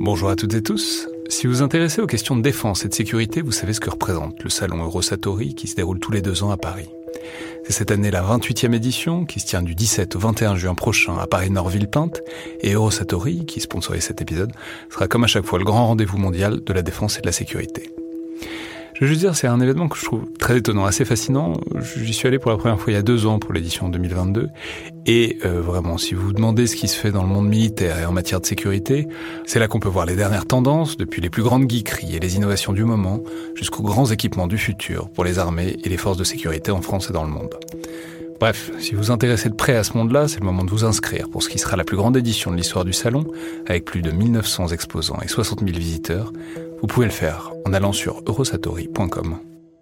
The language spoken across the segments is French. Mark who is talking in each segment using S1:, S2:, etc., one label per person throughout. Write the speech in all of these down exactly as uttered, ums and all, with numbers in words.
S1: Bonjour à toutes et tous. Si vous vous intéressez aux questions de défense et de sécurité, vous savez ce que représente le salon Eurosatory qui se déroule tous les deux ans à Paris. C'est cette année la vingt-huitième édition qui se tient du dix-sept au vingt et un juin prochain à Paris-Nord-Villepinte, et Eurosatory, qui sponsorise cet épisode, sera comme à chaque fois le grand rendez-vous mondial de la défense et de la sécurité. Je veux juste dire, c'est un événement que je trouve très étonnant, assez fascinant. J'y suis allé pour la première fois il y a deux ans pour l'édition deux mille vingt-deux. Et euh, vraiment, si vous vous demandez ce qui se fait dans le monde militaire et en matière de sécurité, c'est là qu'on peut voir les dernières tendances, depuis les plus grandes geekeries et les innovations du moment, jusqu'aux grands équipements du futur pour les armées et les forces de sécurité en France et dans le monde. Bref, si vous vous intéressez de près à ce monde-là, c'est le moment de vous inscrire pour ce qui sera la plus grande édition de l'histoire du salon, avec plus de mille neuf cents exposants et soixante mille visiteurs. Vous pouvez le faire en allant sur eurosatory point com.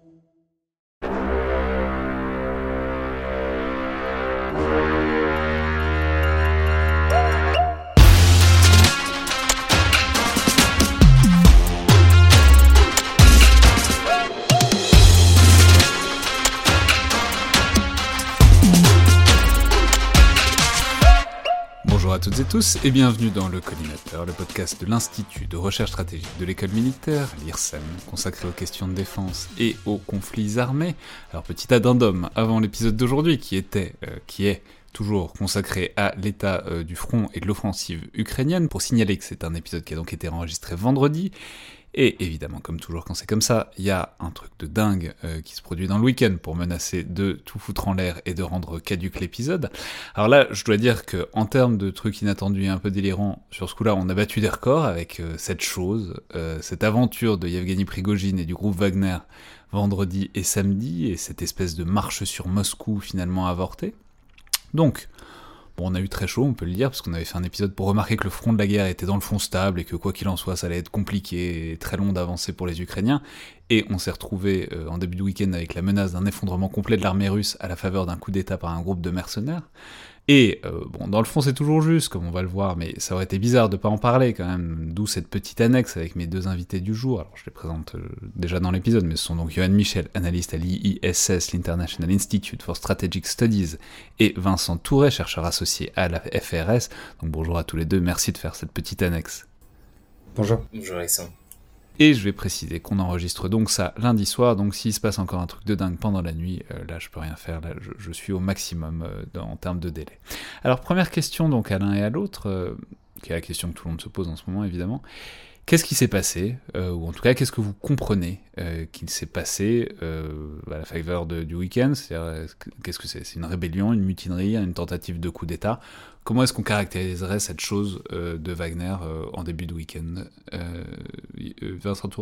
S1: Bonjour à toutes et tous et bienvenue dans Le Collimateur, le podcast de l'Institut de recherche stratégique de l'école militaire, l'I R S E M, consacré aux questions de défense et aux conflits armés. Alors petit addendum avant l'épisode d'aujourd'hui qui était, euh, qui est toujours consacré à l'état euh, du front et de l'offensive ukrainienne, pour signaler que c'est un épisode qui a donc été enregistré vendredi. Et évidemment, comme toujours quand c'est comme ça, il y a un truc de dingue euh, qui se produit dans le week-end pour menacer de tout foutre en l'air et de rendre caduque l'épisode. Alors là, je dois dire que en termes de trucs inattendus et un peu délirants, sur ce coup-là, on a battu des records avec euh, cette chose, euh, cette aventure de Yevgeny Prigojine et du groupe Wagner vendredi et samedi, et cette espèce de marche sur Moscou finalement avortée. Donc, bon, on a eu très chaud, on peut le dire, parce qu'on avait fait un épisode pour remarquer que le front de la guerre était dans le fond stable et que quoi qu'il en soit, ça allait être compliqué et très long d'avancer pour les Ukrainiens. Et on s'est retrouvé euh, en début de week-end avec la menace d'un effondrement complet de l'armée russe à la faveur d'un coup d'état par un groupe de mercenaires. Et, euh, bon, dans le fond, c'est toujours juste, comme on va le voir, mais ça aurait été bizarre de pas en parler, quand même, d'où cette petite annexe avec mes deux invités du jour. Alors, je les présente euh, déjà dans l'épisode, mais ce sont donc Johan Michel, analyste à l'I I S S, l'International Institute for Strategic Studies, et Vincent Touret, chercheur associé à la F R S. Donc, bonjour à tous les deux, merci de faire cette petite annexe.
S2: Bonjour.
S3: Bonjour Alexandre.
S1: Et je vais préciser qu'on enregistre donc ça lundi soir, donc s'il se passe encore un truc de dingue pendant la nuit, euh, là je peux rien faire, là je, je suis au maximum euh, dans, en termes de délai. Alors première question donc à l'un et à l'autre, euh, qui est la question que tout le monde se pose en ce moment évidemment, qu'est-ce qui s'est passé, euh, ou en tout cas qu'est-ce que vous comprenez euh, qu'il s'est passé euh, à la faveur de, du week-end, c'est-à-dire qu'est-ce que c'est ? C'est une rébellion, une mutinerie, une tentative de coup d'état ? Comment est-ce qu'on caractériserait cette chose euh, de Wagner euh, en début de week-end euh, Vincent Touret ?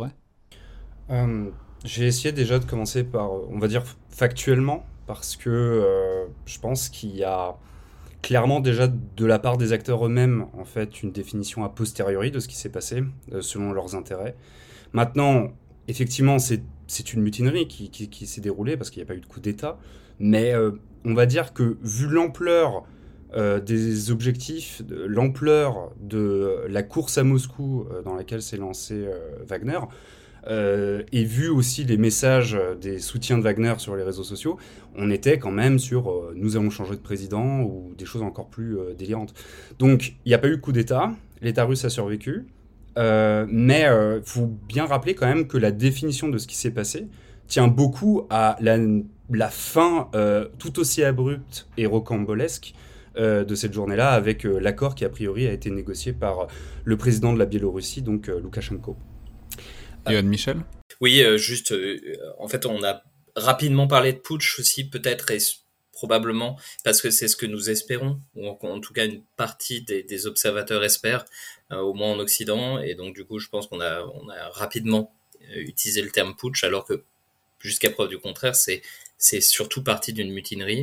S2: euh, J'ai essayé déjà de commencer par, on va dire, factuellement, parce que euh, je pense qu'il y a clairement déjà de la part des acteurs eux-mêmes, en fait, une définition a posteriori de ce qui s'est passé, euh, selon leurs intérêts. Maintenant, effectivement, c'est, c'est une mutinerie qui, qui, qui s'est déroulée, parce qu'il n'y a pas eu de coup d'État, mais euh, on va dire que, vu l'ampleur Euh, des objectifs, de l'ampleur de la course à Moscou euh, dans laquelle s'est lancé euh, Wagner, euh, et vu aussi les messages des soutiens de Wagner sur les réseaux sociaux, on était quand même sur euh, « nous allons changer de président » ou des choses encore plus euh, délirantes. Donc, il n'y a pas eu de coup d'État, l'État russe a survécu, euh, mais il euh, faut bien rappeler quand même que la définition de ce qui s'est passé tient beaucoup à la, la fin euh, tout aussi abrupte et rocambolesque de cette journée-là, avec euh, l'accord qui a priori a été négocié par euh, le président de la Biélorussie, donc euh, Loukachenko.
S1: Johan Michel ?
S3: Oui, euh, juste, euh, en fait, on a rapidement parlé de putsch aussi, peut-être, et probablement, parce que c'est ce que nous espérons, ou en, en tout cas une partie des, des observateurs espèrent, euh, au moins en Occident, et donc du coup, je pense qu'on a, on a rapidement utilisé le terme putsch, alors que, jusqu'à preuve du contraire, c'est, c'est surtout partie d'une mutinerie,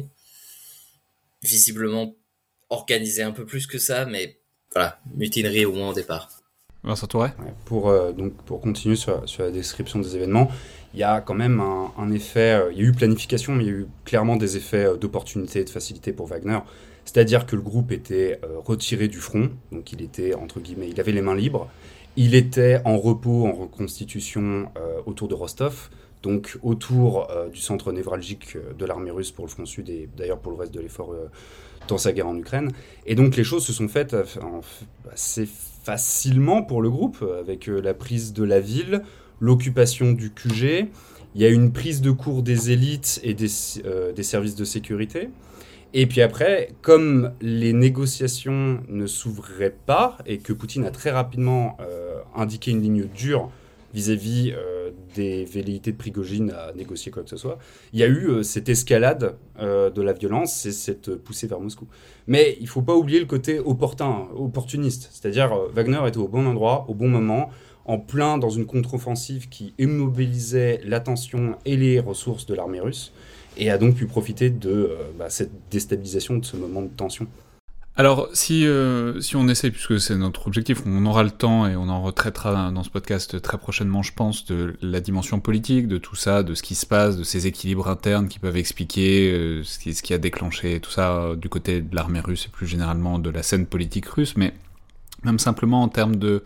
S3: visiblement organisé un peu plus que ça, mais voilà, mutinerie au moins au départ.
S1: Vincent Touret ?
S2: Ouais, pour, euh, donc, pour continuer sur, sur la description des événements, il y a quand même un, un effet, euh, il y a eu planification, mais il y a eu clairement des effets euh, d'opportunité et de facilité pour Wagner. C'est-à-dire que le groupe était euh, retiré du front, donc il était, entre guillemets, il avait les mains libres. Il était en repos, en reconstitution euh, autour de Rostov, donc autour euh, du centre névralgique de l'armée russe pour le front sud et d'ailleurs pour le reste de l'effort euh, dans sa guerre en Ukraine. Et donc les choses se sont faites assez facilement pour le groupe, avec euh, la prise de la ville, l'occupation du Q G, il y a une prise de cours des élites et des, euh, des services de sécurité. Et puis après, comme les négociations ne s'ouvraient pas et que Poutine a très rapidement euh, indiqué une ligne dure vis-à-vis euh, des velléités de Prigojine à négocier quoi que ce soit, il y a eu euh, cette escalade euh, de la violence et cette poussée vers Moscou. Mais il ne faut pas oublier le côté opportun, opportuniste. C'est-à-dire euh, Wagner était au bon endroit, au bon moment, en plein dans une contre-offensive qui immobilisait l'attention et les ressources de l'armée russe, et a donc pu profiter de euh, bah, cette déstabilisation, de ce moment de tension.
S1: Alors, si, euh, si on essaie, puisque c'est notre objectif, on aura le temps et on en retraitera dans ce podcast très prochainement, je pense, de la dimension politique, de tout ça, de ce qui se passe, de ces équilibres internes qui peuvent expliquer euh, ce, qui, ce qui a déclenché tout ça euh, du côté de l'armée russe et plus généralement de la scène politique russe, mais même simplement en termes de,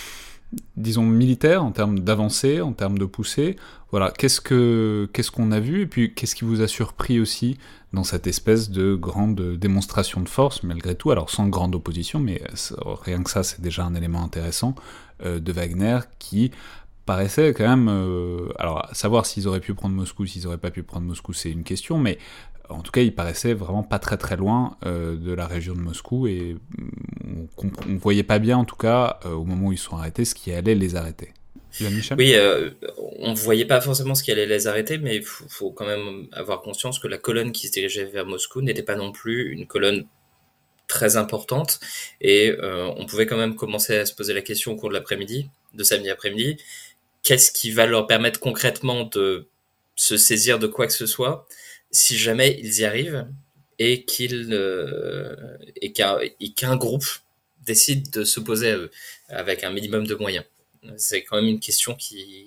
S1: disons, militaire, en termes d'avancée, en termes de poussée, voilà, qu'est-ce que qu'est-ce qu'on a vu, et puis qu'est-ce qui vous a surpris aussi dans cette espèce de grande démonstration de force, malgré tout, alors sans grande opposition, mais rien que ça, c'est déjà un élément intéressant, euh, de Wagner, qui paraissait quand même... Euh, alors, savoir s'ils auraient pu prendre Moscou, s'ils auraient pas pu prendre Moscou, c'est une question, mais en tout cas, il paraissait vraiment pas très très loin euh, de la région de Moscou, et on, on voyait pas bien, en tout cas, euh, au moment où ils sont arrêtés, ce qui allait les arrêter.
S3: Oui, euh, on ne voyait pas forcément ce qui allait les arrêter, mais il faut, faut quand même avoir conscience que la colonne qui se dirigeait vers Moscou n'était pas non plus une colonne très importante, et euh, on pouvait quand même commencer à se poser la question au cours de l'après-midi, de samedi après-midi, qu'est-ce qui va leur permettre concrètement de se saisir de quoi que ce soit si jamais ils y arrivent et qu'ils euh, et qu'un, et qu'un groupe décide de s'opposer à eux avec un minimum de moyens. C'est quand même une question qui,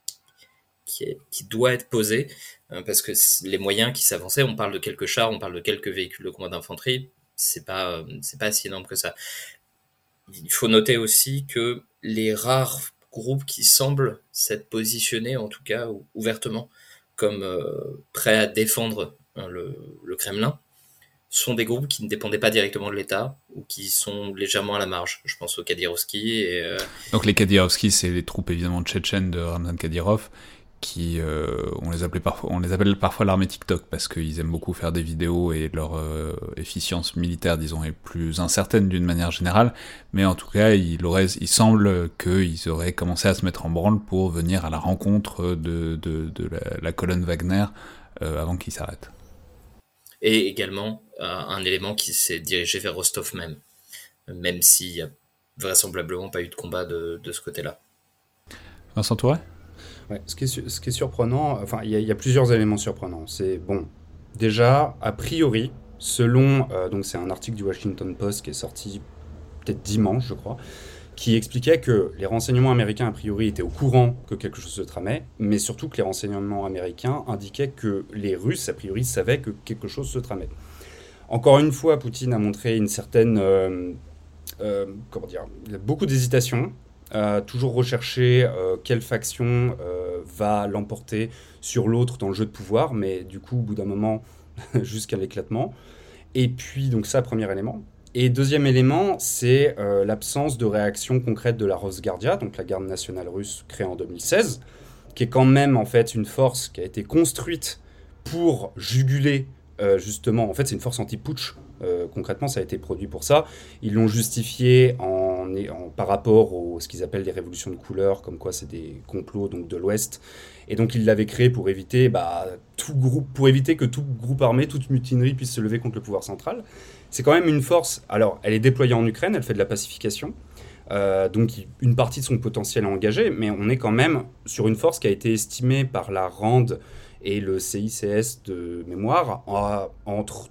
S3: qui, est, qui doit être posée, euh, parce que les moyens qui s'avançaient, on parle de quelques chars, on parle de quelques véhicules de combat d'infanterie, c'est pas, c'est pas si énorme que ça. Il faut noter aussi que les rares groupes qui semblent s'être positionnés, en tout cas ouvertement, comme euh, prêts à défendre hein, le, le Kremlin, sont des groupes qui ne dépendaient pas directement de l'État ou qui sont légèrement à la marge. Je pense aux Kadyrovski. Et, euh...
S1: Donc les Kadyrovski, c'est les troupes évidemment tchétchènes de Ramzan Kadyrov, qui euh, on les appelait parfois, on les appelle parfois l'armée TikTok parce qu'ils aiment beaucoup faire des vidéos et leur euh, efficience militaire, disons, est plus incertaine d'une manière générale. Mais en tout cas, il aurait, il semble qu'ils auraient commencé à se mettre en branle pour venir à la rencontre de de, de la, la colonne Wagner euh, avant qu'ils s'arrêtent.
S3: Et également euh, un élément qui s'est dirigé vers Rostov même, même s'il n'y a vraisemblablement pas eu de combat de, de ce côté-là.
S1: Vincent Touret ?
S2: Ouais, ce, qui est, ce qui est surprenant, enfin, il y, y a plusieurs éléments surprenants. C'est, bon, déjà, a priori, selon, euh, donc c'est un article du Washington Post qui est sorti peut-être dimanche, je crois, qui expliquait que les renseignements américains, a priori, étaient au courant que quelque chose se tramait, mais surtout que les renseignements américains indiquaient que les Russes, a priori, savaient que quelque chose se tramait. Encore une fois, Poutine a montré une certaine... Euh, euh, comment dire, beaucoup d'hésitation, euh, toujours rechercher euh, quelle faction euh, va l'emporter sur l'autre dans le jeu de pouvoir, mais du coup, au bout d'un moment, jusqu'à l'éclatement. Et puis, donc ça, premier élément. Et deuxième élément, c'est euh, l'absence de réaction concrète de la Rosgardia, donc la garde nationale russe créée en deux mille seize, qui est quand même en fait une force qui a été construite pour juguler euh, justement, en fait c'est une force anti-putsch, euh, concrètement ça a été produit pour ça. Ils l'ont justifié en, en, par rapport à ce qu'ils appellent des révolutions de couleur, comme quoi c'est des complots donc, de l'Ouest. Et donc ils l'avaient créé pour éviter, bah, tout groupe, pour éviter que tout groupe armé, toute mutinerie puisse se lever contre le pouvoir central. C'est quand même une force, alors elle est déployée en Ukraine, elle fait de la pacification, euh, donc une partie de son potentiel est engagée, mais on est quand même sur une force qui a été estimée par la RAND et le C I C S de mémoire à, entre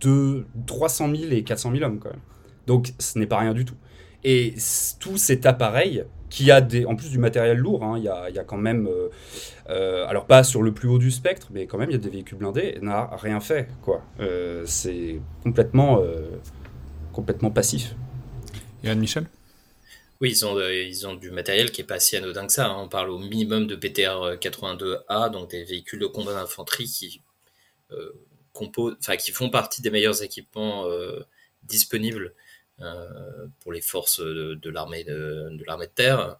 S2: trois cent mille et quatre cent mille hommes quand même. Donc ce n'est pas rien du tout. Et tout cet appareil, qui a des, en plus du matériel lourd, hein, il y a, il y a quand même, euh, euh, alors pas sur le plus haut du spectre, mais quand même il y a des véhicules blindés, n'a rien fait, quoi. Euh, c'est complètement, euh, complètement passif.
S1: Yann Michel ?
S3: Oui, ils ont, euh, ils ont du matériel qui n'est pas si anodin que ça. Hein. On parle au minimum de P T R quatre-vingt-deux A, donc des véhicules de combat d'infanterie qui, euh, composent, enfin, qui font partie des meilleurs équipements euh, disponibles euh, pour les forces de, de l'armée de, de l'armée de terre.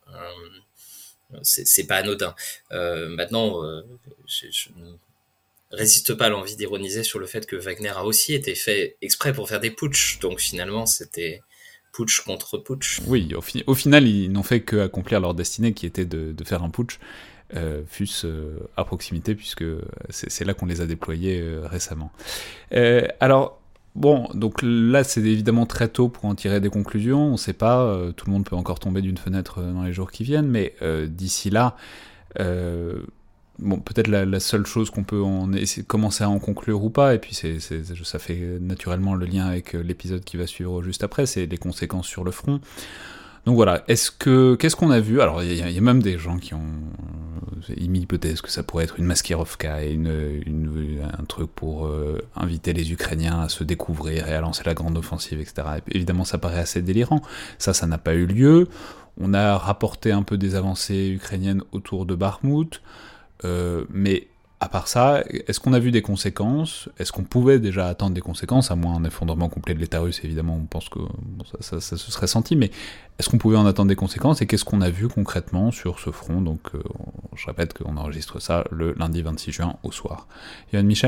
S3: Euh, c'est, c'est pas anodin. Euh, maintenant, euh, je, je ne résiste pas à l'envie d'ironiser sur le fait que Wagner a aussi été fait exprès pour faire des putschs. Donc finalement, c'était putsch contre putsch.
S1: Oui, au, fi- au final, ils n'ont fait qu'accomplir leur destinée, qui était de, de faire un putsch, euh, fût-ce euh, à proximité, puisque c'est, c'est là qu'on les a déployés euh, récemment. Euh, alors, bon, donc là, c'est évidemment très tôt pour en tirer des conclusions. On ne sait pas, euh, tout le monde peut encore tomber d'une fenêtre euh, dans les jours qui viennent, mais euh, d'ici là... Euh, Bon, peut-être la, la seule chose qu'on peut en essayer, commencer à en conclure ou pas, et puis c'est, c'est, ça fait naturellement le lien avec l'épisode qui va suivre juste après, c'est les conséquences sur le front. Donc voilà, est-ce que, qu'est-ce qu'on a vu ? Alors il y, y a même des gens qui ont émis l'hypothèse que ça pourrait être une Maskirovka et une, une, un truc pour euh, inviter les Ukrainiens à se découvrir et à lancer la grande offensive, et cetera. Et évidemment, ça paraît assez délirant. Ça, ça n'a pas eu lieu. On a rapporté un peu des avancées ukrainiennes autour de Bakhmout. Euh, mais à part ça, est-ce qu'on a vu des conséquences ? Est-ce qu'on pouvait déjà attendre des conséquences ? À moins un effondrement complet de l'État russe, évidemment, on pense que bon, ça, ça, ça se serait senti, mais est-ce qu'on pouvait en attendre des conséquences ? Et qu'est-ce qu'on a vu concrètement sur ce front ? Donc, euh, je répète qu'on enregistre ça le lundi vingt-six juin au soir. Yoann Michel ?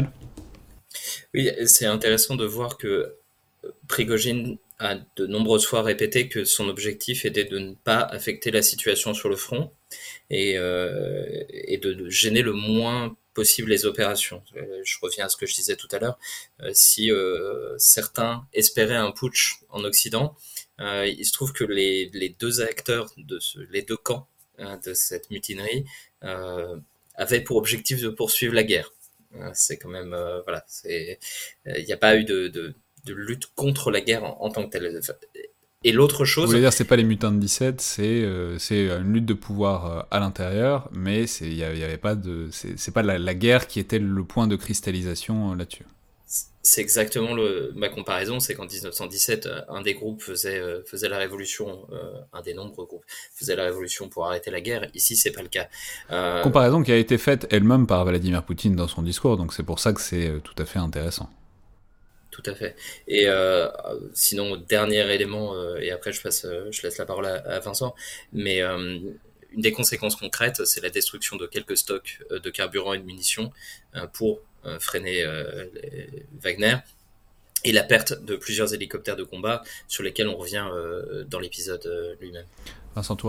S3: Oui, c'est intéressant de voir que Prigojine a de nombreuses fois répété que son objectif était de ne pas affecter la situation sur le front et, euh, et de, de gêner le moins possible les opérations. Je reviens à ce que je disais tout à l'heure. Euh, si euh, certains espéraient un putsch en Occident, euh, il se trouve que les, les deux acteurs, de ce, les deux camps hein, de cette mutinerie euh, avaient pour objectif de poursuivre la guerre. Euh, c'est quand même... Euh, voilà, il n'y a pas eu de... de de lutte contre la guerre en, en tant que telle. Et l'autre chose...
S1: Vous voulez dire, c'est pas les mutins de dix-sept, c'est, euh, c'est une lutte de pouvoir euh, à l'intérieur, mais il y, y avait pas de... C'est, c'est pas la, la guerre qui était le point de cristallisation euh, là-dessus.
S3: C'est exactement le, ma comparaison, c'est qu'en dix-neuf cent dix-sept, un des groupes faisait, euh, faisait la révolution, euh, un des nombreux groupes faisait la révolution pour arrêter la guerre. Ici, c'est pas le cas. Euh...
S1: Comparaison qui a été faite elle-même par Vladimir Poutine dans son discours, donc c'est pour ça que c'est euh, tout à fait intéressant.
S3: Tout à fait. Et euh, sinon, dernier élément, euh, et après je passe, euh, je laisse la parole à, à Vincent, mais euh, une des conséquences concrètes, c'est la destruction de quelques stocks euh, de carburant et de munitions euh, pour euh, freiner euh, les Wagner, et la perte de plusieurs hélicoptères de combat sur lesquels on revient euh, dans l'épisode euh, lui-même.
S1: Vincent Touret ?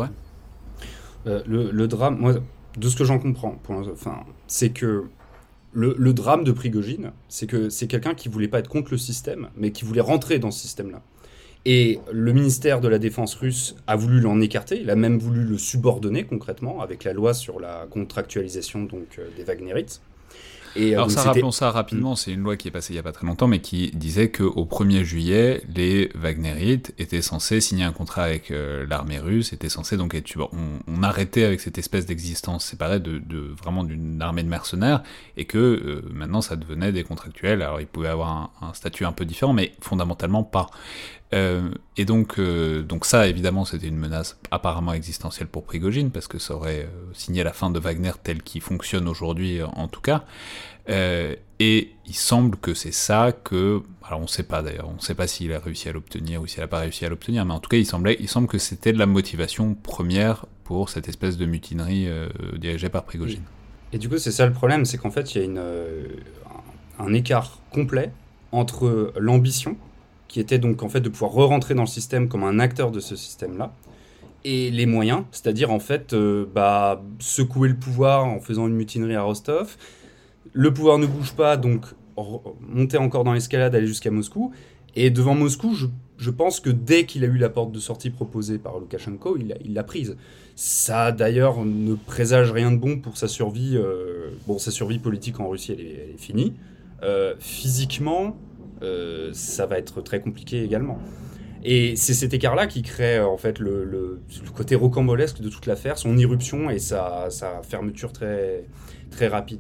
S2: euh, le, le drame, moi, de ce que j'en comprends, pour, enfin, c'est que Le, le drame de Prigojine, c'est que c'est quelqu'un qui voulait pas être contre le système, mais qui voulait rentrer dans ce système-là. Et le ministère de la Défense russe a voulu l'en écarter, il a même voulu le subordonner concrètement, avec la loi sur la contractualisation donc, euh, des Wagnerites. Et,
S1: Alors
S2: donc,
S1: ça,
S2: c'était...
S1: rappelons ça rapidement, mmh. c'est une loi qui est passée il n'y a pas très longtemps, mais qui disait qu'au premier juillet, les Wagnerites étaient censés signer un contrat avec euh, l'armée russe, étaient censés donc être... On, on arrêtait avec cette espèce d'existence séparée de, de vraiment d'une armée de mercenaires, et que euh, maintenant ça devenait des contractuels. Alors ils pouvaient avoir un, un statut un peu différent, mais fondamentalement pas. Euh, et donc, euh, donc ça, évidemment, c'était une menace apparemment existentielle pour Prigojine, parce que ça aurait euh, signé la fin de Wagner tel qu'il fonctionne aujourd'hui, en tout cas. Euh, et il semble que c'est ça que... Alors on sait pas d'ailleurs, on sait pas s'il a réussi à l'obtenir ou s'il a pas réussi à l'obtenir, mais en tout cas, il, semblait, il semble que c'était de la motivation première pour cette espèce de mutinerie euh, dirigée par Prigojine.
S2: Et du coup, c'est ça le problème, c'est qu'en fait, il y a une, euh, un écart complet entre l'ambition, qui était donc en fait de pouvoir re-rentrer dans le système comme un acteur de ce système-là, et les moyens, c'est-à-dire en fait euh, bah, secouer le pouvoir en faisant une mutinerie à Rostov. Le pouvoir ne bouge pas, donc monter encore dans l'escalade, aller jusqu'à Moscou. Et devant Moscou, je, je pense que dès qu'il a eu la porte de sortie proposée par Loukachenko, il, a, il l'a prise. Ça d'ailleurs ne présage rien de bon pour sa survie. Euh, bon, sa survie politique en Russie, elle est, elle est finie. Euh, physiquement, euh, ça va être très compliqué également. Et c'est cet écart-là qui crée en fait le, le, le côté rocambolesque de toute l'affaire, son irruption et sa, sa fermeture très, très rapide.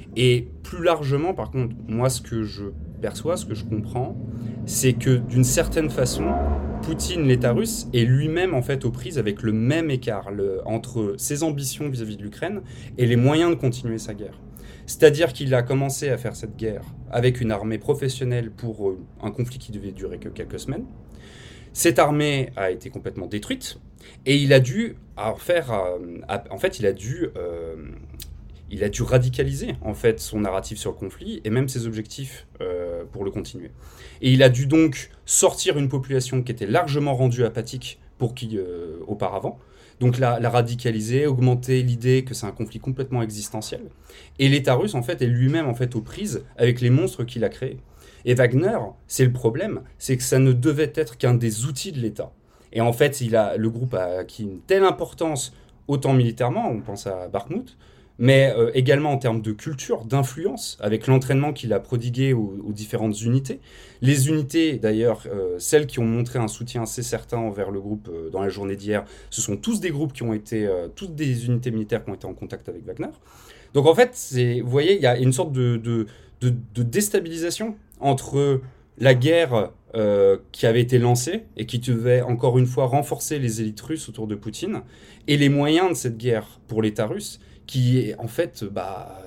S2: Et plus largement, par contre, moi ce que je perçois, ce que je comprends, c'est que d'une certaine façon, Poutine, l'État russe, est lui-même en fait aux prises avec le même écart le, entre ses ambitions vis-à-vis de l'Ukraine et les moyens de continuer sa guerre. C'est-à-dire qu'il a commencé à faire cette guerre avec une armée professionnelle pour un conflit qui devait durer que quelques semaines. Cette armée a été complètement détruite et il a dû en faire, euh, en fait, il a dû, euh, il a dû radicaliser en fait son narratif sur le conflit et même ses objectifs euh, pour le continuer. Et il a dû donc sortir une population qui était largement rendue apathique pour qui euh, auparavant. Donc la, la radicaliser, augmenter l'idée que c'est un conflit complètement existentiel. Et l'État russe en fait est lui-même en fait aux prises avec les monstres qu'il a créés. Et Wagner, c'est le problème, c'est que ça ne devait être qu'un des outils de l'État. Et en fait, il a, le groupe a acquis une telle importance, autant militairement, on pense à Bakhmut, mais euh, également en termes de culture, d'influence, avec l'entraînement qu'il a prodigué aux, aux différentes unités. Les unités, d'ailleurs, euh, celles qui ont montré un soutien assez certain envers le groupe euh, dans la journée d'hier, ce sont tous des groupes qui ont été, euh, toutes des unités militaires qui ont été en contact avec Wagner. Donc en fait, c'est, vous voyez, il y a une sorte de, de, de, de déstabilisation entre la guerre euh, qui avait été lancée et qui devait encore une fois renforcer les élites russes autour de Poutine, et les moyens de cette guerre pour l'État russe, qui est en fait, bah,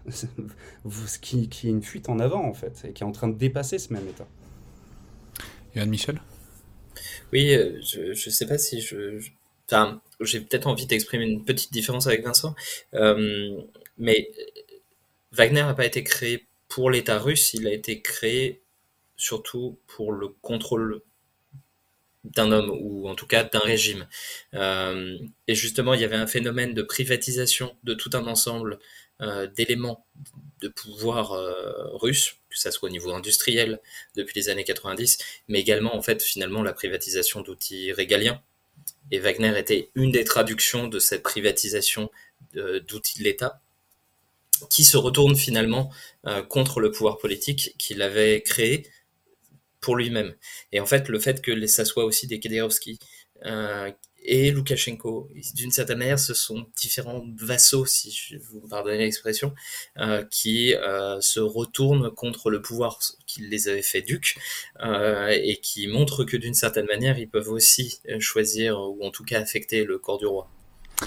S2: qui, qui est une fuite en avant en fait, et qui est en train de dépasser ce même État.
S1: Yann Michel ?
S3: Oui, euh, je ne sais pas si je... je... Enfin, j'ai peut-être envie d'exprimer une petite différence avec Vincent, euh, mais Wagner n'a pas été créé pour l'État russe, il a été créé surtout pour le contrôle d'un homme, ou en tout cas d'un régime. Euh, et justement, il y avait un phénomène de privatisation de tout un ensemble euh, d'éléments de pouvoir euh, russe, que ça soit au niveau industriel depuis les années quatre-vingt-dix, mais également en fait finalement la privatisation d'outils régaliens. Et Wagner était une des traductions de cette privatisation de, d'outils de l'État, qui se retourne finalement euh, contre le pouvoir politique qu'il avait créé pour lui-même. Et en fait, le fait que ça soit aussi des Kadyrowski euh, et Loukachenko, d'une certaine manière, ce sont différents vassaux, si je, vous me pardonnez l'expression, euh, qui euh, se retournent contre le pouvoir qui les avait fait ducs euh, et qui montrent que d'une certaine manière, ils peuvent aussi choisir, ou en tout cas affecter le corps du roi.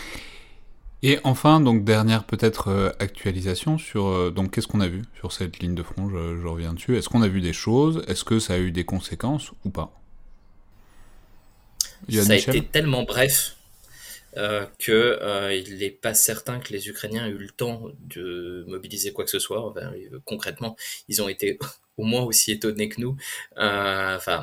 S1: Et enfin, donc dernière peut-être euh, actualisation sur euh, donc qu'est-ce qu'on a vu sur cette ligne de front, je, je reviens dessus. Est-ce qu'on a vu des choses ? Est-ce que ça a eu des conséquences ou pas ? Yann
S3: Ça a
S1: Michel ?
S3: été tellement bref euh, que euh, il n'est pas certain que les Ukrainiens aient eu le temps de mobiliser quoi que ce soit. Enfin, euh, concrètement, ils ont été au moins aussi étonnés que nous. Euh, enfin.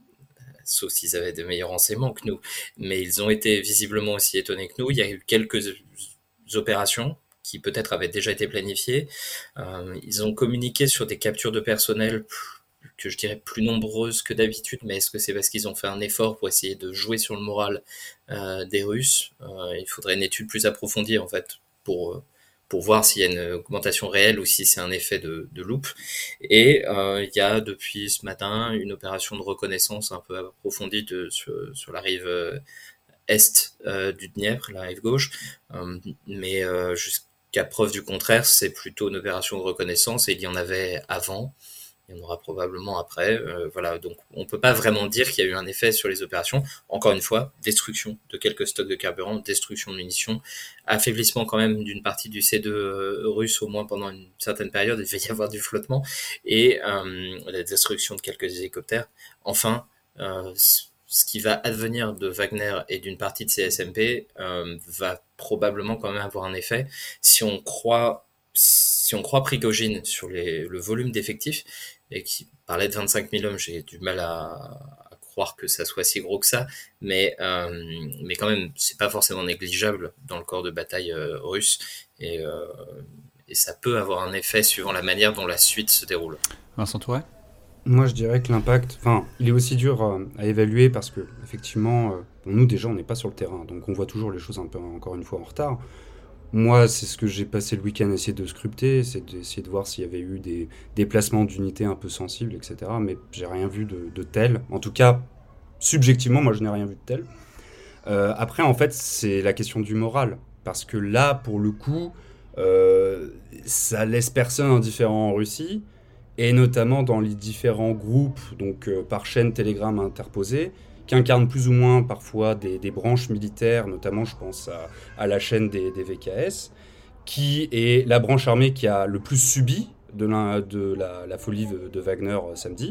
S3: Sauf s'ils avaient de meilleurs renseignements que nous, mais ils ont été visiblement aussi étonnés que nous. Il y a eu quelques opérations qui peut-être avaient déjà été planifiées. Euh, ils ont communiqué sur des captures de personnel plus, que je dirais plus nombreuses que d'habitude, mais est-ce que c'est parce qu'ils ont fait un effort pour essayer de jouer sur le moral euh, des Russes ? euh, Il faudrait une étude plus approfondie en fait pour... pour voir s'il y a une augmentation réelle ou si c'est un effet de, de loupe. Et euh, il y a depuis ce matin une opération de reconnaissance un peu approfondie de, sur, sur la rive euh, est euh, du Dniepr, la rive gauche, euh, mais euh, jusqu'à preuve du contraire, c'est plutôt une opération de reconnaissance, et il y en avait avant, il y en aura probablement après. Euh, voilà, donc on ne peut pas vraiment dire qu'il y a eu un effet sur les opérations. Encore une fois, destruction de quelques stocks de carburant, destruction de munitions, affaiblissement quand même d'une partie du C deux russe, au moins pendant une certaine période, il va y avoir du flottement, et euh, la destruction de quelques hélicoptères. Enfin, euh, ce qui va advenir de Wagner et d'une partie de C S M P euh, va probablement quand même avoir un effet. Si on croit, si on croit Prigojine sur les, le volume d'effectifs, et qui parlait de vingt-cinq mille hommes, j'ai du mal à, à croire que ça soit si gros que ça, mais, euh, mais quand même, c'est pas forcément négligeable dans le corps de bataille euh, russe, et, euh, et ça peut avoir un effet suivant la manière dont la suite se déroule.
S1: Vincent Touret ?
S2: Moi, je dirais que l'impact, enfin, il est aussi dur euh, à évaluer parce que, effectivement, euh, bon, nous déjà, on n'est pas sur le terrain, donc on voit toujours les choses un peu, encore une fois, en retard. Moi, c'est ce que j'ai passé le week-end à essayer de scripter, c'est d'essayer de voir s'il y avait eu des déplacements d'unités un peu sensibles, et cetera. Mais j'ai rien vu de, de tel. En tout cas, subjectivement, moi, je n'ai rien vu de tel. Euh, après, en fait, c'est la question du moral. Parce que là, pour le coup, euh, ça laisse personne indifférent en Russie, et notamment dans les différents groupes, donc euh, par chaîne Telegram interposée, qui incarnent plus ou moins parfois des, des branches militaires, notamment je pense à, à la chaîne des, des V K S, qui est la branche armée qui a le plus subi de la, de la, la folie de, de Wagner euh, samedi,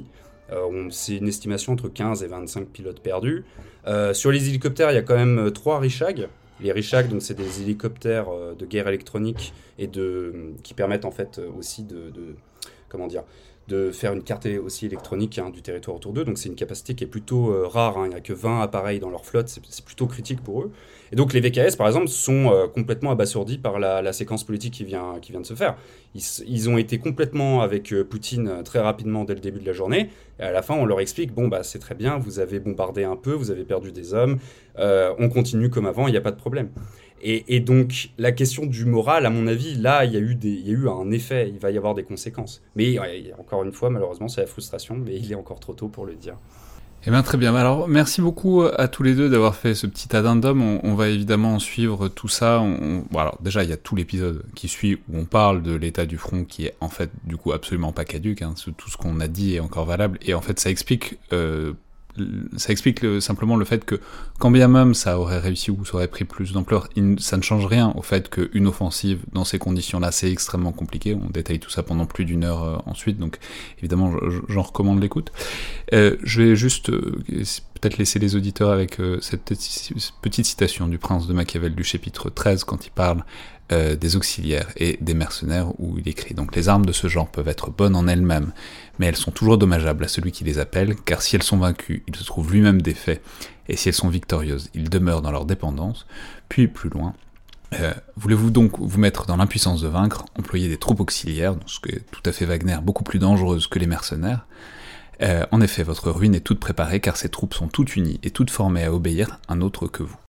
S2: Euh, on, c'est une estimation entre quinze et vingt-cinq pilotes perdus. Euh, sur les hélicoptères, il y a quand même trois Richag. Les Richag, donc, c'est des hélicoptères euh, de guerre électronique et de, qui permettent en fait aussi de, de comment dire, de faire une carte aussi électronique hein, du territoire autour d'eux. Donc c'est une capacité qui est plutôt euh, rare. Hein. Il n'y a que vingt appareils dans leur flotte, c'est, c'est plutôt critique pour eux. Et donc les V K S, par exemple, sont euh, complètement abasourdis par la, la séquence politique qui vient, qui vient de se faire. Ils, ils ont été complètement avec euh, Poutine euh, très rapidement dès le début de la journée. Et à la fin, on leur explique, bon, bah, c'est très bien, vous avez bombardé un peu, vous avez perdu des hommes, euh, on continue comme avant, il n'y a pas de problème. Et, et donc, la question du moral, à mon avis, là, il y a eu des, il y a eu un effet, il va y avoir des conséquences. Mais ouais, encore une fois, malheureusement, c'est la frustration, mais il est encore trop tôt pour le dire.
S1: Eh bien, très bien. Alors, merci beaucoup à tous les deux d'avoir fait ce petit addendum. On, on va évidemment suivre tout ça. On, on, bon, alors, déjà, il y a tout l'épisode qui suit où on parle de l'état du front qui est, en fait, du coup, absolument pas caduque. Hein. Tout ce qu'on a dit est encore valable. Et en fait, ça explique... Euh, ça explique le, simplement le fait que, quand bien même ça aurait réussi ou ça aurait pris plus d'ampleur, il, ça ne change rien au fait qu'une offensive, dans ces conditions-là, c'est extrêmement compliqué. On détaille tout ça pendant plus d'une heure euh, ensuite, donc évidemment, j'en recommande l'écoute. Euh, je vais juste euh, peut-être laisser les auditeurs avec euh, cette petite citation du prince de Machiavel du chapitre treize, quand il parle Euh, des auxiliaires et des mercenaires, où il écrit donc: les armes de ce genre peuvent être bonnes en elles-mêmes, mais elles sont toujours dommageables à celui qui les appelle, car si elles sont vaincues, il se trouve lui-même défait, et si elles sont victorieuses, il demeure dans leur dépendance. Puis plus loin, euh, voulez-vous donc vous mettre dans l'impuissance de vaincre, employer des troupes auxiliaires, ce qui est tout à fait Wagner, beaucoup plus dangereuse que les mercenaires. Euh, en effet, votre ruine est toute préparée, car ces troupes sont toutes unies et toutes formées à obéir un autre que vous.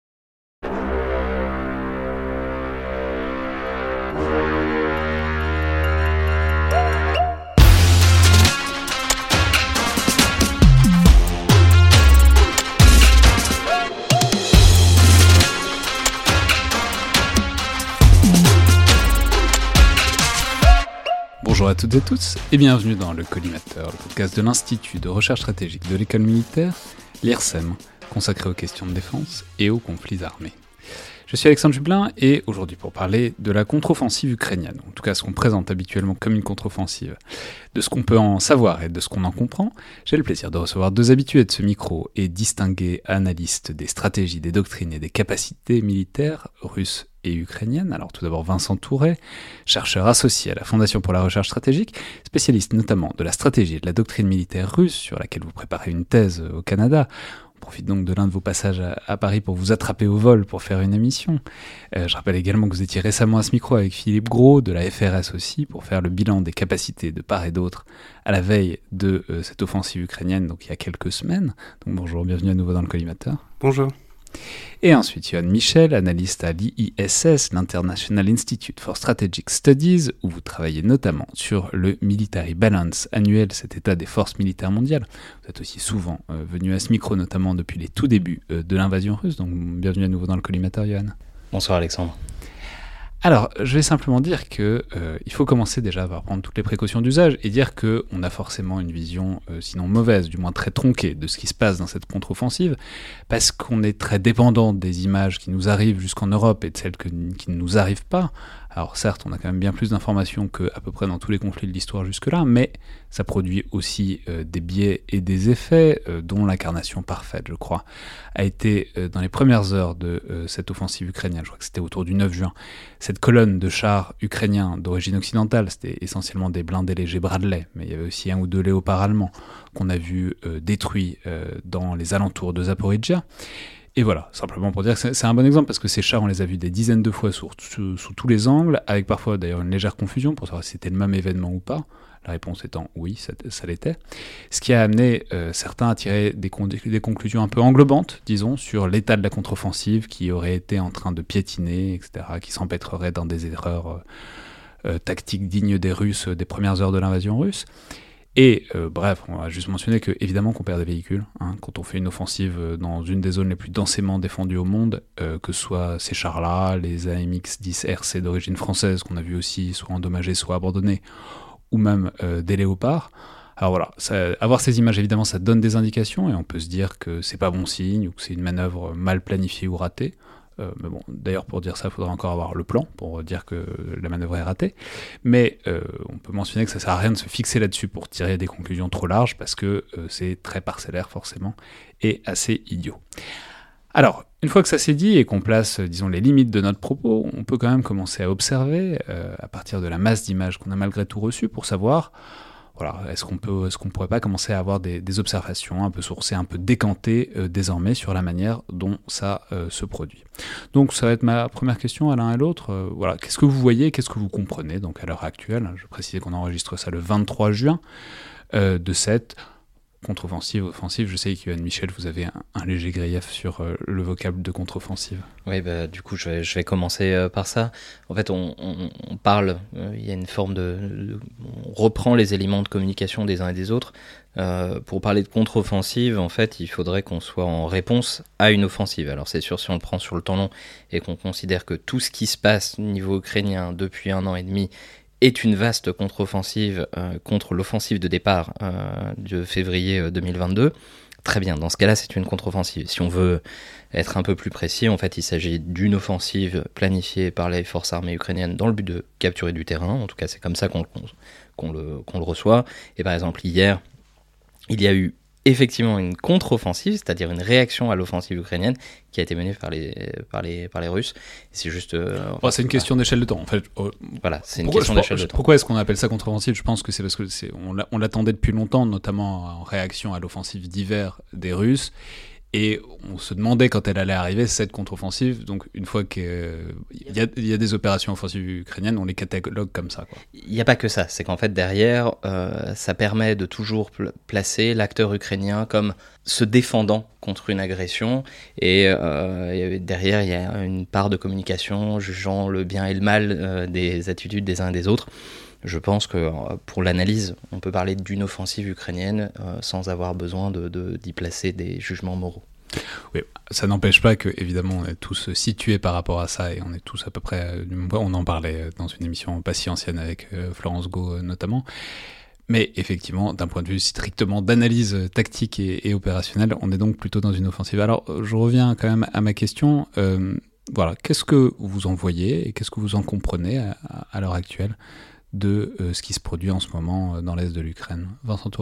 S1: Bonjour à toutes et tous, et bienvenue dans le Collimateur, le podcast de l'Institut de recherche stratégique de l'école militaire, l'I R S E M, consacré aux questions de défense et aux conflits armés. Je suis Alexandre Jublin, et aujourd'hui pour parler de la contre-offensive ukrainienne, en tout cas ce qu'on présente habituellement comme une contre-offensive, de ce qu'on peut en savoir et de ce qu'on en comprend, j'ai le plaisir de recevoir deux habitués de ce micro et distingués analystes des stratégies, des doctrines et des capacités militaires russes et ukrainienne. Alors tout d'abord Vincent Touret, chercheur associé à la Fondation pour la recherche stratégique, spécialiste notamment de la stratégie et de la doctrine militaire russe, sur laquelle vous préparez une thèse au Canada. On profite donc de l'un de vos passages à, à Paris pour vous attraper au vol pour faire une émission. Euh, je rappelle également que vous étiez récemment à ce micro avec Philippe Gros, de la F R S aussi, pour faire le bilan des capacités de part et d'autre à la veille de euh, cette offensive ukrainienne, donc il y a quelques semaines. Donc bonjour, bienvenue à nouveau dans le Collimateur.
S2: Bonjour.
S1: Et ensuite, Yoann Michel, analyste à l'I I S S, l'International Institute for Strategic Studies, où vous travaillez notamment sur le Military Balance annuel, cet état des forces militaires mondiales. Vous êtes aussi souvent euh, venu à ce micro, notamment depuis les tout débuts euh, de l'invasion russe, donc bienvenue à nouveau dans le Collimateur, Yoann.
S4: Bonsoir Alexandre.
S1: Alors, je vais simplement dire que euh, il faut commencer déjà par prendre toutes les précautions d'usage et dire qu'on a forcément une vision, euh, sinon mauvaise, du moins très tronquée, de ce qui se passe dans cette contre-offensive, parce qu'on est très dépendant des images qui nous arrivent jusqu'en Europe et de celles que, qui ne nous arrivent pas. Alors certes, on a quand même bien plus d'informations qu'à peu près dans tous les conflits de l'histoire jusque-là, mais ça produit aussi euh, des biais et des effets, euh, dont l'incarnation parfaite, je crois, a été euh, dans les premières heures de euh, cette offensive ukrainienne, je crois que c'était autour du neuf juin, cette colonne de chars ukrainiens d'origine occidentale, c'était essentiellement des blindés légers Bradley, mais il y avait aussi un ou deux léopards allemands qu'on a vu euh, détruits euh, dans les alentours de Zaporizhzhia. Et voilà, simplement pour dire que c'est, c'est un bon exemple, parce que ces chars, on les a vus des dizaines de fois sous, sous, sous tous les angles, avec parfois d'ailleurs une légère confusion pour savoir si c'était le même événement ou pas. La réponse étant oui, ça, ça l'était. Ce qui a amené euh, certains à tirer des, con- des conclusions un peu englobantes, disons, sur l'état de la contre-offensive qui aurait été en train de piétiner, et cetera, qui s'empêtrerait dans des erreurs euh, euh, tactiques dignes des Russes euh, des premières heures de l'invasion russe. Et euh, bref, on va juste mentionner que évidemment qu'on perd des véhicules, hein, quand on fait une offensive dans une des zones les plus densément défendues au monde, euh, que ce soit ces chars-là, les A M X dix R C d'origine française qu'on a vu aussi soit endommagés, soit abandonnés, ou même euh, des léopards. Alors voilà, ça, avoir ces images évidemment ça donne des indications et on peut se dire que c'est pas bon signe ou que c'est une manœuvre mal planifiée ou ratée. Euh, mais bon, d'ailleurs, pour dire ça, il faudra encore avoir le plan pour dire que la manœuvre est ratée. Mais euh, on peut mentionner que ça ne sert à rien de se fixer là-dessus pour tirer des conclusions trop larges, parce que euh, c'est très parcellaire, forcément, et assez idiot. Alors, une fois que ça s'est dit et qu'on place, disons, les limites de notre propos, on peut quand même commencer à observer, euh, à partir de la masse d'images qu'on a malgré tout reçues, pour savoir, voilà, est-ce qu'on peut, est-ce qu'on pourrait pas commencer à avoir des, des observations un peu sourcées, un peu décantées euh, désormais sur la manière dont ça euh, se produit. Donc, ça va être ma première question à l'un et l'autre. Euh, voilà, qu'est-ce que vous voyez, qu'est-ce que vous comprenez, donc à l'heure actuelle, je précise qu'on enregistre ça le vingt-trois juin, euh, de cette contre-offensive, offensive. Je sais qu'Yoann Michel, vous avez un, un léger grief sur euh, le vocable de contre-offensive.
S4: Oui, bah, du coup, je vais, je vais commencer euh, par ça. En fait, on, on, on parle, euh, il y a une forme de, de... On reprend les éléments de communication des uns et des autres. Euh, pour parler de contre-offensive, en fait, il faudrait qu'on soit en réponse à une offensive. Alors, c'est sûr, si on le prend sur le temps long et qu'on considère que tout ce qui se passe au niveau ukrainien depuis un an et demi est une vaste contre-offensive euh, contre l'offensive de départ euh, de février deux mille vingt-deux. Très bien, dans ce cas-là, c'est une contre-offensive. Si on veut être un peu plus précis, en fait, il s'agit d'une offensive planifiée par les forces armées ukrainiennes dans le but de capturer du terrain. En tout cas, c'est comme ça qu'on le, qu'on le, qu'on le reçoit. Et par exemple, hier, il y a eu effectivement une contre-offensive, c'est-à-dire une réaction à l'offensive ukrainienne qui a été menée par les, par les, par les Russes. C'est juste... Euh,
S1: enfin, oh, c'est une question d'échelle de temps, en fait. Oh,
S4: voilà, c'est une
S1: pourquoi,
S4: question d'échelle de temps.
S1: Pourquoi est-ce qu'on appelle ça contre-offensive ? Je pense que c'est parce que c'est, on, on l'attendait depuis longtemps, notamment en réaction à l'offensive d'hiver des Russes. Et on se demandait quand elle allait arriver, cette contre-offensive. Donc, une fois qu'il euh, y, a, y a des opérations offensives ukrainiennes, on les catalogue comme ça, quoi.
S4: Il n'y a pas que ça. C'est qu'en fait, derrière, euh, ça permet de toujours pl- placer l'acteur ukrainien comme se défendant contre une agression. Et, euh, et derrière, il y a une part de communication jugeant le bien et le mal euh, des attitudes des uns et des autres. Je pense que pour l'analyse, on peut parler d'une offensive ukrainienne euh, sans avoir besoin de, de, d'y placer des jugements moraux.
S1: Oui, ça n'empêche pas que, évidemment, on est tous situés par rapport à ça et on est tous à peu près du même point. On en parlait dans une émission pas si ancienne avec euh, Florence Gau euh, notamment. Mais effectivement, d'un point de vue strictement d'analyse tactique et, et opérationnelle, on est donc plutôt dans une offensive. Alors, je reviens quand même à ma question. Euh, voilà, qu'est-ce que vous en voyez et qu'est-ce que vous en comprenez à, à, à l'heure actuelle de euh, ce qui se produit en ce moment euh, dans l'est de l'Ukraine. Vincent Touret ?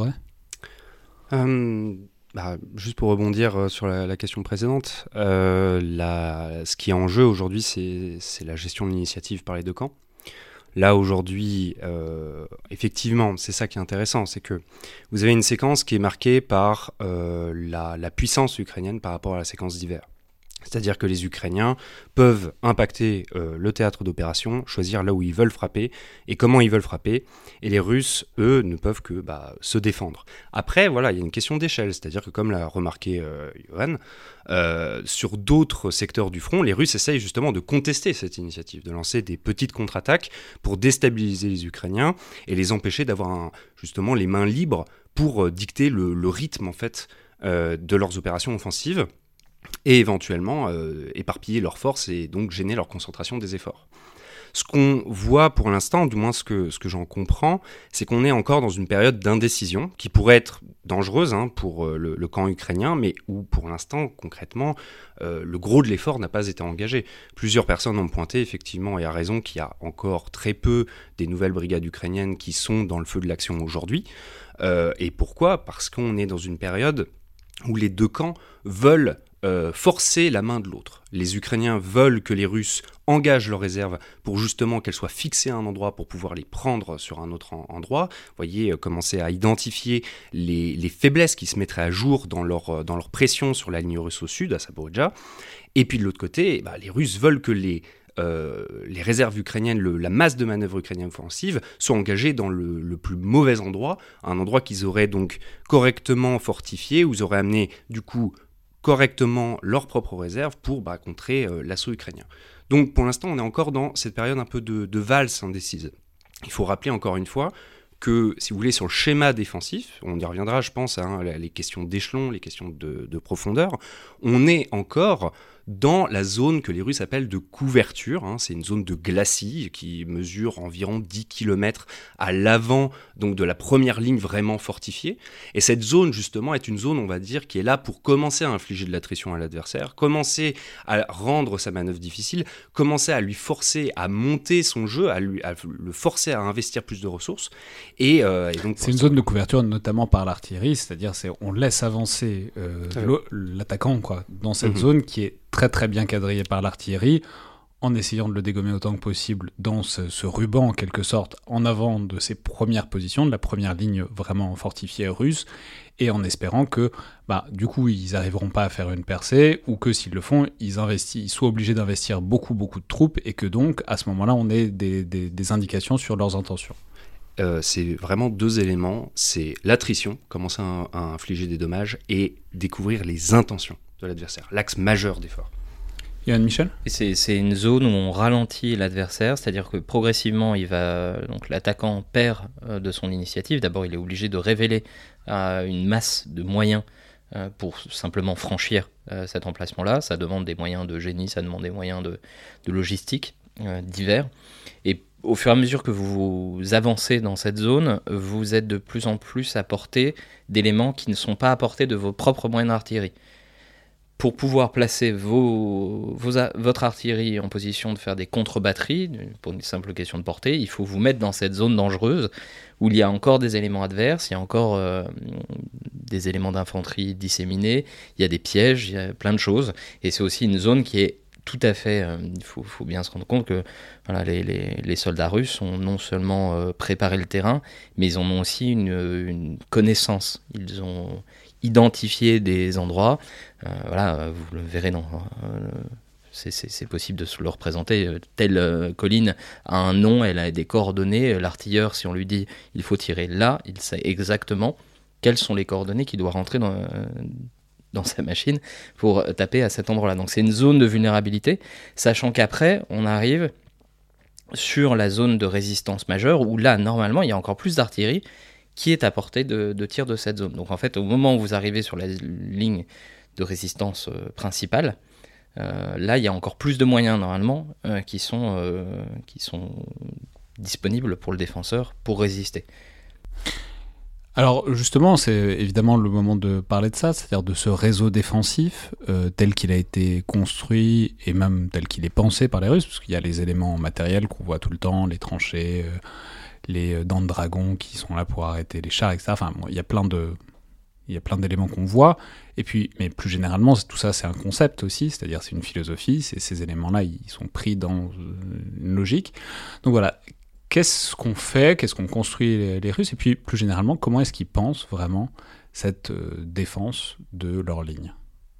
S2: euh, bah, Juste pour rebondir sur la, la question précédente, euh, la, ce qui est en jeu aujourd'hui, c'est, c'est la gestion de l'initiative par les deux camps. Là, aujourd'hui, euh, effectivement, c'est ça qui est intéressant, c'est que vous avez une séquence qui est marquée par euh, la, la puissance ukrainienne par rapport à la séquence d'hiver. C'est-à-dire que les Ukrainiens peuvent impacter euh, le théâtre d'opération, choisir là où ils veulent frapper et comment ils veulent frapper. Et les Russes, eux, ne peuvent que bah, se défendre. Après, voilà, il y a une question d'échelle. C'est-à-dire que, comme l'a remarqué euh, Yoann, euh, sur d'autres secteurs du front, les Russes essayent justement de contester cette initiative, de lancer des petites contre-attaques pour déstabiliser les Ukrainiens et les empêcher d'avoir un, justement les mains libres pour euh, dicter le, le rythme en fait, euh, de leurs opérations offensives. Et éventuellement euh, éparpiller leurs forces et donc gêner leur concentration des efforts. Ce qu'on voit pour l'instant, du moins ce que, ce que j'en comprends, c'est qu'on est encore dans une période d'indécision qui pourrait être dangereuse hein, pour euh, le, le camp ukrainien, mais où pour l'instant, concrètement, euh, le gros de l'effort n'a pas été engagé. Plusieurs personnes ont pointé, effectivement, et à raison, qu'il y a encore très peu des nouvelles brigades ukrainiennes qui sont dans le feu de l'action aujourd'hui. Euh, et pourquoi ? Parce qu'on est dans une période où les deux camps veulent Euh, forcer la main de l'autre. Les Ukrainiens veulent que les Russes engagent leurs réserves pour justement qu'elles soient fixées à un endroit pour pouvoir les prendre sur un autre en- endroit. Vous voyez, euh, commencer à identifier les, les faiblesses qui se mettraient à jour dans leur, dans leur pression sur la ligne russe au sud, à Zaporijjia. Et puis de l'autre côté, bah, les Russes veulent que les Euh, les réserves ukrainiennes, le, la masse de manœuvres ukrainiennes offensives soient engagées dans le, le plus mauvais endroit, un endroit qu'ils auraient donc correctement fortifié, où ils auraient amené du coup correctement leurs propres réserves pour bah, contrer euh, l'assaut ukrainien. Donc pour l'instant, on est encore dans cette période un peu de, de valse indécise. Il faut rappeler encore une fois que, si vous voulez, sur le schéma défensif, on y reviendra, je pense, hein, les questions d'échelon, les questions de, de profondeur, on est encore
S5: dans la zone que les Russes appellent de couverture. Hein. C'est une zone de glacis qui mesure environ dix kilomètres à l'avant donc de la première ligne vraiment fortifiée. Et cette zone, justement, est une zone, on va dire, qui est là pour commencer à infliger de l'attrition à l'adversaire, commencer à rendre sa manœuvre difficile, commencer à lui forcer à monter son jeu, à, lui, à le forcer à investir plus de ressources. Et, euh, et donc,
S1: c'est une zone de couverture notamment par l'artillerie, c'est-à-dire c'est, on laisse avancer euh, ouais. l'attaquant quoi, dans cette mmh. zone qui est très très bien quadrillée par l'artillerie, en essayant de le dégommer autant que possible dans ce, ce ruban en quelque sorte en avant de ses premières positions, de la première ligne vraiment fortifiée russe, et en espérant que bah, du coup ils n'arriveront pas à faire une percée, ou que s'ils le font, ils, investis, ils soient obligés d'investir beaucoup beaucoup de troupes, et que donc à ce moment-là on ait des, des, des indications sur leurs intentions.
S5: Euh, c'est vraiment deux éléments, c'est l'attrition, commencer à, à infliger des dommages, et découvrir les intentions de l'adversaire, l'axe majeur d'effort.
S1: Yann Michel ?
S4: c'est, c'est une zone où on ralentit l'adversaire, c'est-à-dire que progressivement, il va, donc l'attaquant perd euh, de son initiative. D'abord, il est obligé de révéler euh, une masse de moyens euh, pour simplement franchir euh, cet emplacement-là. Ça demande des moyens de génie, ça demande des moyens de, de logistique euh, divers. Et au fur et à mesure que vous avancez dans cette zone, vous êtes de plus en plus à portée d'éléments qui ne sont pas à portée de vos propres moyens d'artillerie. Pour pouvoir placer vos, vos, votre artillerie en position de faire des contre-batteries, pour une simple question de portée, il faut vous mettre dans cette zone dangereuse où il y a encore des éléments adverses, il y a encore euh, des éléments d'infanterie disséminés, il y a des pièges, il y a plein de choses. Et c'est aussi une zone qui est tout à fait... Euh, il faut, faut bien se rendre compte que voilà, les, les, les soldats russes ont non seulement euh, préparé le terrain, mais ils en ont aussi une, une connaissance. Ils ont... identifier des endroits, euh, voilà, vous le verrez dans, euh, c'est, c'est, c'est possible de se le représenter, telle euh, colline a un nom, elle a des coordonnées, l'artilleur, si on lui dit il faut tirer là, il sait exactement quelles sont les coordonnées qu'il doit rentrer dans, euh, dans sa machine pour taper à cet endroit-là. Donc c'est une zone de vulnérabilité, sachant qu'après on arrive sur la zone de résistance majeure, où là normalement il y a encore plus d'artillerie qui est à portée de, de tir de cette zone. Donc en fait, au moment où vous arrivez sur la ligne de résistance euh, principale, euh, là, il y a encore plus de moyens, normalement, euh, qui, sont, euh, qui sont disponibles pour le défenseur pour résister.
S1: Alors justement, c'est évidemment le moment de parler de ça, c'est-à-dire de ce réseau défensif euh, tel qu'il a été construit et même tel qu'il est pensé par les Russes, parce qu'il y a les éléments matériels qu'on voit tout le temps, les tranchées... Euh, les dents de dragon qui sont là pour arrêter les chars, et cetera. Enfin, il y a plein de, il y a plein d'éléments qu'on voit. Et puis, mais plus généralement, tout ça, c'est un concept aussi, c'est-à-dire c'est une philosophie. C'est, ces éléments-là, ils sont pris dans une logique. Donc voilà, qu'est-ce qu'on fait, qu'est-ce qu'on construit les, les Russes, et puis plus généralement, comment est-ce qu'ils pensent vraiment cette euh, défense de leur ligne.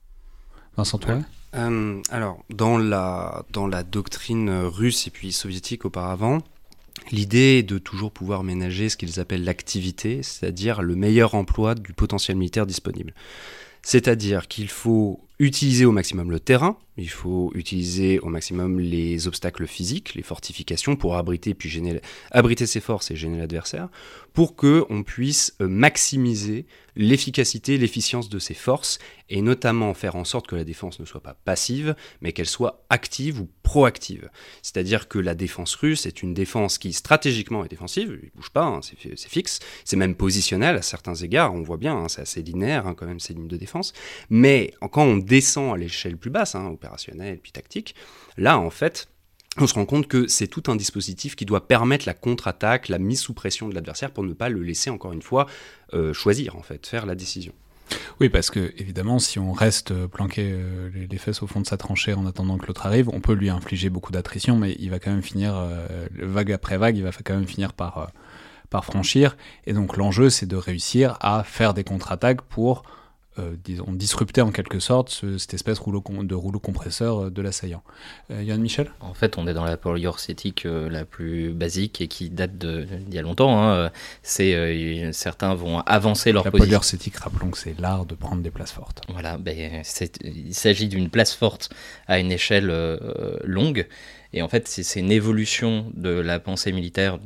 S1: Vincent Touret ?
S5: euh, Alors, dans la dans la doctrine russe et puis soviétique auparavant. L'idée est de toujours pouvoir ménager ce qu'ils appellent l'activité, c'est-à-dire le meilleur emploi du potentiel militaire disponible. C'est-à-dire qu'il faut utiliser au maximum le terrain, il faut utiliser au maximum les obstacles physiques, les fortifications pour abriter, puis gêner, abriter ses forces et gêner l'adversaire, pour qu'on puisse maximiser l'efficacité, l'efficience de ses forces, et notamment faire en sorte que la défense ne soit pas passive, mais qu'elle soit active ou proactive. C'est-à-dire que la défense russe est une défense qui stratégiquement est défensive, il ne bouge pas, hein, c'est, c'est fixe, c'est même positionnel à certains égards, on voit bien, hein, c'est assez linéaire hein, quand même ces lignes de défense, mais quand on descend à l'échelle plus basse, hein, opérationnelle puis tactique, là en fait, on se rend compte que c'est tout un dispositif qui doit permettre la contre-attaque, la mise sous pression de l'adversaire pour ne pas le laisser encore une fois euh, choisir en fait, faire la décision.
S1: Oui, parce que évidemment, si on reste planqué euh, les, les fesses au fond de sa tranchée en attendant que l'autre arrive, on peut lui infliger beaucoup d'attrition, mais il va quand même finir, euh, vague après vague, il va quand même finir par, euh, par franchir. Et donc l'enjeu, c'est de réussir à faire des contre-attaques pour Euh, disons, disrupter en quelque sorte ce, cette espèce rouleau com- de rouleau compresseur de l'assaillant. Euh, Yann Michel ?
S4: En fait, on est dans la polyurcétique euh, la plus basique et qui date de, d'il y a longtemps. Hein. C'est, euh, certains vont avancer leur
S1: la
S4: position.
S1: La polyurcétique, rappelons que c'est l'art de prendre des places fortes.
S4: Voilà, ben, c'est, il s'agit d'une place forte à une échelle euh, longue. Et en fait, c'est, c'est une évolution de la pensée militaire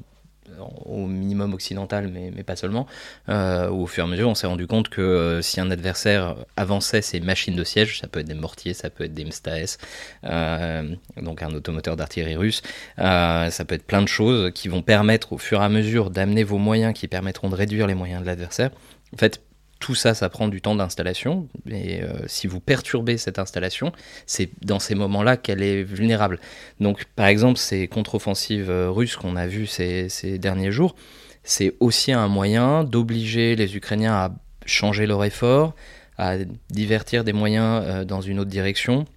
S4: au minimum occidental, mais, mais pas seulement, euh, où au fur et à mesure, on s'est rendu compte que euh, si un adversaire avançait ses machines de siège, ça peut être des mortiers, ça peut être des M S T A S, euh, donc un automoteur d'artillerie russe, euh, ça peut être plein de choses qui vont permettre au fur et à mesure d'amener vos moyens qui permettront de réduire les moyens de l'adversaire. En fait, tout ça, ça prend du temps d'installation, et euh, si vous perturbez cette installation, c'est dans ces moments-là qu'elle est vulnérable. Donc, par exemple, ces contre-offensives euh, russes qu'on a vues ces, ces derniers jours, c'est aussi un moyen d'obliger les Ukrainiens à changer leur effort, à divertir des moyens euh, dans une autre direction,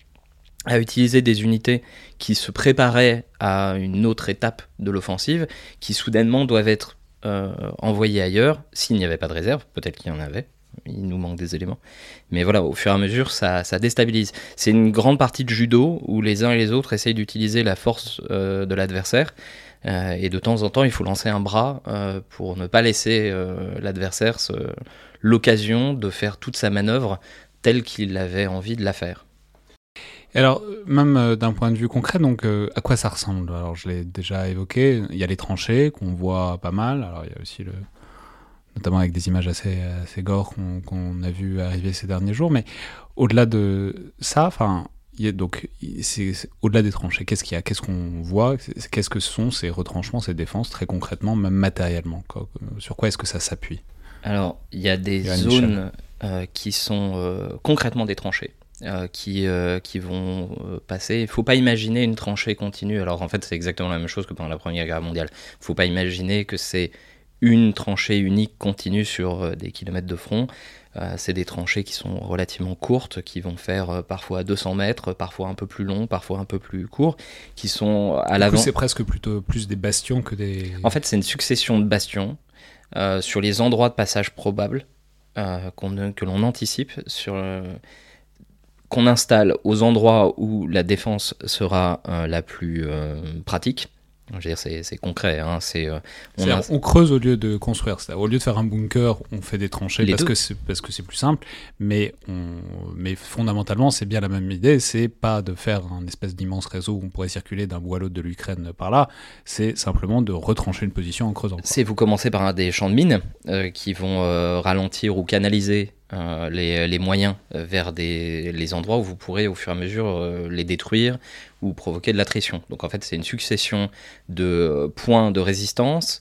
S4: à utiliser des unités qui se préparaient à une autre étape de l'offensive, qui soudainement doivent être Euh, envoyés ailleurs, s'il n'y avait pas de réserve, peut-être qu'il y en avait, il nous manque des éléments, mais voilà, au fur et à mesure, ça, ça déstabilise. C'est une grande partie de judo où les uns et les autres essayent d'utiliser la force euh, de l'adversaire, euh, et de temps en temps, il faut lancer un bras euh, pour ne pas laisser euh, l'adversaire se... l'occasion de faire toute sa manœuvre telle qu'il avait envie de la faire.
S1: Alors, même euh, d'un point de vue concret, donc euh, à quoi ça ressemble? Alors, je l'ai déjà évoqué, il y a les tranchées qu'on voit pas mal, alors il y a aussi le... notamment avec des images assez, assez gore qu'on, qu'on a vu arriver ces derniers jours, mais au-delà de ça, enfin, il y a donc, c'est, c'est, au-delà des tranchées, qu'est-ce qu'il y a? Qu'est-ce qu'on voit? Qu'est-ce que sont ces retranchements, ces défenses, très concrètement, même matériellement, quoi? Sur quoi est-ce que ça s'appuie?
S4: Alors, il y a des Yoann zones euh, qui sont euh, concrètement des tranchées. Euh, qui, euh, qui vont euh, passer. Il ne faut pas imaginer une tranchée continue. Alors en fait, c'est exactement la même chose que pendant la Première Guerre mondiale. Il ne faut pas imaginer que c'est une tranchée unique continue sur euh, des kilomètres de front. Euh, c'est des tranchées qui sont relativement courtes, qui vont faire euh, parfois deux cents mètres, parfois un peu plus long, parfois un peu plus court, qui sont à
S1: du
S4: l'avant.
S1: Du coup, c'est presque plutôt plus des bastions que des...
S4: En fait, c'est une succession de bastions euh, sur les endroits de passage probables euh, qu'on, que l'on anticipe sur... Euh, qu'on installe aux endroits où la défense sera euh, la plus euh, pratique. Je veux dire, c'est, c'est concret. Hein, c'est, euh,
S1: on, a... on creuse au lieu de construire. C'est-à-dire, au lieu de faire un bunker, on fait des tranchées parce que, c'est, parce que c'est plus simple. Mais, on, mais fondamentalement, c'est bien la même idée. C'est pas de faire un espèce d'immense réseau où on pourrait circuler d'un bout à l'autre de l'Ukraine par là. C'est simplement de retrancher une position en creusant. Quoi.
S4: C'est vous commencez par un des champs de mines euh, qui vont euh, ralentir ou canaliser Euh, les, les moyens vers des, les endroits où vous pourrez au fur et à mesure euh, les détruire ou provoquer de l'attrition. Donc en fait c'est une succession de points de résistance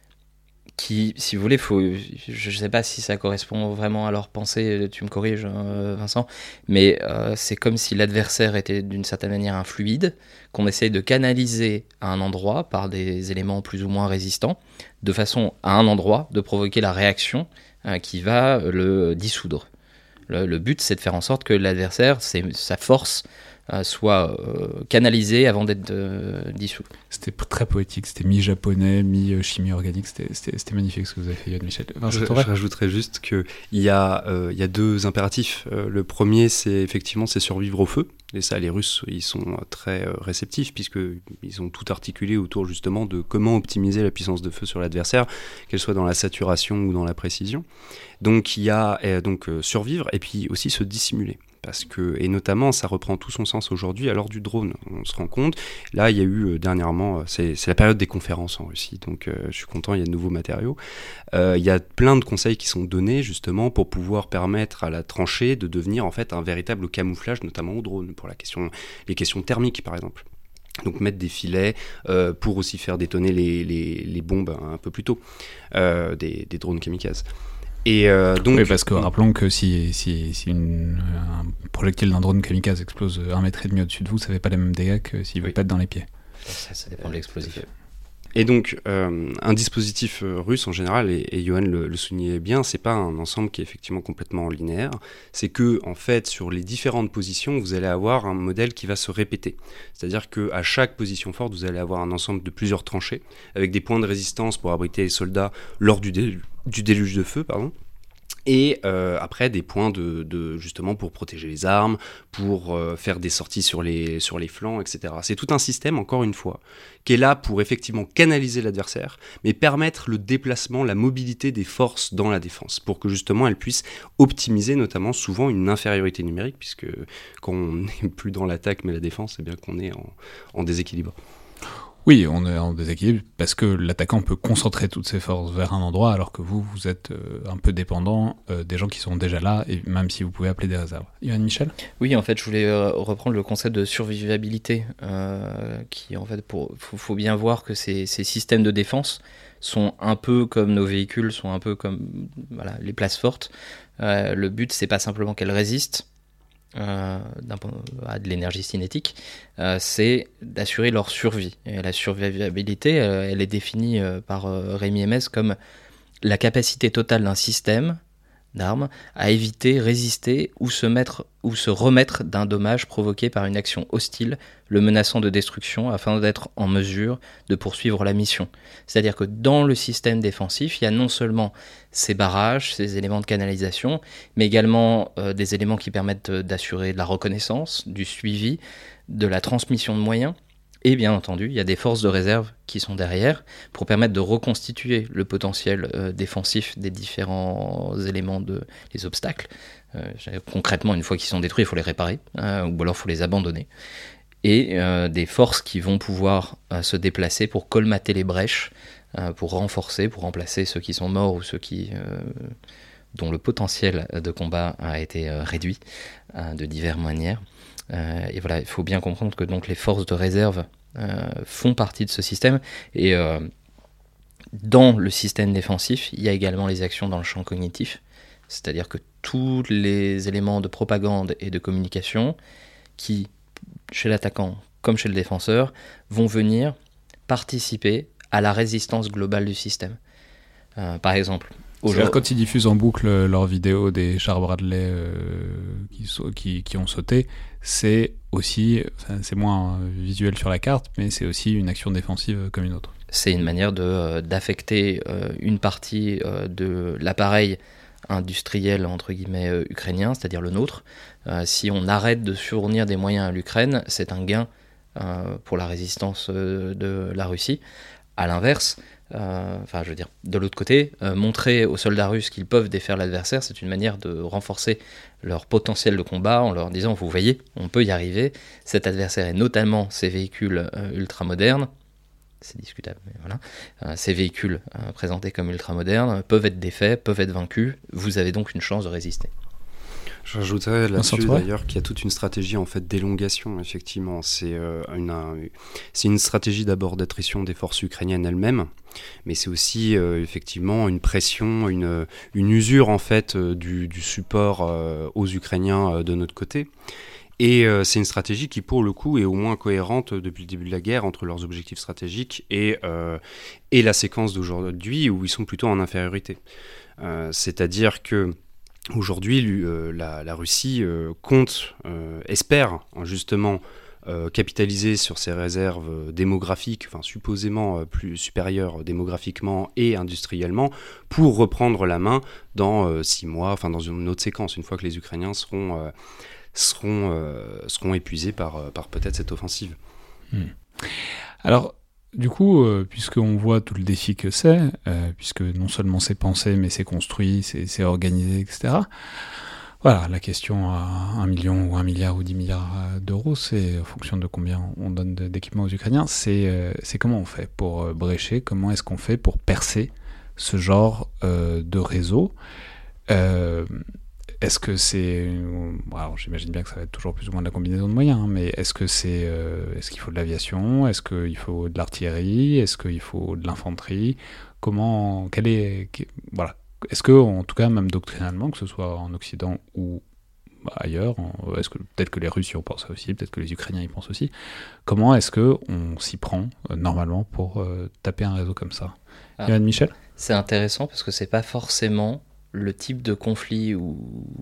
S4: qui, si vous voulez, faut, je ne sais pas si ça correspond vraiment à leur pensée, tu me corriges euh, Vincent, mais euh, c'est comme si l'adversaire était d'une certaine manière un fluide qu'on essaye de canaliser à un endroit par des éléments plus ou moins résistants, de façon à un endroit de provoquer la réaction qui va le dissoudre. Le, le but, c'est de faire en sorte que l'adversaire, c'est, sa force, euh, soit euh, canalisée avant d'être euh, dissous.
S1: C'était très poétique, c'était mi-japonais, mi-chimie organique, c'était, c'était, c'était magnifique ce que vous avez fait, Yoann Michel.
S5: Enfin, je, je rajouterais juste qu'il y, euh, y a deux impératifs. Euh, le premier, c'est effectivement c'est survivre au feu. Et ça, les Russes, ils sont très euh, réceptifs puisqu'ils ont tout articulé autour justement de comment optimiser la puissance de feu sur l'adversaire, qu'elle soit dans la saturation ou dans la précision. Donc il y a euh, donc euh, survivre et puis aussi se dissimuler. Parce que, et notamment, ça reprend tout son sens aujourd'hui à l'heure du drone. On se rend compte, là, il y a eu euh, dernièrement, c'est, c'est la période des conférences en Russie, donc euh, je suis content, il y a de nouveaux matériaux. Euh, il y a plein de conseils qui sont donnés justement pour pouvoir permettre à la tranchée de devenir en fait un véritable camouflage, notamment au drone, pour la question, les questions thermiques par exemple. Donc mettre des filets euh, pour aussi faire détonner les, les, les bombes un peu plus tôt, euh, des, des drones kamikazes. Et euh, donc,
S1: oui, parce que rappelons que si, si, si une, un projectile d'un drone kamikaze explose un mètre et demi au-dessus de vous, ça fait pas les mêmes dégâts que s'il vous oui. pète dans les pieds.
S4: Ça, ça dépend de l'explosif.
S5: Et donc, euh, un dispositif euh, russe en général, et, et Yoann le, le soulignait bien, c'est pas un ensemble qui est effectivement complètement linéaire. C'est que, en fait, sur les différentes positions, vous allez avoir un modèle qui va se répéter. C'est-à-dire qu'à chaque position forte, vous allez avoir un ensemble de plusieurs tranchées avec des points de résistance pour abriter les soldats lors du, dé, du déluge de feu, pardon. Et euh, après des points de, de justement pour protéger les armes, pour euh, faire des sorties sur les, sur les flancs, et cetera. C'est tout un système, encore une fois, qui est là pour effectivement canaliser l'adversaire, mais permettre le déplacement, la mobilité des forces dans la défense, pour que justement elles puissent optimiser notamment souvent une infériorité numérique, puisque quand on n'est plus dans l'attaque mais la défense, c'est bien qu'on est en, en déséquilibre.
S1: Oui, on est en déséquilibre parce que l'attaquant peut concentrer toutes ses forces vers un endroit alors que vous, vous êtes euh, un peu dépendant euh, des gens qui sont déjà là, et même si vous pouvez appeler des réserves. Yoann Michel ?
S4: Oui, en fait, je voulais euh, reprendre le concept de survivabilité, euh, qui en fait, pour, faut, faut bien voir que ces, ces systèmes de défense sont un peu comme nos véhicules, sont un peu comme voilà, les places fortes. Euh, le but, c'est pas simplement qu'elles résistent euh, d'un point, à de l'énergie cinétique, euh, c'est d'assurer leur survie. Et la survivabilité, euh, elle est définie euh, par euh, Rémi Emez comme la capacité totale d'un système d'armes à éviter, résister ou se, mettre, ou se remettre d'un dommage provoqué par une action hostile le menaçant de destruction afin d'être en mesure de poursuivre la mission. C'est-à-dire que dans le système défensif, il y a non seulement ces barrages, ces éléments de canalisation, mais également euh, des éléments qui permettent d'assurer de la reconnaissance, du suivi, de la transmission de moyens. Et bien entendu, il y a des forces de réserve qui sont derrière pour permettre de reconstituer le potentiel euh, défensif des différents éléments, de, les obstacles. Euh, concrètement, une fois qu'ils sont détruits, il faut les réparer, euh, ou alors il faut les abandonner. Et euh, des forces qui vont pouvoir euh, se déplacer pour colmater les brèches, euh, pour renforcer, pour remplacer ceux qui sont morts ou ceux qui, euh, dont le potentiel de combat a été euh, réduit euh, de diverses manières. Euh, et voilà, il faut bien comprendre que donc les forces de réserve euh, font partie de ce système, et euh, dans le système défensif, il y a également les actions dans le champ cognitif, c'est-à-dire que tous les éléments de propagande et de communication qui, chez l'attaquant comme chez le défenseur, vont venir participer à la résistance globale du système. Euh, par exemple,
S1: c'est-à-dire quand ils diffusent en boucle leurs vidéos des chars Bradley euh, qui, qui, qui ont sauté, c'est aussi, enfin, c'est moins visuel sur la carte, mais c'est aussi une action défensive comme une autre.
S4: C'est une manière de, euh, d'affecter euh, une partie euh, de l'appareil industriel entre guillemets euh, ukrainien, c'est-à-dire le nôtre. Euh, si on arrête de fournir des moyens à l'Ukraine, c'est un gain euh, pour la résistance euh, de la Russie. À l'inverse, Euh, enfin, je veux dire, de l'autre côté, euh, montrer aux soldats russes qu'ils peuvent défaire l'adversaire, c'est une manière de renforcer leur potentiel de combat en leur disant, vous voyez, on peut y arriver, cet adversaire, et notamment ces véhicules euh, ultramodernes, c'est discutable, mais voilà, euh, ces véhicules euh, présentés comme ultramodernes peuvent être défaits, peuvent être vaincus, vous avez donc une chance de résister.
S5: Je rajouterais là-dessus d'ailleurs qu'il y a toute une stratégie en fait d'élongation, effectivement. C'est, euh, une, un, c'est une stratégie d'abord d'attrition des forces ukrainiennes elles-mêmes, mais c'est aussi euh, effectivement une pression, une, une usure en fait euh, du, du support euh, aux Ukrainiens euh, de notre côté. Et euh, c'est une stratégie qui, pour le coup, est au moins cohérente depuis le début de la guerre entre leurs objectifs stratégiques et, euh, et la séquence d'aujourd'hui où ils sont plutôt en infériorité. Euh, c'est-à-dire que aujourd'hui, euh, la, la Russie euh, compte, euh, espère justement euh, capitaliser sur ses réserves démographiques, enfin supposément euh, plus supérieures démographiquement et industriellement, pour reprendre la main dans euh, six mois, enfin dans une autre séquence, une fois que les Ukrainiens seront, euh, seront, euh, seront épuisés par, par peut-être cette offensive.
S1: Hmm. Alors, du coup, euh, puisqu'on voit tout le défi que c'est, euh, puisque non seulement c'est pensé, mais c'est construit, c'est, c'est organisé, et cetera. Voilà, la question à un million ou un milliard ou dix milliards d'euros, c'est en fonction de combien on donne d'équipements aux Ukrainiens, c'est, euh, c'est comment on fait pour brécher, comment est-ce qu'on fait pour percer ce genre euh, de réseau. Euh, Est-ce que c'est... Alors, j'imagine bien que ça va être toujours plus ou moins de la combinaison de moyens, hein, mais est-ce que c'est, euh, est-ce qu'il faut de l'aviation ? Est-ce qu'il faut de l'artillerie ? Est-ce qu'il faut de l'infanterie ? Comment... Quel est... Voilà. Est-ce que, en tout cas, même doctrinalement, que ce soit en Occident ou ailleurs, est-ce que peut-être que les Russes y ont pensé aussi, peut-être que les Ukrainiens y pensent aussi, comment est-ce qu'on s'y prend, euh, normalement, pour euh, taper un réseau comme ça ? ah, Yoann Michel ?
S4: C'est intéressant parce que c'est pas forcément le type de conflit ou,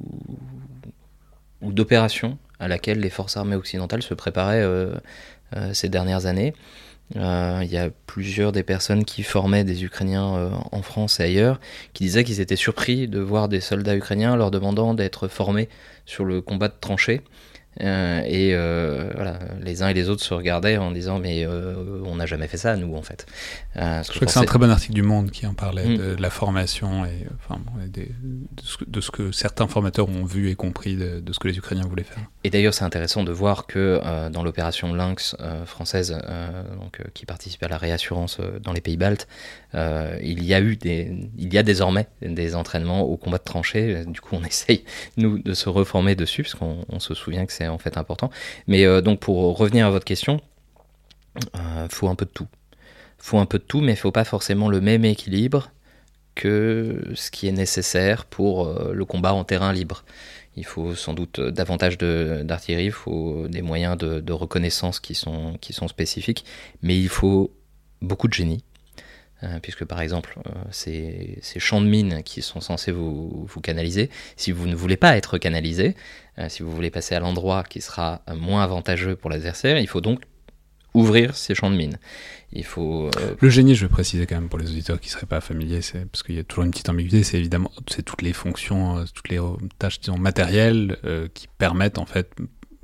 S4: ou d'opération à laquelle les forces armées occidentales se préparaient euh, euh, ces dernières années. Euh, il y a plusieurs des personnes qui formaient des Ukrainiens euh, en France et ailleurs qui disaient qu'ils étaient surpris de voir des soldats ukrainiens leur demandant d'être formés sur le combat de tranchées Euh, et euh, voilà, les uns et les autres se regardaient en disant mais euh, on n'a jamais fait ça nous en fait.
S1: Euh, Je crois que c'est un très bon article du Monde qui en parlait mmh. de, de la formation et, enfin, et des, de, ce que, de ce que certains formateurs ont vu et compris de, de ce que les Ukrainiens voulaient faire.
S4: Et d'ailleurs c'est intéressant de voir que euh, dans l'opération Lynx euh, française euh, donc, euh, qui participe à la réassurance euh, dans les pays baltes, euh, il y a eu des, il y a désormais des entraînements au combat de tranchées. Du coup on essaye nous de se reformer dessus parce qu'on on se souvient que c'est en fait important. Mais euh, donc pour revenir à votre question, il euh, faut un peu de tout. Il faut un peu de tout, mais il ne faut pas forcément le même équilibre que ce qui est nécessaire pour euh, le combat en terrain libre. Il faut sans doute davantage de, d'artillerie, il faut des moyens de, de reconnaissance qui sont, qui sont spécifiques, mais il faut beaucoup de génie. Euh, puisque par exemple, euh, ces, ces champs de mines qui sont censés vous, vous canaliser, si vous ne voulez pas être canalisé, euh, si vous voulez passer à l'endroit qui sera euh, moins avantageux pour l'adversaire, il faut donc ouvrir ces champs de mines. Il faut, euh...
S1: Le génie, je vais préciser quand même pour les auditeurs qui ne seraient pas familiers, c'est, parce qu'il y a toujours une petite ambiguïté, c'est évidemment c'est toutes les fonctions, euh, toutes les tâches disons, matérielles euh, qui permettent en fait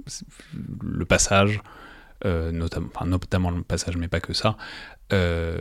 S1: le passage, euh, notamment, enfin, notamment le passage, mais pas que ça, Euh,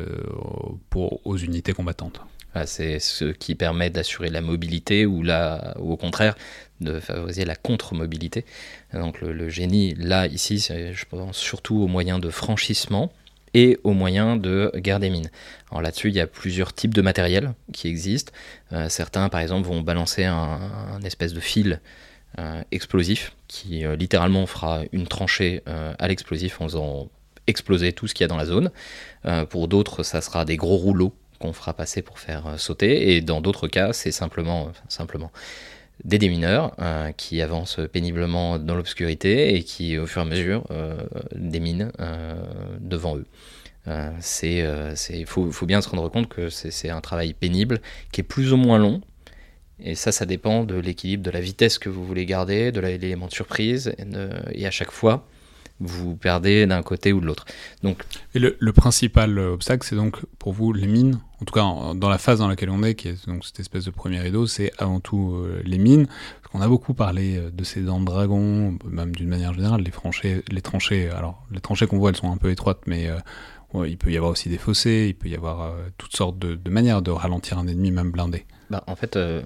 S1: pour, aux unités combattantes.
S4: Ah, c'est ce qui permet d'assurer la mobilité ou, la, ou au contraire de favoriser la contre-mobilité. Donc le, le génie, là, ici, c'est, je pense surtout aux moyens de franchissement et aux moyens de guerre des mines. Alors là-dessus, il y a plusieurs types de matériel qui existent. Euh, certains, par exemple, vont balancer un, un espèce de fil euh, explosif qui euh, littéralement fera une tranchée euh, à l'explosif en faisant exploser tout ce qu'il y a dans la zone. Euh, pour d'autres, ça sera des gros rouleaux qu'on fera passer pour faire euh, sauter. Et dans d'autres cas, c'est simplement, enfin, simplement des démineurs euh, qui avancent péniblement dans l'obscurité et qui, au fur et à mesure, euh, déminent euh, devant eux. Euh, c'est, euh, c'est, faut, faut bien se rendre compte que c'est, c'est un travail pénible qui est plus ou moins long. Et ça, ça dépend de l'équilibre, de la vitesse que vous voulez garder, de l'élément de surprise. Et, de, et à chaque fois, vous perdez d'un côté ou de l'autre. Donc,
S1: et le, le principal obstacle, c'est donc pour vous les mines, en tout cas en, dans la phase dans laquelle on est, qui est donc cette espèce de premier rideau, c'est avant tout euh, les mines. Parce qu'on a beaucoup parlé de ces dents de dragon, même d'une manière générale, les tranchées, les tranchées. Alors, les tranchées qu'on voit, elles sont un peu étroites, mais euh, ouais, il peut y avoir aussi des fossés, il peut y avoir euh, toutes sortes de, de manières de ralentir un ennemi, même blindé.
S4: Bah, en fait, euh,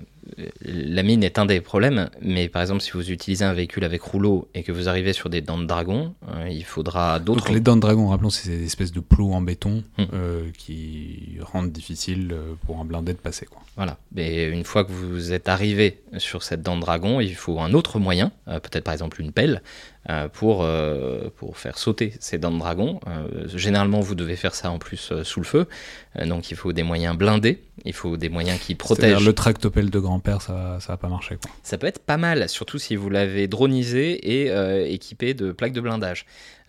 S4: la mine est un des problèmes, mais par exemple, si vous utilisez un véhicule avec rouleau et que vous arrivez sur des dents de dragon, euh, il faudra d'autres...
S1: Donc les dents de dragon, rappelons, c'est ces espèces de plots en béton hum. euh, qui rendent difficile pour un blindé de passer, quoi.
S4: Voilà, mais une fois que vous êtes arrivé sur cette dent de dragon, il faut un autre moyen, euh, peut-être par exemple une pelle, euh, pour, euh, pour faire sauter ces dents de dragon. Euh, généralement, vous devez faire ça en plus euh, sous le feu, euh, donc il faut des moyens blindés, il faut des moyens qui protègent...
S1: C'est-à-dire le tractopelle de grand-père, ça, ça va pas marcher, quoi.
S4: Ça peut être pas mal, surtout si vous l'avez dronisé et euh, équipé de plaques de blindage.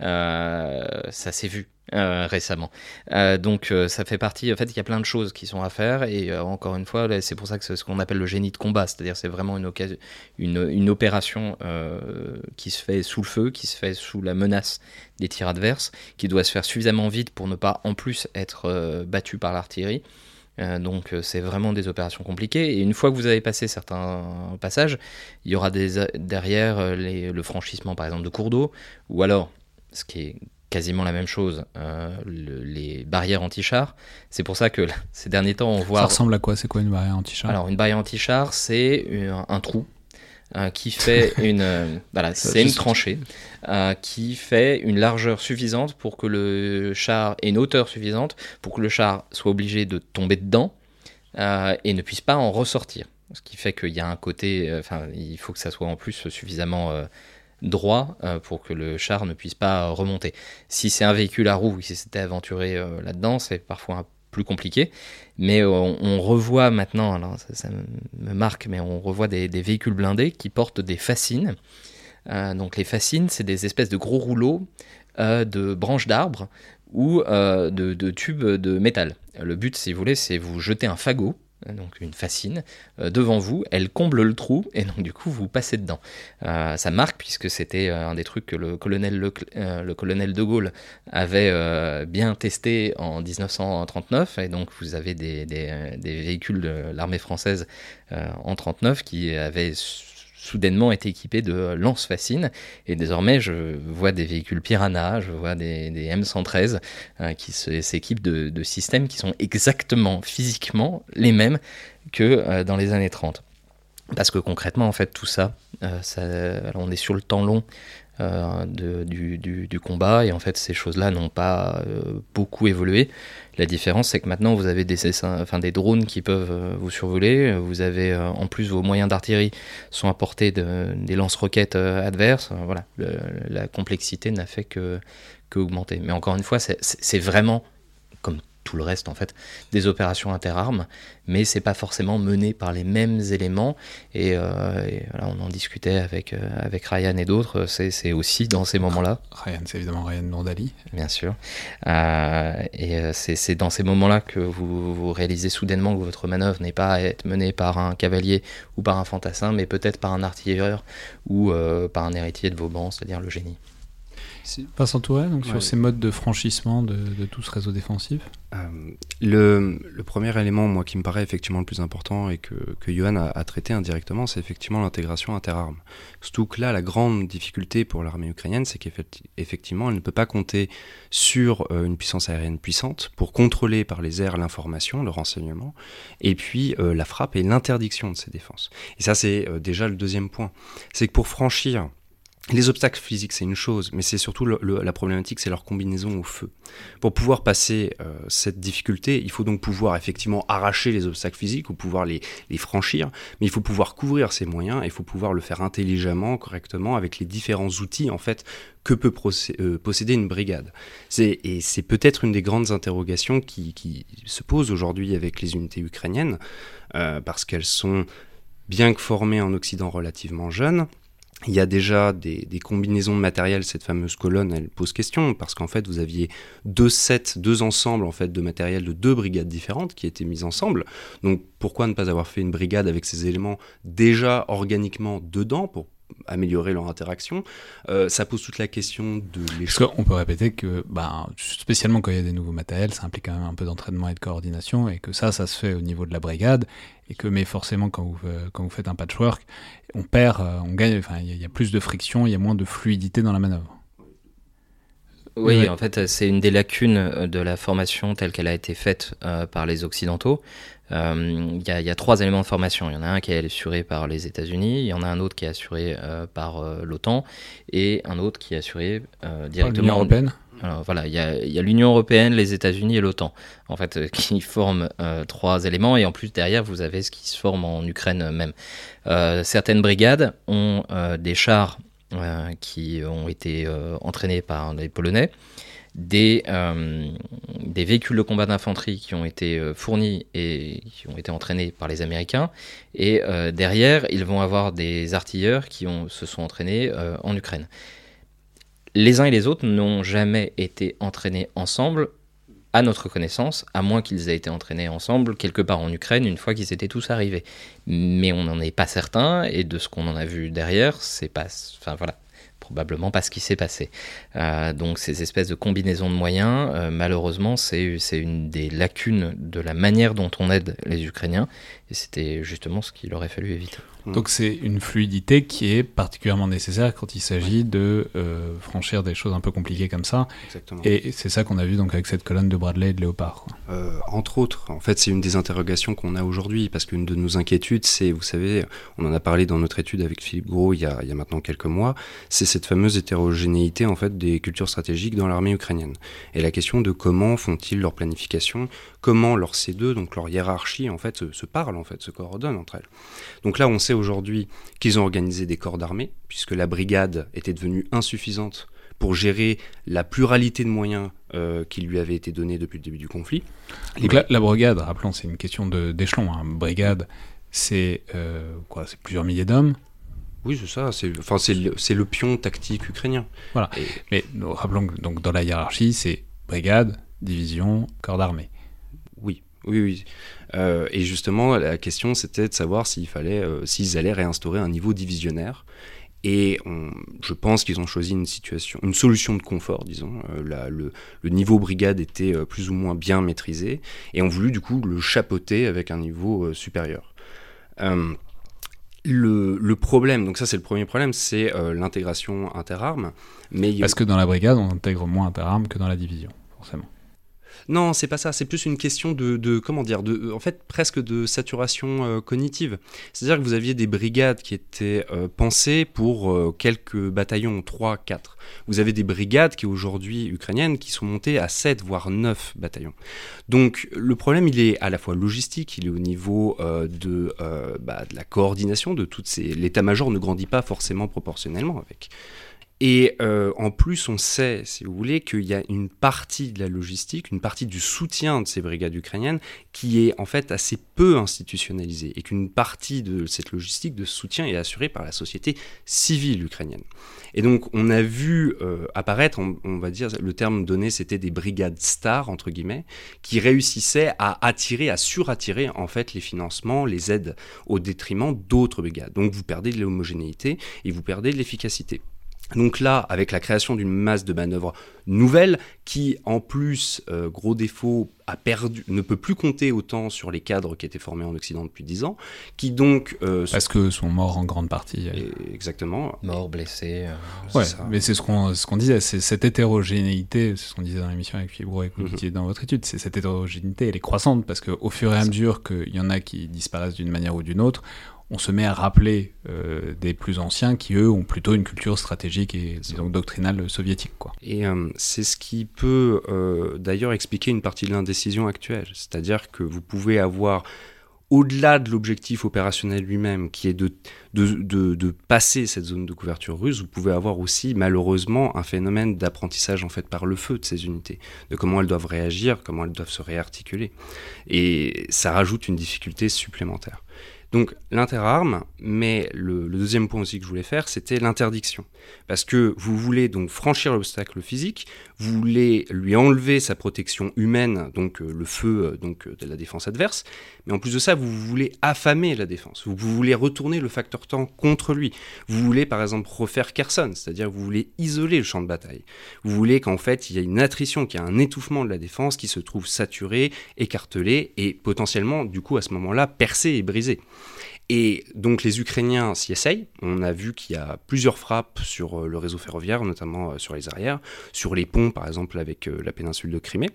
S4: Euh, ça s'est vu euh, récemment. Euh, donc euh, ça fait partie, en fait il y a plein de choses qui sont à faire et euh, encore une fois là, c'est pour ça que c'est ce qu'on appelle le génie de combat, c'est-à-dire c'est vraiment une, occasion, une, une opération euh, qui se fait sous le feu, qui se fait sous la menace des tirs adverses, qui doit se faire suffisamment vite pour ne pas en plus être euh, battu par l'artillerie. Euh, donc euh, c'est vraiment des opérations compliquées et une fois que vous avez passé certains passages, il y aura des, derrière euh, les, le franchissement par exemple de cours d'eau ou alors ce qui est quasiment la même chose, euh, le, les barrières anti-chars. C'est pour ça que là, ces derniers temps, on voit...
S1: Ça ressemble à quoi? C'est quoi une barrière anti-char?
S4: Alors, une barrière anti-char, c'est un, un trou euh, qui fait une... Euh, voilà, c'est une tranchée euh, qui fait une largeur suffisante pour que le char ait une hauteur suffisante pour que le char soit obligé de tomber dedans euh, et ne puisse pas en ressortir. Ce qui fait qu'il y a un côté... Enfin, euh, il faut que ça soit en plus suffisamment... Euh, droit euh, pour que le char ne puisse pas euh, remonter. Si c'est un véhicule à roues qui s'était aventuré euh, là-dedans, c'est parfois un plus compliqué, mais euh, on, on revoit maintenant, alors ça, ça me marque, mais on revoit des, des véhicules blindés qui portent des fascines. Euh, donc les fascines, c'est des espèces de gros rouleaux euh, de branches d'arbres ou euh, de, de tubes de métal. Le but, si vous voulez, c'est vous jeter un fagot, donc une fascine, euh, devant vous, elle comble le trou, et donc du coup vous passez dedans. Euh, ça marque puisque c'était euh, un des trucs que le colonel, le, euh, le colonel de Gaulle avait euh, bien testé en dix-neuf cent trente-neuf, et donc vous avez des, des, des véhicules de l'armée française euh, en trente-neuf qui avaient soudainement été équipés de lance-fascines. Et désormais, je vois des véhicules Piranha, je vois des, des M cent treize euh, qui se, s'équipent de, de systèmes qui sont exactement, physiquement, les mêmes que euh, dans les années trente. Parce que concrètement, en fait, tout ça, euh, ça alors on est sur le temps long euh, de, du, du, du combat, et en fait, ces choses-là n'ont pas euh, beaucoup évolué. La différence, c'est que maintenant, vous avez des, enfin, des drones qui peuvent euh, vous survoler. Vous avez, euh, en plus, vos moyens d'artillerie sont à portée de, des lance-roquettes euh, adverses. Euh, voilà, le, la complexité n'a fait que, que augmenter. Mais encore une fois, c'est, c'est, c'est vraiment, comme tout le reste en fait, des opérations interarmes, mais c'est pas forcément mené par les mêmes éléments, et, euh, et voilà, on en discutait avec, euh, avec Ryan et d'autres, c'est, c'est aussi dans ces moments-là.
S1: Ryan, c'est évidemment Ryan Nourdali.
S4: Bien sûr. Euh, et c'est, c'est dans ces moments-là que vous, vous réalisez soudainement que votre manœuvre n'est pas à être menée par un cavalier ou par un fantassin, mais peut-être par un artilleur ou euh, par un héritier de Vauban, c'est-à-dire le génie.
S1: C'est... Vincent Touret, donc ouais. Sur ces modes de franchissement de, de tout ce réseau défensif
S5: euh, le, le premier élément, moi, qui me paraît effectivement le plus important et que, que Johan a, a traité indirectement, c'est effectivement l'intégration interarmes. Surtout que là, la grande difficulté pour l'armée ukrainienne, c'est qu'effectivement, elle ne peut pas compter sur euh, une puissance aérienne puissante pour contrôler par les airs l'information, le renseignement, et puis euh, la frappe et l'interdiction de ces défenses. Et ça, c'est euh, déjà le deuxième point. C'est que pour franchir les obstacles physiques, c'est une chose, mais c'est surtout le, le, la problématique, c'est leur combinaison au feu. Pour pouvoir passer euh, cette difficulté, il faut donc pouvoir effectivement arracher les obstacles physiques ou pouvoir les, les franchir, mais il faut pouvoir couvrir ces moyens, et il faut pouvoir le faire intelligemment, correctement, avec les différents outils en fait que peut procé- euh, posséder une brigade. C'est, et c'est peut-être une des grandes interrogations qui, qui se posent aujourd'hui avec les unités ukrainiennes, euh, parce qu'elles sont, bien que formées en Occident relativement jeunes, il y a déjà des, des combinaisons de matériel. Cette fameuse colonne, elle pose question, parce qu'en fait, vous aviez deux sets, deux ensembles en fait, de matériel de deux brigades différentes qui étaient mises ensemble. Donc, pourquoi ne pas avoir fait une brigade avec ces éléments déjà organiquement dedans pour améliorer leur interaction? euh, Ça pose toute la question de l'échange.
S1: Parce qu'on peut répéter que, bah, spécialement quand il y a des nouveaux matériels, ça implique quand même un peu d'entraînement et de coordination, et que ça, ça se fait au niveau de la brigade, et que, mais forcément, quand vous, euh, quand vous faites un patchwork, on perd, euh, on gagne, enfin, il y, y a plus de friction, il y a moins de fluidité dans la manœuvre.
S4: Oui,
S1: ouais.
S4: En fait, c'est une des lacunes de la formation telle qu'elle a été faite euh, par les Occidentaux. Il euh, y, y a trois éléments de formation. Il y en a un qui est assuré par les États-Unis, il y en a un autre qui est assuré euh, par euh, l'OTAN, et un autre qui est assuré euh, directement...
S1: L'Union européenne.
S4: Alors voilà, il y a, y a l'Union européenne, les États-Unis et l'OTAN, en fait, euh, qui forment euh, trois éléments, et en plus derrière vous avez ce qui se forme en Ukraine même. Euh, certaines brigades ont euh, des chars euh, qui ont été euh, entraînés par les Polonais, des, euh, des véhicules de combat d'infanterie qui ont été euh, fournis et qui ont été entraînés par les Américains, et euh, derrière ils vont avoir des artilleurs qui ont, se sont entraînés euh, en Ukraine. Les uns et les autres n'ont jamais été entraînés ensemble, à notre connaissance, à moins qu'ils aient été entraînés ensemble quelque part en Ukraine une fois qu'ils étaient tous arrivés. Mais on n'en est pas certain, et de ce qu'on en a vu derrière, c'est pas, enfin voilà, probablement pas ce qui s'est passé. Euh, donc ces espèces de combinaisons de moyens, euh, malheureusement, c'est, c'est une des lacunes de la manière dont on aide les Ukrainiens, et c'était justement ce qu'il aurait fallu éviter.
S1: Donc c'est une fluidité qui est particulièrement nécessaire quand il s'agit de euh, franchir des choses un peu compliquées comme ça.
S5: Exactement.
S1: Et c'est ça qu'on a vu donc avec cette colonne de Bradley et de Léopard. Quoi.
S5: Euh, entre autres, en fait, c'est une des interrogations qu'on a aujourd'hui, parce qu'une de nos inquiétudes, c'est, vous savez, on en a parlé dans notre étude avec Philippe Gros il y a, il y a maintenant quelques mois, c'est cette fameuse hétérogénéité en fait des cultures stratégiques dans l'armée ukrainienne. Et la question de comment font-ils leur planification, comment leur C deux, donc leur hiérarchie, en fait, se, se parlent, en fait, se coordonnent entre elles. Donc là, on sait aujourd'hui qu'ils ont organisé des corps d'armée, puisque la brigade était devenue insuffisante pour gérer la pluralité de moyens euh, qui lui avaient été donnés depuis le début du conflit.
S1: Donc la, la brigade, rappelons, c'est une question de, d'échelon. Hein. Brigade, c'est, euh, quoi, c'est plusieurs milliers d'hommes.
S5: Oui, c'est ça. C'est, enfin, c'est, le, c'est le pion tactique ukrainien.
S1: Voilà. Et... Mais nous, rappelons que donc, dans la hiérarchie, c'est brigade, division, corps d'armée.
S5: Oui, oui, oui. Euh, et justement, la question, c'était de savoir s'il fallait, euh, s'ils allaient réinstaurer un niveau divisionnaire. Et on, je pense qu'ils ont choisi une situation, une solution de confort, disons. Euh, la, le, le niveau brigade était euh, plus ou moins bien maîtrisé, et ont voulu du coup le chapeauter avec un niveau euh, supérieur. Euh, Le, le problème, donc ça c'est le premier problème, c'est euh, l'intégration interarmes. Mais il y a...
S1: Parce que dans la brigade, on intègre moins interarmes que dans la division, forcément.
S5: Non, c'est pas ça, c'est plus une question de, de comment dire, de, en fait, presque de saturation euh, cognitive. C'est-à-dire que vous aviez des brigades qui étaient euh, pensées pour euh, quelques bataillons, trois, quatre. Vous avez des brigades qui aujourd'hui ukrainiennes qui sont montées à sept, voire neuf bataillons. Donc le problème, il est à la fois logistique, il est au niveau euh, de, euh, bah, de la coordination de toutes ces... L'état-major ne grandit pas forcément proportionnellement avec... Et euh, en plus, on sait, si vous voulez, qu'il y a une partie de la logistique, une partie du soutien de ces brigades ukrainiennes qui est en fait assez peu institutionnalisée et qu'une partie de cette logistique, de ce soutien, est assurée par la société civile ukrainienne. Et donc, on a vu euh, apparaître, on, on va dire, le terme donné, c'était des brigades stars, entre guillemets, qui réussissaient à attirer, à surattirer en fait les financements, les aides au détriment d'autres brigades. Donc, vous perdez de l'homogénéité et vous perdez de l'efficacité. Donc là, avec la création d'une masse de manœuvres nouvelle, qui en plus, euh, gros défaut, a perdu, ne peut plus compter autant sur les cadres qui étaient formés en Occident depuis dix ans, qui donc... Euh,
S1: Parce que sont morts en grande partie.
S5: Et, exactement.
S4: Morts, blessés... Euh,
S1: ouais,
S5: c'est
S1: mais c'est ce qu'on, ce qu'on disait, c'est cette hétérogénéité, c'est ce qu'on disait dans l'émission avec Fibro et que vous disiez dans votre étude, c'est cette hétérogénéité, elle est croissante, parce qu'au fur et à mesure qu'il y en a qui disparaissent d'une manière ou d'une autre, on se met à rappeler euh, des plus anciens qui, eux, ont plutôt une culture stratégique et donc doctrinale soviétique, quoi.
S5: Et euh, c'est ce qui peut euh, d'ailleurs expliquer une partie de l'indécision actuelle. C'est-à-dire que vous pouvez avoir, au-delà de l'objectif opérationnel lui-même, qui est de, de, de, de passer cette zone de couverture russe, vous pouvez avoir aussi, malheureusement, un phénomène d'apprentissage en fait par le feu de ces unités, de comment elles doivent réagir, comment elles doivent se réarticuler. Et ça rajoute une difficulté supplémentaire. Donc l'interarme, mais le, le deuxième point aussi que je voulais faire, c'était l'interdiction. Parce que vous voulez donc franchir l'obstacle physique, vous voulez lui enlever sa protection humaine, donc euh, le feu euh, donc, de la défense adverse, mais en plus de ça, vous voulez affamer la défense, vous, vous voulez retourner le facteur temps contre lui. Vous voulez par exemple refaire Kherson, c'est-à-dire vous voulez isoler le champ de bataille. Vous voulez qu'en fait il y ait une attrition, qu'il y ait un étouffement de la défense qui se trouve saturé, écartelé et potentiellement du coup à ce moment-là percé et brisé. Et donc les Ukrainiens s'y essayent. On a vu qu'il y a plusieurs frappes sur le réseau ferroviaire, notamment sur les arrières, sur les ponts par exemple avec la péninsule de Crimée.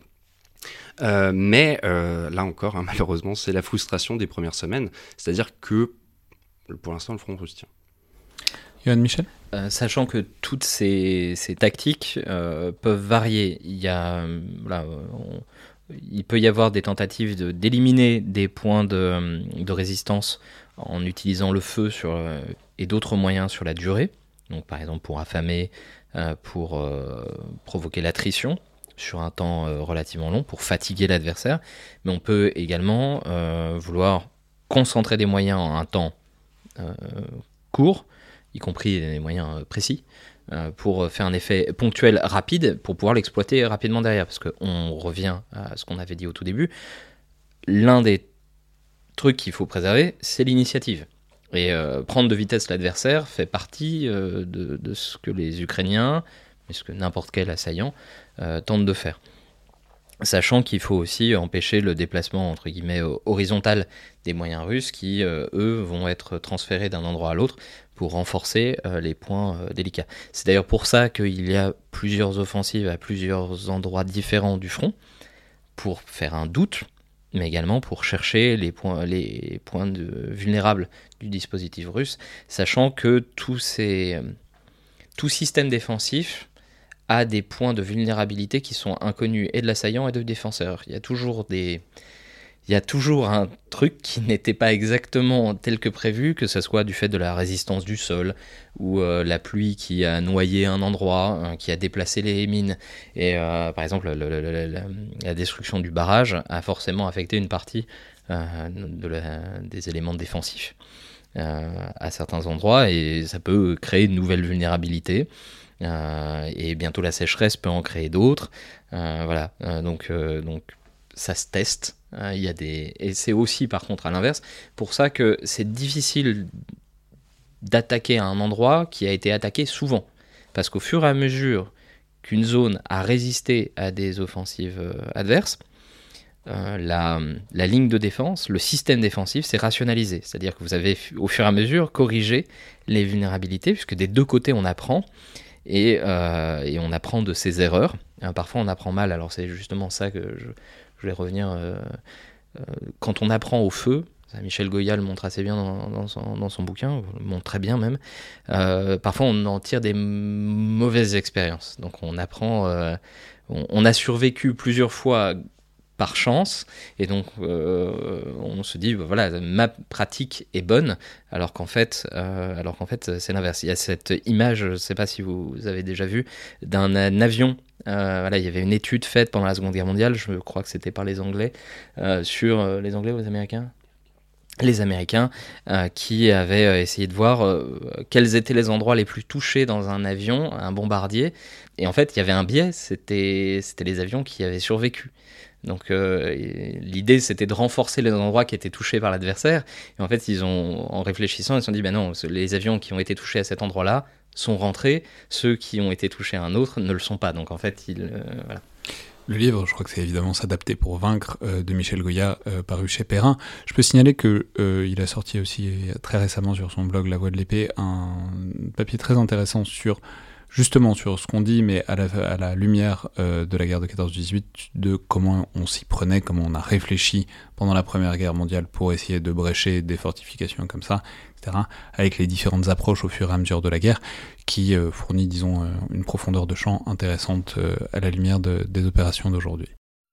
S5: Euh, mais euh, là encore, hein, malheureusement, c'est la frustration des premières semaines. C'est-à-dire que pour l'instant, le front russe tient.
S1: Yoann Michel ?
S4: Euh, sachant que toutes ces, ces tactiques euh, peuvent varier. Il y a, euh, voilà, on, il peut y avoir des tentatives de, d'éliminer des points de, de résistance en utilisant le feu sur, euh, et d'autres moyens sur la durée. Donc, par exemple, pour affamer, euh, pour euh, provoquer l'attrition sur un temps euh, relativement long, pour fatiguer l'adversaire. Mais on peut également euh, vouloir concentrer des moyens en un temps euh, court, y compris des moyens précis, euh, pour faire un effet ponctuel rapide, pour pouvoir l'exploiter rapidement derrière. Parce qu'on revient à ce qu'on avait dit au tout début, l'un des trucs qu'il faut préserver, c'est l'initiative. Et euh, prendre de vitesse l'adversaire fait partie euh, de, de ce que les Ukrainiens, mais ce que n'importe quel assaillant, euh, tente de faire. Sachant qu'il faut aussi empêcher le déplacement entre guillemets horizontal des moyens russes qui, euh, eux, vont être transférés d'un endroit à l'autre pour renforcer euh, les points euh, délicats. C'est d'ailleurs pour ça qu'il y a plusieurs offensives à plusieurs endroits différents du front, pour faire un doute, mais également pour chercher les points, les points de, vulnérables du dispositif russe, sachant que tous ces, tout système défensif a des points de vulnérabilité qui sont inconnus et de l'assaillant et de défenseur. Il y a toujours des... Il y a toujours un truc qui n'était pas exactement tel que prévu, que ce soit du fait de la résistance du sol, ou euh, la pluie qui a noyé un endroit, hein, qui a déplacé les mines. Et euh, par exemple, le, le, le, la, la destruction du barrage a forcément affecté une partie euh, de la, des éléments défensifs euh, à certains endroits, et ça peut créer de nouvelles vulnérabilités. Euh, et bientôt la sécheresse peut en créer d'autres. Euh, voilà, euh, donc, euh, donc ça se teste. Euh, il y a des... Et c'est aussi par contre à l'inverse pour ça que c'est difficile d'attaquer à un endroit qui a été attaqué souvent. Parce qu'au fur et à mesure qu'une zone a résisté à des offensives adverses, euh, la, la ligne de défense, le système défensif s'est rationalisé. C'est-à-dire que vous avez, au fur et à mesure, corrigé les vulnérabilités, puisque des deux côtés, on apprend, et, euh, et on apprend de ses erreurs. Euh, parfois, on apprend mal, alors c'est justement ça que je, je vais revenir. Euh, euh, quand on apprend au feu, ça, Michel Goya le montre assez bien dans, dans, son, dans son bouquin, le montre très bien même, euh, parfois on en tire des m- mauvaises expériences. Donc on apprend, euh, on, on a survécu plusieurs fois par chance, et donc euh, on se dit, bah, voilà, ma pratique est bonne, alors qu'en fait, euh, alors qu'en fait c'est l'inverse. Il y a cette image, je ne sais pas si vous avez déjà vu, d'un un avion. Euh, voilà, il y avait une étude faite pendant la Seconde Guerre mondiale, je crois que c'était par les Anglais, euh, sur euh, les Anglais ou les Américains les Américains euh, qui avaient euh, essayé de voir euh, quels étaient les endroits les plus touchés dans un avion, un bombardier. Et en fait, il y avait un biais, c'était, c'était les avions qui avaient survécu. Donc euh, l'idée, c'était de renforcer les endroits qui étaient touchés par l'adversaire. Et en fait, ils ont, en réfléchissant, ils se sont dit, ben non, les avions qui ont été touchés à cet endroit-là sont rentrés, ceux qui ont été touchés à un autre ne le sont pas. Donc en fait, ils... Euh, voilà.
S1: Le livre, je crois que c'est évidemment S'adapter pour vaincre euh, de Michel Goya, euh, paru chez Perrin. Je peux signaler que euh, il a sorti aussi très récemment sur son blog La Voix de l'Épée un papier très intéressant sur justement sur ce qu'on dit, mais à la, à la lumière euh, de la guerre de quatorze dix-huit, de comment on s'y prenait, comment on a réfléchi pendant la Première Guerre mondiale pour essayer de brécher des fortifications comme ça, et cetera, avec les différentes approches au fur et à mesure de la guerre, qui euh, fournit, disons, euh, une profondeur de champ intéressante euh, à la lumière de, des opérations d'aujourd'hui.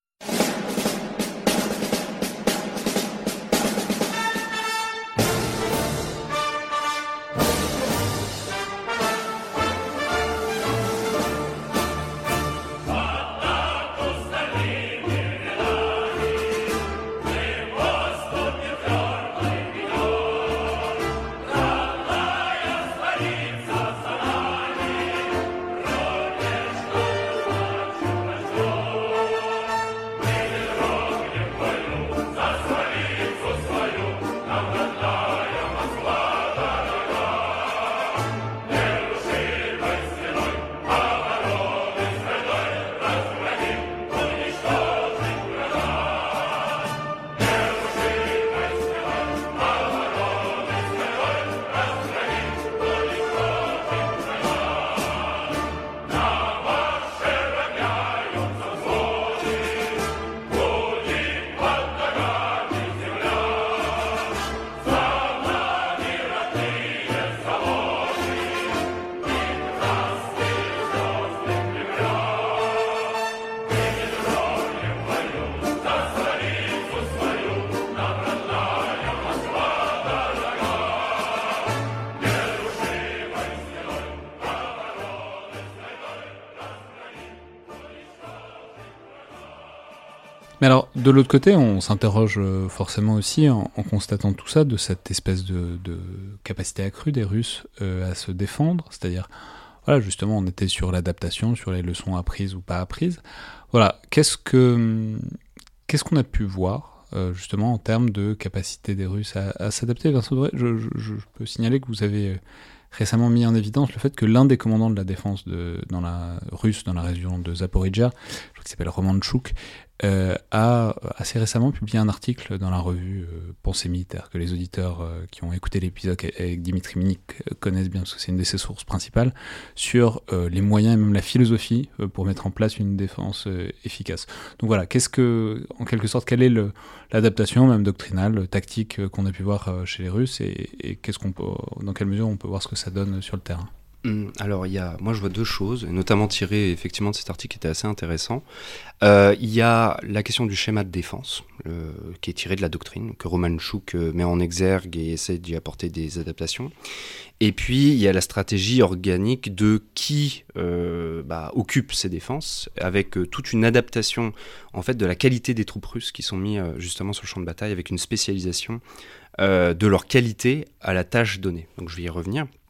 S1: Mais alors, de l'autre côté, on s'interroge forcément aussi, en, en constatant tout ça, de cette espèce de, de capacité accrue des Russes euh, à se défendre, c'est-à-dire, voilà, justement, on était sur l'adaptation, sur les leçons apprises ou pas apprises. Voilà, qu'est-ce que, qu'est-ce qu'on a pu voir, euh, justement, en termes de capacité des Russes à, à s'adapter? Vincent Doré, je, je, je peux signaler que vous avez récemment mis en évidence le fait que l'un des commandants de la défense de, dans la, russe dans la région de Zaporijia, je crois qu'il s'appelle Romanchuk, Euh, a assez récemment publié un article dans la revue euh, Pensée militaire, que les auditeurs euh, qui ont écouté l'épisode avec Dimitri Minik euh, connaissent bien, parce que c'est une de ses sources principales, sur euh, les moyens et même la philosophie euh, pour mettre en place une défense euh, efficace. Donc voilà, qu'est-ce que, en quelque sorte, quelle est le, l'adaptation, même doctrinale, tactique, euh, qu'on a pu voir euh, chez les Russes, et, et qu'est-ce qu'on peut, dans quelle mesure on peut voir ce que ça donne sur le terrain?
S5: Alors, il y a, moi, je vois deux choses, notamment tirées effectivement de cet article qui était assez intéressant. Euh, il y a la question du schéma de défense, euh, qui est tiré de la doctrine, que Romanchuk euh, met en exergue et essaie d'y apporter des adaptations. Et puis, il y a la stratégie organique de qui euh, bah, occupe ces défenses, avec euh, toute une adaptation en fait, de la qualité des troupes russes qui sont mises euh, justement sur le champ de bataille, avec une spécialisation euh, de leur qualité à la tâche donnée. Donc, je vais y revenir.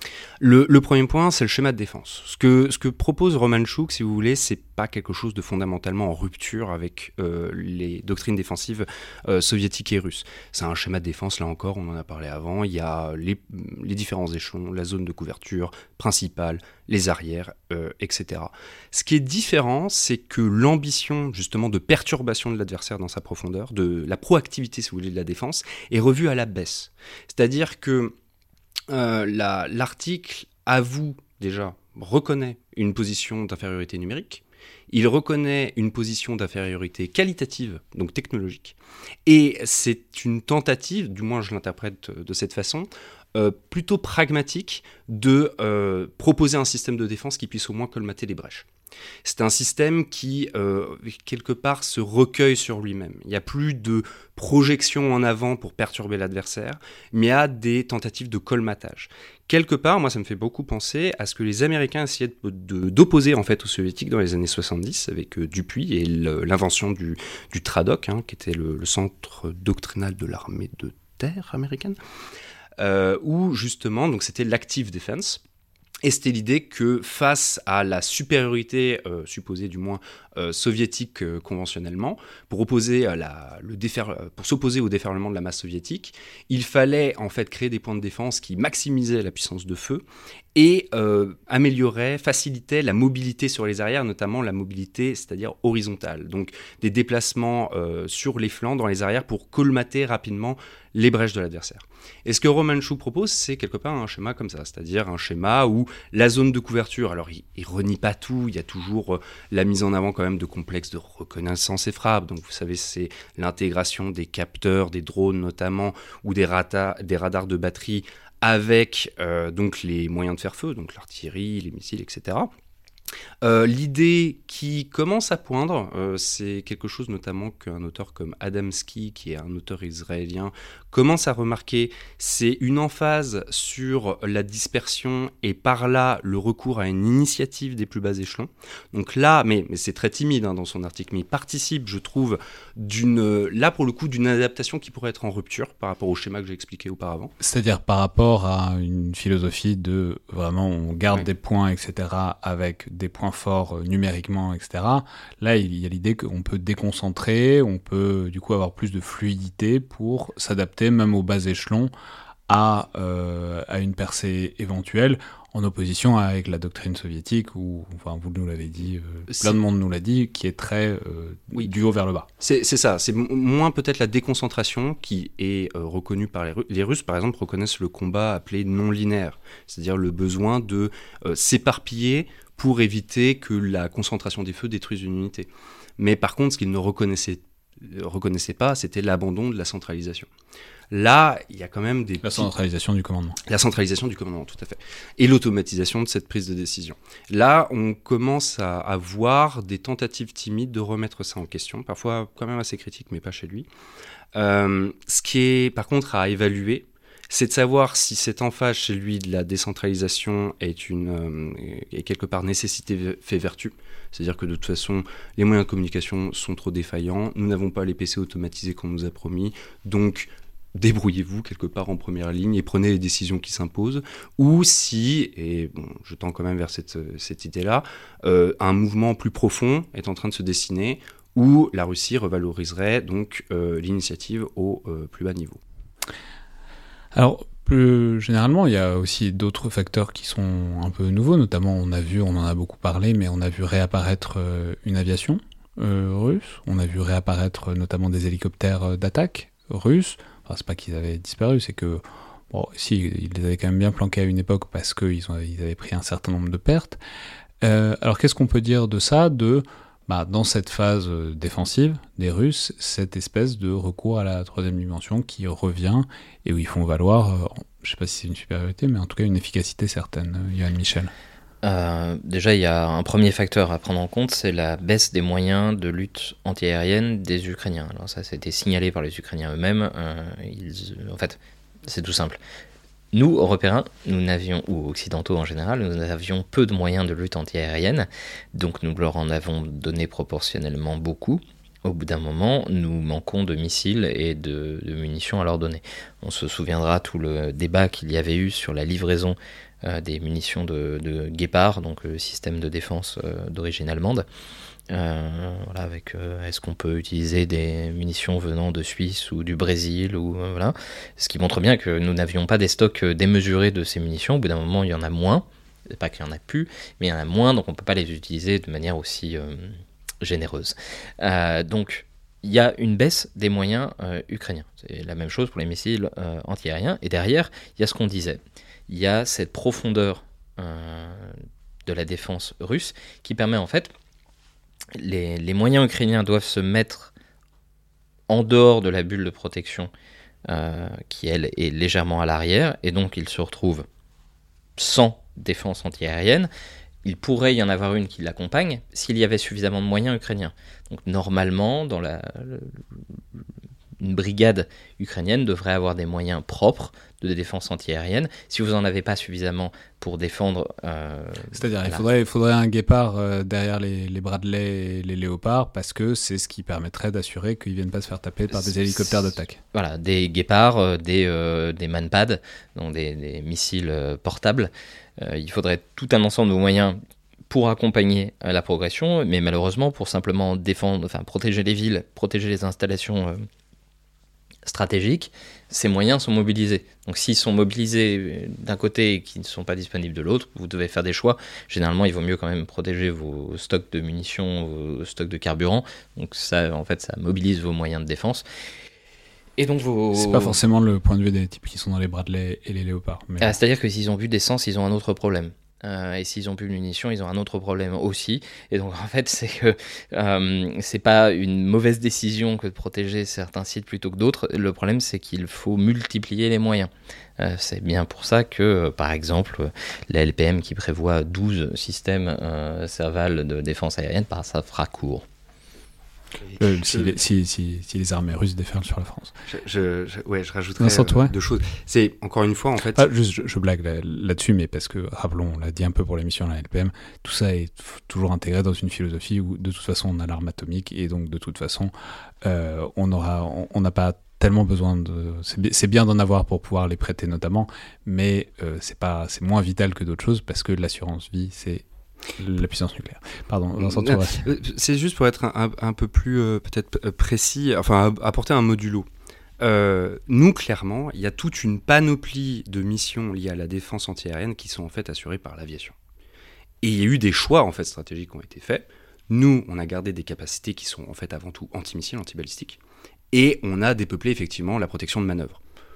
S5: Le, le premier point, c'est le schéma de défense. Ce que, ce que propose Romanchuk, si vous voulez, c'est pas quelque chose de fondamentalement en rupture avec euh, les doctrines défensives euh, soviétiques et russes. C'est un schéma de défense, là encore, on en a parlé avant, il y a les, les différents échelons, la zone de couverture principale, les arrières, euh, et cetera. Ce qui est différent, c'est que l'ambition, justement, de perturbation de l'adversaire dans sa profondeur, de la proactivité, si vous voulez, de la défense, est revue à la baisse. C'est-à-dire que Euh, la, l'article avoue déjà, reconnaît une position d'infériorité numérique, il reconnaît une position d'infériorité qualitative, donc technologique, et c'est une tentative, du moins je l'interprète de cette façon, euh, plutôt pragmatique de euh, proposer un système de défense qui puisse au moins colmater les brèches. C'est un système qui, euh, quelque part, se recueille sur lui-même. Il n'y a plus de projection en avant pour perturber l'adversaire, mais il y a des tentatives de colmatage. Quelque part, moi, ça me fait beaucoup penser à ce que les Américains essayaient de, de, d'opposer en fait, aux Soviétiques dans les années soixante-dix, avec euh, Dupuy et le, l'invention du, du TRADOC, hein, qui était le, le centre doctrinal de l'armée de terre américaine, euh, où, justement, donc, c'était l'Active Defense. Et c'était l'idée que face à la supériorité, euh, supposée du moins euh, soviétique euh, conventionnellement, pour, opposer à la, le défer, pour s'opposer au déferlement de la masse soviétique, il fallait en fait créer des points de défense qui maximisaient la puissance de feu et euh, amélioraient, facilitaient la mobilité sur les arrières, notamment la mobilité, c'est-à-dire horizontale. Donc des déplacements euh, sur les flancs, dans les arrières, pour colmater rapidement les brèches de l'adversaire. Et ce que Romanchuk propose, c'est quelque part un schéma comme ça, c'est-à-dire un schéma où la zone de couverture, alors il, il renie pas tout, il y a toujours euh, la mise en avant quand même de complexes de reconnaissance et frappe, donc vous savez, c'est l'intégration des capteurs, des drones notamment, ou des, rata- des radars de batterie avec euh, donc les moyens de faire feu, donc l'artillerie, les missiles, et cetera. Euh, l'idée qui commence à poindre, euh, c'est quelque chose notamment qu'un auteur comme Adamski, qui est un auteur israélien, commence à remarquer, c'est une emphase sur la dispersion et par là le recours à une initiative des plus bas échelons. Donc là, mais, mais c'est très timide hein, dans son article, mais il participe, je trouve, d'une, là pour le coup, d'une adaptation qui pourrait être en rupture par rapport au schéma que j'ai expliqué auparavant.
S1: C'est-à-dire par rapport à une philosophie de vraiment on garde ouais. des points, et cetera, avec des points forts euh, numériquement, et cetera. Là, il y a l'idée qu'on peut déconcentrer, on peut du coup avoir plus de fluidité pour s'adapter même au bas échelon à, euh, à une percée éventuelle, en opposition avec la doctrine soviétique, où, enfin, vous nous l'avez dit, euh, plein de monde nous l'a dit, qui est très euh, oui. du haut vers le bas.
S5: C'est, c'est ça, c'est m- moins peut-être la déconcentration qui est euh, reconnue par les Russes. Les Russes, par exemple, reconnaissent le combat appelé non linéaire, c'est-à-dire le besoin de euh, s'éparpiller pour éviter que la concentration des feux détruise une unité. Mais par contre, ce qu'ils ne reconnaissaient, euh, reconnaissaient pas, c'était l'abandon de la centralisation. Là, il y a quand même des...
S1: La centralisation du commandement.
S5: La centralisation du commandement, tout à fait. Et l'automatisation de cette prise de décision. Là, on commence à, à voir des tentatives timides de remettre ça en question, parfois quand même assez critiques, mais pas chez lui. Euh, ce qui est, par contre, à évaluer, c'est de savoir si cette emphase chez lui de la décentralisation est, une, euh, est quelque part nécessité fait vertu. C'est-à-dire que de toute façon, les moyens de communication sont trop défaillants, nous n'avons pas les P C automatisés qu'on nous a promis, donc débrouillez-vous quelque part en première ligne et prenez les décisions qui s'imposent, ou si, et bon, je tends quand même vers cette, cette idée-là, euh, un mouvement plus profond est en train de se dessiner, où la Russie revaloriserait donc euh, l'initiative au euh, plus bas niveau.
S1: Alors, plus généralement, il y a aussi d'autres facteurs qui sont un peu nouveaux, notamment on a vu, on en a beaucoup parlé, mais on a vu réapparaître euh, une aviation euh, russe, on a vu réapparaître notamment des hélicoptères d'attaque russes. Enfin, c'est pas qu'ils avaient disparu, c'est que, bon, si, ils les avaient quand même bien planqués à une époque parce qu'ils ont, ils avaient pris un certain nombre de pertes. Euh, alors, qu'est-ce qu'on peut dire de ça, de, bah, dans cette phase défensive des Russes, cette espèce de recours à la troisième dimension qui revient et où ils font valoir, euh, je sais pas si c'est une supériorité, mais en tout cas une efficacité certaine, Yoann Michel.
S4: Euh, déjà, il y a un premier facteur à prendre en compte, c'est la baisse des moyens de lutte antiaérienne des Ukrainiens. Alors ça, ça a été signalé par les Ukrainiens eux-mêmes. Euh, ils, en fait, c'est tout simple. Nous, Européens, nous n'avions, ou Occidentaux en général, nous avions peu de moyens de lutte antiaérienne, donc nous leur en avons donné proportionnellement beaucoup. au bout d'un moment, nous manquons de missiles et de, de munitions à leur donner. On se souviendra tout le débat qu'il y avait eu sur la livraison euh, des munitions de, de Guépard, donc le système de défense euh, d'origine allemande. Euh, voilà, avec euh, est-ce qu'on peut utiliser des munitions venant de Suisse ou du Brésil ou euh, voilà, ce qui montre bien que nous n'avions pas des stocks démesurés de ces munitions. Au bout d'un moment, il y en a moins. C'est pas qu'il y en a plus, mais il y en a moins, donc on peut pas les utiliser de manière aussi euh, généreuse. Euh, donc, il y a une baisse des moyens euh, ukrainiens. C'est la même chose pour les missiles euh, antiaériens. Et derrière, il y a ce qu'on disait. Il y a cette profondeur euh, de la défense russe qui permet en fait, les, les moyens ukrainiens doivent se mettre en dehors de la bulle de protection euh, qui, elle, est légèrement à l'arrière. Et donc, ils se retrouvent sans défense antiaérienne. Il pourrait y en avoir une qui l'accompagne s'il y avait suffisamment de moyens ukrainiens. Donc normalement, dans la, le, une brigade ukrainienne devrait avoir des moyens propres de défense antiaérienne. Si vous n'en avez pas suffisamment pour défendre... Euh,
S1: C'est-à-dire
S4: voilà.
S1: il faudrait, il faudrait un Guépard euh, derrière les, les Bradley et les Léopards parce que c'est ce qui permettrait d'assurer qu'ils ne viennent pas se faire taper par des hélicoptères d'attaque.
S4: Voilà, des Guépards, euh, des, euh, des Manpad, donc des, des missiles euh, portables. Euh, il faudrait tout un ensemble de moyens pour accompagner euh, la progression, mais malheureusement pour simplement défendre, enfin protéger les villes, protéger les installations euh, stratégiques, ces moyens sont mobilisés. Donc s'ils sont mobilisés d'un côté et qu'ils ne sont pas disponibles de l'autre, vous devez faire des choix. Généralement, il vaut mieux quand même protéger vos stocks de munitions, vos stocks de carburant. Donc ça, en fait, ça mobilise vos moyens de défense. Et donc vos...
S1: C'est pas forcément le point de vue des types qui sont dans les Bradley et les Léopards. Mais...
S4: Ah, c'est-à-dire que s'ils ont bu d'essence, ils ont un autre problème. Euh, et s'ils ont plus de munitions, ils ont un autre problème aussi. Et donc en fait, c'est que euh, c'est pas une mauvaise décision que de protéger certains sites plutôt que d'autres. Le problème, c'est qu'il faut multiplier les moyens. Euh, c'est bien pour ça que, euh, par exemple, la L P M qui prévoit douze systèmes euh, Serval de défense aérienne, bah, ça fera court.
S1: Euh, si, les, si, si, si les armées russes déferlent sur la France.
S5: Je, je, je, ouais, je rajouterais
S1: Vincent,
S5: euh,
S1: ouais.
S5: deux choses. C'est, encore une fois, en fait...
S1: Ah, juste, je, je blague là, là-dessus, mais parce que, rappelons, on l'a dit un peu pour l'émission de la L P M, tout ça est f- toujours intégré dans une philosophie où, de toute façon, on a l'arme atomique, et donc, de toute façon, euh, on aura, on n'a pas tellement besoin de... C'est, bi- c'est bien d'en avoir pour pouvoir les prêter, notamment, mais euh, c'est, pas, c'est moins vital que d'autres choses, parce que l'assurance vie, c'est la puissance nucléaire. Pardon, Vincent Touré.
S5: C'est juste pour être un, un, un peu plus euh, peut-être précis, enfin apporter un modulo. Euh, nous, clairement, il y a toute une panoplie de missions liées à la défense antiaérienne qui sont en fait assurées par l'aviation. Et il y a eu des choix en fait stratégiques qui ont été faits. Nous, on a gardé des capacités qui sont en fait avant tout antimissiles, antibalistiques, et on a dépeuplé effectivement la protection de manœuvre.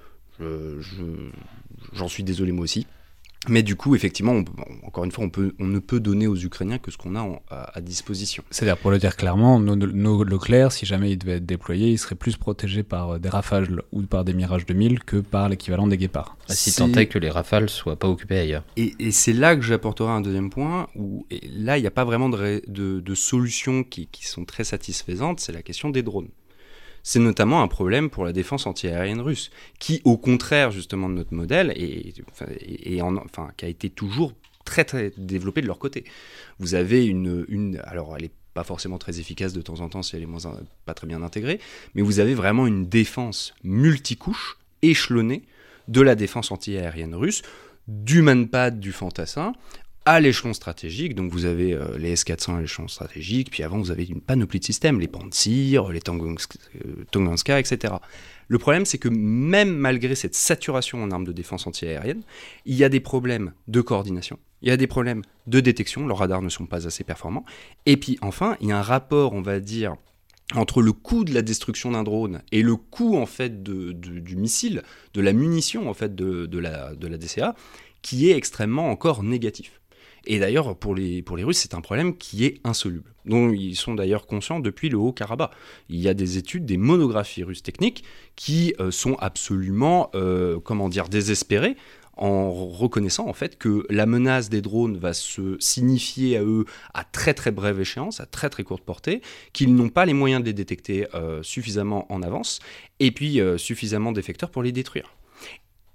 S5: Je, je, j'en suis désolé moi aussi. Mais du coup, effectivement, on, encore une fois, on, peut, on ne peut donner aux Ukrainiens que ce qu'on a en, à, à disposition.
S1: C'est-à-dire, pour le dire clairement, nos, nos Leclerc, si jamais il devait être déployé, il serait plus protégé par des Rafales ou par des Mirage deux mille que par l'équivalent des Guépards.
S4: Si tant est que les Rafales soient pas occupés ailleurs.
S5: Et, et c'est là que j'apporterai un deuxième point, où et là, il n'y a pas vraiment de, ré, de, de solutions qui, qui sont très satisfaisantes, c'est la question des drones. C'est notamment un problème pour la défense antiaérienne russe, qui, au contraire justement de notre modèle, et, et, et en, enfin, qui a été toujours très très développé de leur côté. Vous avez une, une alors elle n'est pas forcément très efficace de temps en temps si elle est moins, pas très bien intégrée, mais vous avez vraiment une défense multicouche, échelonnée, de la défense antiaérienne russe, du Manpad, du Fantassin, à l'échelon stratégique. Donc vous avez euh, les S quatre cents à l'échelon stratégique, puis avant vous avez une panoplie de systèmes, les Pantsir, les Tunguska, et cetera. Le problème, c'est que même malgré cette saturation en armes de défense antiaérienne, il y a des problèmes de coordination, il y a des problèmes de détection, leurs radars ne sont pas assez performants, et puis enfin, il y a un rapport, on va dire, entre le coût de la destruction d'un drone et le coût en fait de, de, du missile, de la munition en fait de, de, la, de la D C A, qui est extrêmement encore négatif. Et d'ailleurs, pour les, pour les Russes, c'est un problème qui est insoluble, dont ils sont d'ailleurs conscients depuis le Haut-Karabakh. Il y a des études, des monographies russes techniques qui euh, sont absolument, euh, comment dire, désespérées, en reconnaissant en fait que la menace des drones va se signifier à eux à très très brève échéance, à très très courte portée, qu'ils n'ont pas les moyens de les détecter euh, suffisamment en avance, et puis euh, suffisamment d'effecteurs pour les détruire.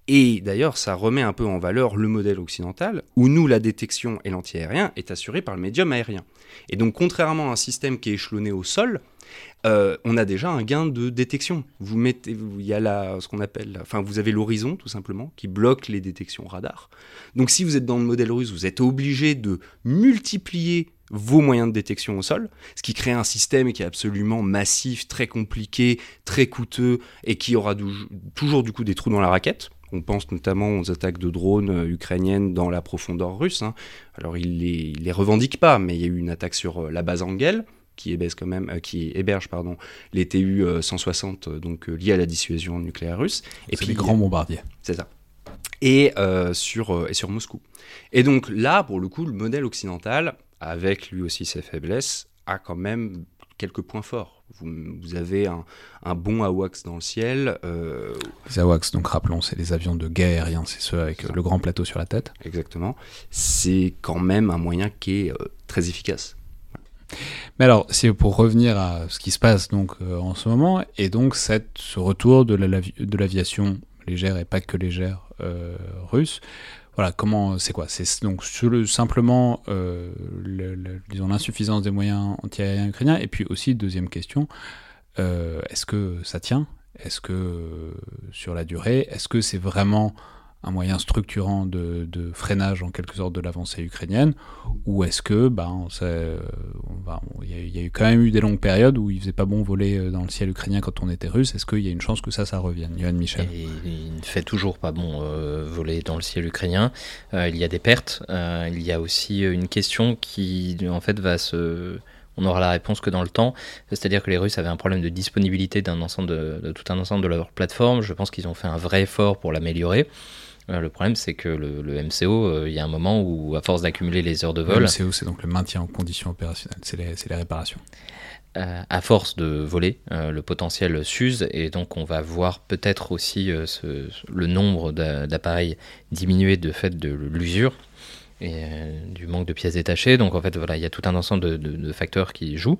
S5: Et d'ailleurs, ça remet un peu en valeur le modèle occidental, où nous, la détection et l'anti-aérien est assurée par le médium aérien. Et donc, contrairement à un système qui est échelonné au sol, euh, on a déjà un gain de détection. Vous mettez, il y a la, ce qu'on appelle, enfin, vous avez l'horizon, tout simplement, qui bloque les détections radar. Donc, si vous êtes dans le modèle russe, vous êtes obligé de multiplier vos moyens de détection au sol, ce qui crée un système qui est absolument massif, très compliqué, très coûteux, et qui aura du, toujours du coup des trous dans la raquette. On pense notamment aux attaques de drones ukrainiennes dans la profondeur russe. Hein. Alors, ils ne les, les revendiquent pas, mais il y a eu une attaque sur la base Engel, qui héberge, quand même, euh, qui héberge pardon, les T U cent soixante, donc euh, liés à la dissuasion nucléaire russe.
S1: Et c'est puis, les grands bombardiers.
S5: C'est ça. Et, euh, sur, euh, et sur Moscou. Et donc là, pour le coup, le modèle occidental, avec lui aussi ses faiblesses, a quand même quelques points forts. Vous, vous avez un, un bon AWACS dans le ciel. Euh...
S1: Les AWACS, donc rappelons, c'est les avions de guerre aériens, c'est ceux avec le grand plateau sur la tête.
S5: Exactement. C'est quand même un moyen qui est euh, très efficace.
S1: Mais alors, c'est pour revenir à ce qui se passe donc euh, en ce moment, et donc cette, ce retour de, la, de l'aviation légère et pas que légère euh, russe. Voilà, comment, c'est quoi ? C'est donc sur le, simplement, euh, le, le, disons, l'insuffisance des moyens anti-aériens ukrainiens, et puis aussi, deuxième question, euh, est-ce que ça tient ? Est-ce que, euh, sur la durée, est-ce que c'est vraiment un moyen structurant de, de freinage, en quelque sorte, de l'avancée ukrainienne, ou est-ce que, ben, il euh, ben, y, y a eu quand même eu des longues périodes où il faisait pas bon voler dans le ciel ukrainien quand on était russe. Est-ce qu'il y a une chance que ça, ça revienne ? Johan Michel.
S4: Et il ne fait toujours pas bon euh, voler dans le ciel ukrainien. Euh, il y a des pertes. Euh, il y a aussi une question qui, en fait, va se... On aura la réponse que dans le temps, c'est-à-dire que les Russes avaient un problème de disponibilité d'un ensemble de, de tout un ensemble de leur plateforme. Je pense qu'ils ont fait un vrai effort pour l'améliorer. Le problème, c'est que le, le M C O, il euh, y a un moment où, à force d'accumuler les heures de vol...
S1: Le M C O, c'est donc le maintien en condition opérationnelle, c'est les, c'est les réparations.
S4: Euh, à force de voler, euh, le potentiel s'use, et donc on va voir peut-être aussi euh, ce, le nombre d'a, d'appareils diminuer de fait de l'usure et euh, du manque de pièces détachées. Donc en fait, voilà, il y a tout un ensemble de, de, de facteurs qui jouent.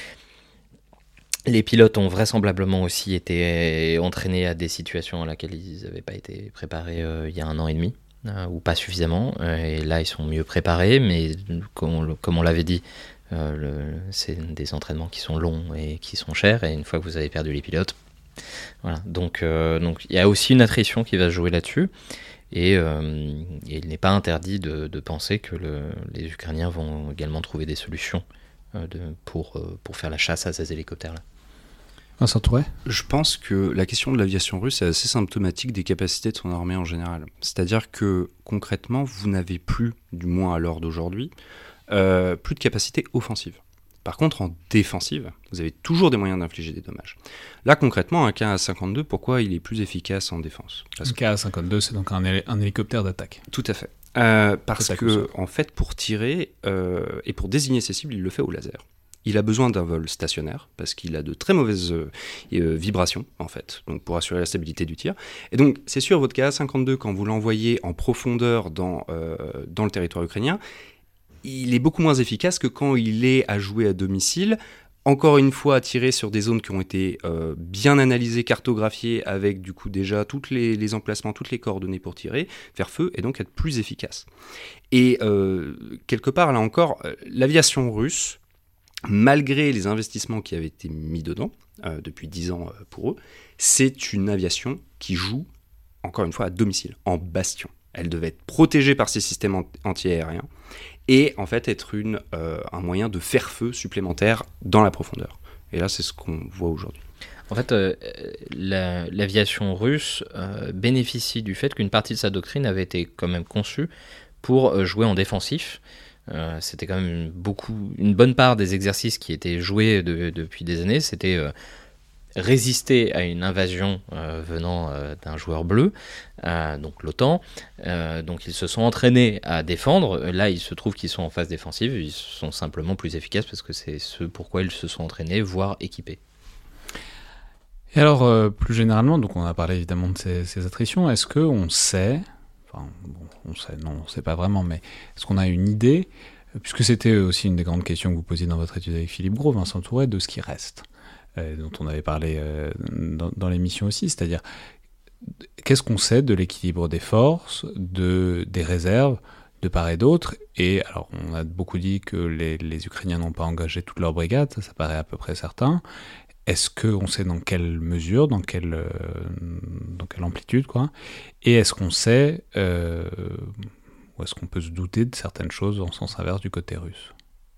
S4: Les pilotes ont vraisemblablement aussi été entraînés à des situations à laquelle ils n'avaient pas été préparés euh, il y a un an et demi, euh, ou pas suffisamment. Euh, et là, ils sont mieux préparés, mais comme on, comme on l'avait dit, euh, le, c'est des entraînements qui sont longs et qui sont chers. Et une fois que vous avez perdu les pilotes, voilà. Donc, euh, donc, il y a aussi une attrition qui va se jouer là-dessus. Et, euh, et il n'est pas interdit de, de penser que le, les Ukrainiens vont également trouver des solutions euh, de, pour, euh, pour faire la chasse à ces hélicoptères-là.
S1: Vincent Touret ?
S5: Je pense que la question de l'aviation russe est assez symptomatique des capacités de son armée en général. C'est-à-dire que concrètement, vous n'avez plus, du moins à l'heure d'aujourd'hui, euh, plus de capacité offensive. Par contre, en défensive, vous avez toujours des moyens d'infliger des dommages. Là, concrètement, un K A cinquante-deux, pourquoi il est plus efficace en défense ?
S1: Parce que K A cinquante-deux, c'est donc un, hé- un hélicoptère d'attaque.
S5: Tout à fait. Euh, parce que, en fait, pour tirer euh, et pour désigner ses cibles, il le fait au laser. Il a besoin d'un vol stationnaire, parce qu'il a de très mauvaises euh, euh, vibrations, en fait, donc pour assurer la stabilité du tir. Et donc, c'est sûr, votre K A cinquante-deux, quand vous l'envoyez en profondeur dans, euh, dans le territoire ukrainien, il est beaucoup moins efficace que quand il est à jouer à domicile, encore une fois à tirer sur des zones qui ont été euh, bien analysées, cartographiées, avec du coup déjà tous les, les emplacements, toutes les coordonnées pour tirer, faire feu, et donc être plus efficace. Et euh, quelque part, là encore, euh, l'aviation russe, malgré les investissements qui avaient été mis dedans, euh, depuis dix ans euh, pour eux, c'est une aviation qui joue, encore une fois, à domicile, en bastion. Elle devait être protégée par ces systèmes anti-aériens et en fait être une, euh, un moyen de faire feu supplémentaire dans la profondeur. Et là, c'est ce qu'on voit aujourd'hui.
S4: En fait, euh, la, l'aviation russe euh, bénéficie du fait qu'une partie de sa doctrine avait été quand même conçue pour euh, jouer en défensif. Euh, c'était quand même beaucoup, une bonne part des exercices qui étaient joués de, depuis des années, c'était euh, résister à une invasion euh, venant euh, d'un joueur bleu, euh, donc l'OTAN. Euh, donc ils se sont entraînés à défendre. Là, il se trouve qu'ils sont en phase défensive. Ils sont simplement plus efficaces parce que c'est ce pourquoi ils se sont entraînés, voire équipés.
S1: Et alors, euh, plus généralement, donc on a parlé évidemment de ces, ces attritions. Est-ce qu'on sait, enfin, bon, on sait, non, on ne sait pas vraiment, mais est-ce qu'on a une idée, puisque c'était aussi une des grandes questions que vous posiez dans votre étude avec Philippe Gros, Vincent Touret, de ce qui reste, euh, dont on avait parlé euh, dans, dans l'émission aussi, c'est-à-dire qu'est-ce qu'on sait de l'équilibre des forces, de, des réserves, de part et d'autre? Et alors, on a beaucoup dit que les, les Ukrainiens n'ont pas engagé toute leur brigade, ça, ça paraît à peu près certain. Est-ce qu'on sait dans quelle mesure, dans quelle, euh, dans quelle amplitude, quoi? Et est-ce qu'on sait, euh, ou est-ce qu'on peut se douter de certaines choses en sens inverse du côté russe?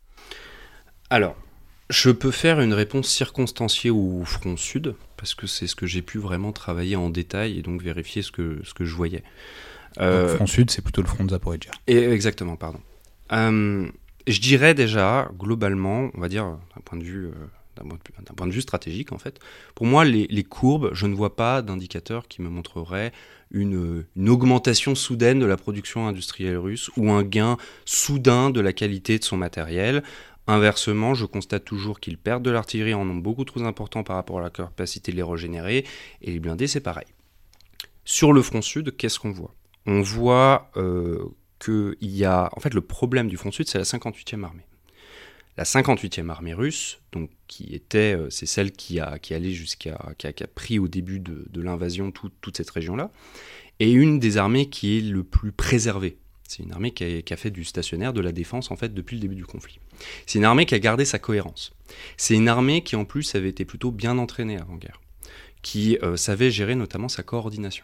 S5: Alors, je peux faire une réponse circonstanciée au front sud, parce que c'est ce que j'ai pu vraiment travailler en détail et donc vérifier ce que, ce que je voyais.
S1: Euh, le front sud, c'est plutôt le front de Zaporizhzhia.
S5: Et exactement, pardon. Euh, je dirais déjà, globalement, on va dire, d'un point de vue... Euh, D'un point, de, d'un point de vue stratégique, en fait. Pour moi, les, les courbes, je ne vois pas d'indicateur qui me montrerait une, une augmentation soudaine de la production industrielle russe ou un gain soudain de la qualité de son matériel. Inversement, je constate toujours qu'ils perdent de l'artillerie en nombre beaucoup trop important par rapport à la capacité de les régénérer, et les blindés, c'est pareil. Sur le front sud, qu'est-ce qu'on voit ? On voit euh, qu'il y a... En fait, le problème du front sud, c'est la cinquante-huitième armée. La cinquante-huitième armée russe, donc, qui était, euh, c'est celle qui, a, qui allait jusqu'à, qui a, qui a pris au début de, de l'invasion tout, toute cette région-là, est une des armées qui est le plus préservée. C'est une armée qui a, qui a fait du stationnaire, de la défense, en fait, depuis le début du conflit. C'est une armée qui a gardé sa cohérence. C'est une armée qui, en plus, avait été plutôt bien entraînée avant-guerre, qui euh, savait gérer notamment sa coordination.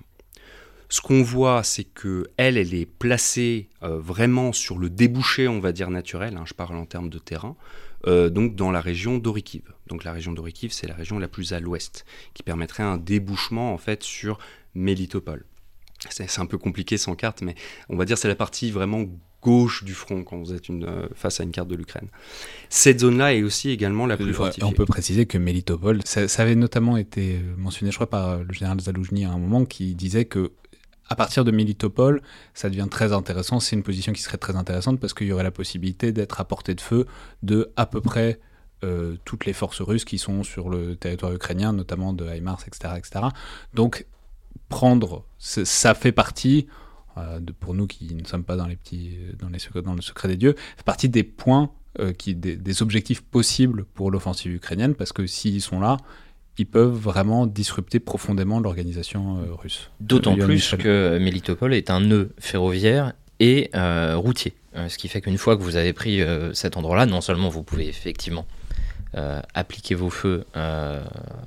S5: Ce qu'on voit, c'est qu'elle, elle est placée euh, vraiment sur le débouché, on va dire, naturel, hein, je parle en termes de terrain, euh, donc dans la région d'Orikiv. Donc la région d'Orikiv, c'est la région la plus à l'ouest, qui permettrait un débouchement, en fait, sur Mélitopol. C'est, c'est un peu compliqué sans carte, mais on va dire c'est la partie vraiment gauche du front, quand vous êtes une, euh, face à une carte de l'Ukraine. Cette zone-là est aussi également la plus
S1: euh,
S5: fortifiée.
S1: On peut préciser que Mélitopol, ça, ça avait notamment été mentionné, je crois, par le général Zaloujny à un moment, qui disait que à partir de Mélitopol, ça devient très intéressant. C'est une position qui serait très intéressante parce qu'il y aurait la possibilité d'être à portée de feu de à peu près euh, toutes les forces russes qui sont sur le territoire ukrainien, notamment de HIMARS, et cetera, et cetera. Donc, prendre, ça fait partie, euh, de, pour nous qui ne sommes pas dans, les petits, dans, les, dans le secret des dieux, fait partie des points, euh, qui, des, des objectifs possibles pour l'offensive ukrainienne, parce que s'ils sont là, ils peuvent vraiment disrupter profondément l'organisation euh, russe.
S4: D'autant
S1: euh,
S4: plus
S1: Michel.
S4: que Mélitopol est un nœud ferroviaire et euh, routier. Euh, ce qui fait qu'une fois que vous avez pris euh, cet endroit-là, non seulement vous pouvez effectivement euh, appliquer vos feux euh,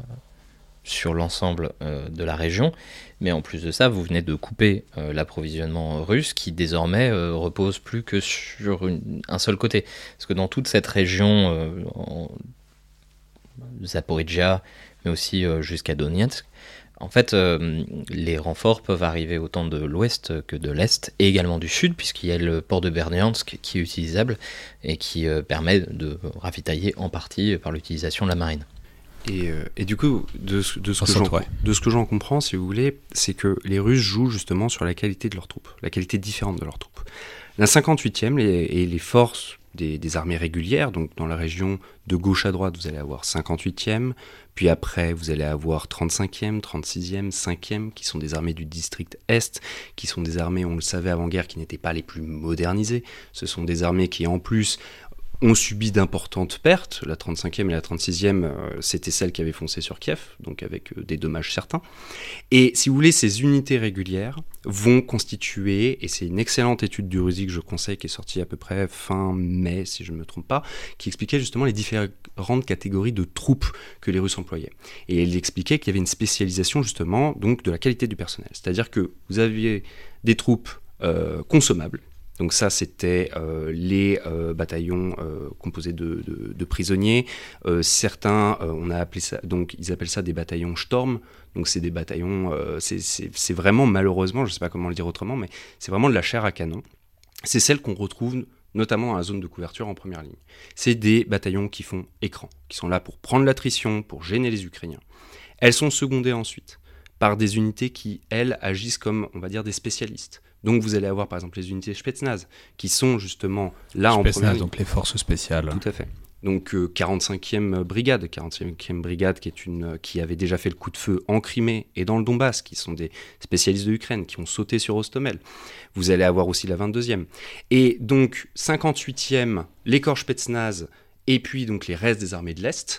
S4: sur l'ensemble euh, de la région, mais en plus de ça, vous venez de couper euh, l'approvisionnement russe qui désormais euh, repose plus que sur une, un seul côté. Parce que dans toute cette région, euh, en Zaporizhzhia, mais aussi euh, jusqu'à Donetsk, en fait, euh, les renforts peuvent arriver autant de l'ouest que de l'est, et également du sud, puisqu'il y a le port de Berdyansk qui est utilisable et qui euh, permet de ravitailler en partie par l'utilisation de la marine.
S5: Et, euh, et du coup, de, ce- de, ce que
S1: Sans
S5: j'en,
S1: ouais.
S5: de ce que j'en comprends, si vous voulez, c'est que les Russes jouent justement sur la qualité de leurs troupes, la qualité différente de leurs troupes. La cinquante-huitième les, et les forces des, des armées régulières, donc dans la région de gauche à droite, vous allez avoir cinquante-huitième, puis après vous allez avoir trente-cinquième, trente-sixième, cinquième, qui sont des armées du district Est, qui sont des armées, on le savait avant-guerre, qui n'étaient pas les plus modernisées. Ce sont des armées qui, en plus, ont subi d'importantes pertes. La trente-cinquième et la trente-sixième, euh, c'était celles qui avaient foncé sur Kiev, donc avec euh, des dommages certains. Et si vous voulez, ces unités régulières vont constituer, et c'est une excellente étude du Russie que je conseille, qui est sortie à peu près fin mai, si je ne me trompe pas, qui expliquait justement les différentes catégories de troupes que les Russes employaient. Et elle expliquait qu'il y avait une spécialisation justement donc, de la qualité du personnel. C'est-à-dire que vous aviez des troupes euh, consommables. Donc ça, c'était euh, les euh, bataillons euh, composés de, de, de prisonniers. Euh, certains, euh, on a appelé ça, donc ils appellent ça des bataillons Storm. Donc c'est des bataillons, euh, c'est, c'est, c'est vraiment malheureusement, je ne sais pas comment le dire autrement, mais c'est vraiment de la chair à canon. C'est celle qu'on retrouve notamment dans la zone de couverture en première ligne. C'est des bataillons qui font écran, qui sont là pour prendre l'attrition, pour gêner les Ukrainiens. Elles sont secondées ensuite par des unités qui, elles, agissent comme, on va dire, des spécialistes. Donc vous allez avoir par exemple les unités Spetsnaz, qui sont justement là en première ligne.
S1: Donc les forces spéciales.
S5: Tout à fait. Donc euh, quarante-cinquième brigade, quarante-cinquième brigade qui, est une, qui avait déjà fait le coup de feu en Crimée et dans le Donbass, qui sont des spécialistes de l'Ukraine, qui ont sauté sur Hostomel. Vous allez avoir aussi la vingt-deuxième. Et donc cinquante-huitième, les corps Spetsnaz, et puis donc les restes des armées de l'Est.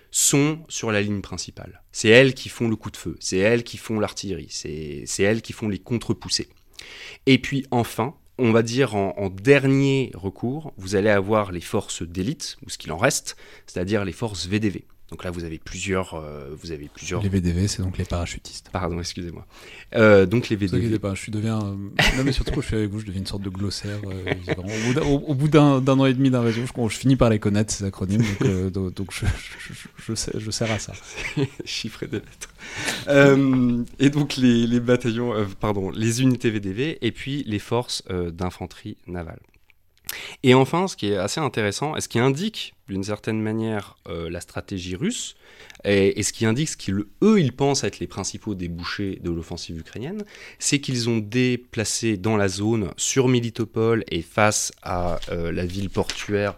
S5: sont sur la ligne principale. C'est elles qui font le coup de feu, c'est elles qui font l'artillerie, c'est, c'est elles qui font les contre-poussées. Et puis enfin, on va dire en, en dernier recours, vous allez avoir les forces d'élite, ou ce qu'il en reste, c'est-à-dire les forces V D V. Donc là, vous avez plusieurs... Euh, vous avez plusieurs...
S1: Les V D V, c'est donc les parachutistes.
S5: Pardon, excusez-moi. Euh, donc les V D V...
S1: Ne pas, je deviens... Euh... non, mais surtout, je suis avec vous, je deviens une sorte de glossaire. Euh, au bout, d'un, au, au bout d'un, d'un an et demi d'invasion, je, je finis par les connaître, ces acronymes. Donc, euh, donc, donc je, je, je, je, sais, je sers à ça.
S5: Chiffrer des lettres. euh, et donc les, les bataillons... Euh, pardon, les unités V D V et puis les forces euh, d'infanterie navale. Et enfin, ce qui est assez intéressant, et ce qui indique d'une certaine manière euh, la stratégie russe, et, et ce qui indique ce qu'eux, ils pensent être les principaux débouchés de l'offensive ukrainienne, c'est qu'ils ont déplacé dans la zone, sur Militopol et face à euh, la ville portuaire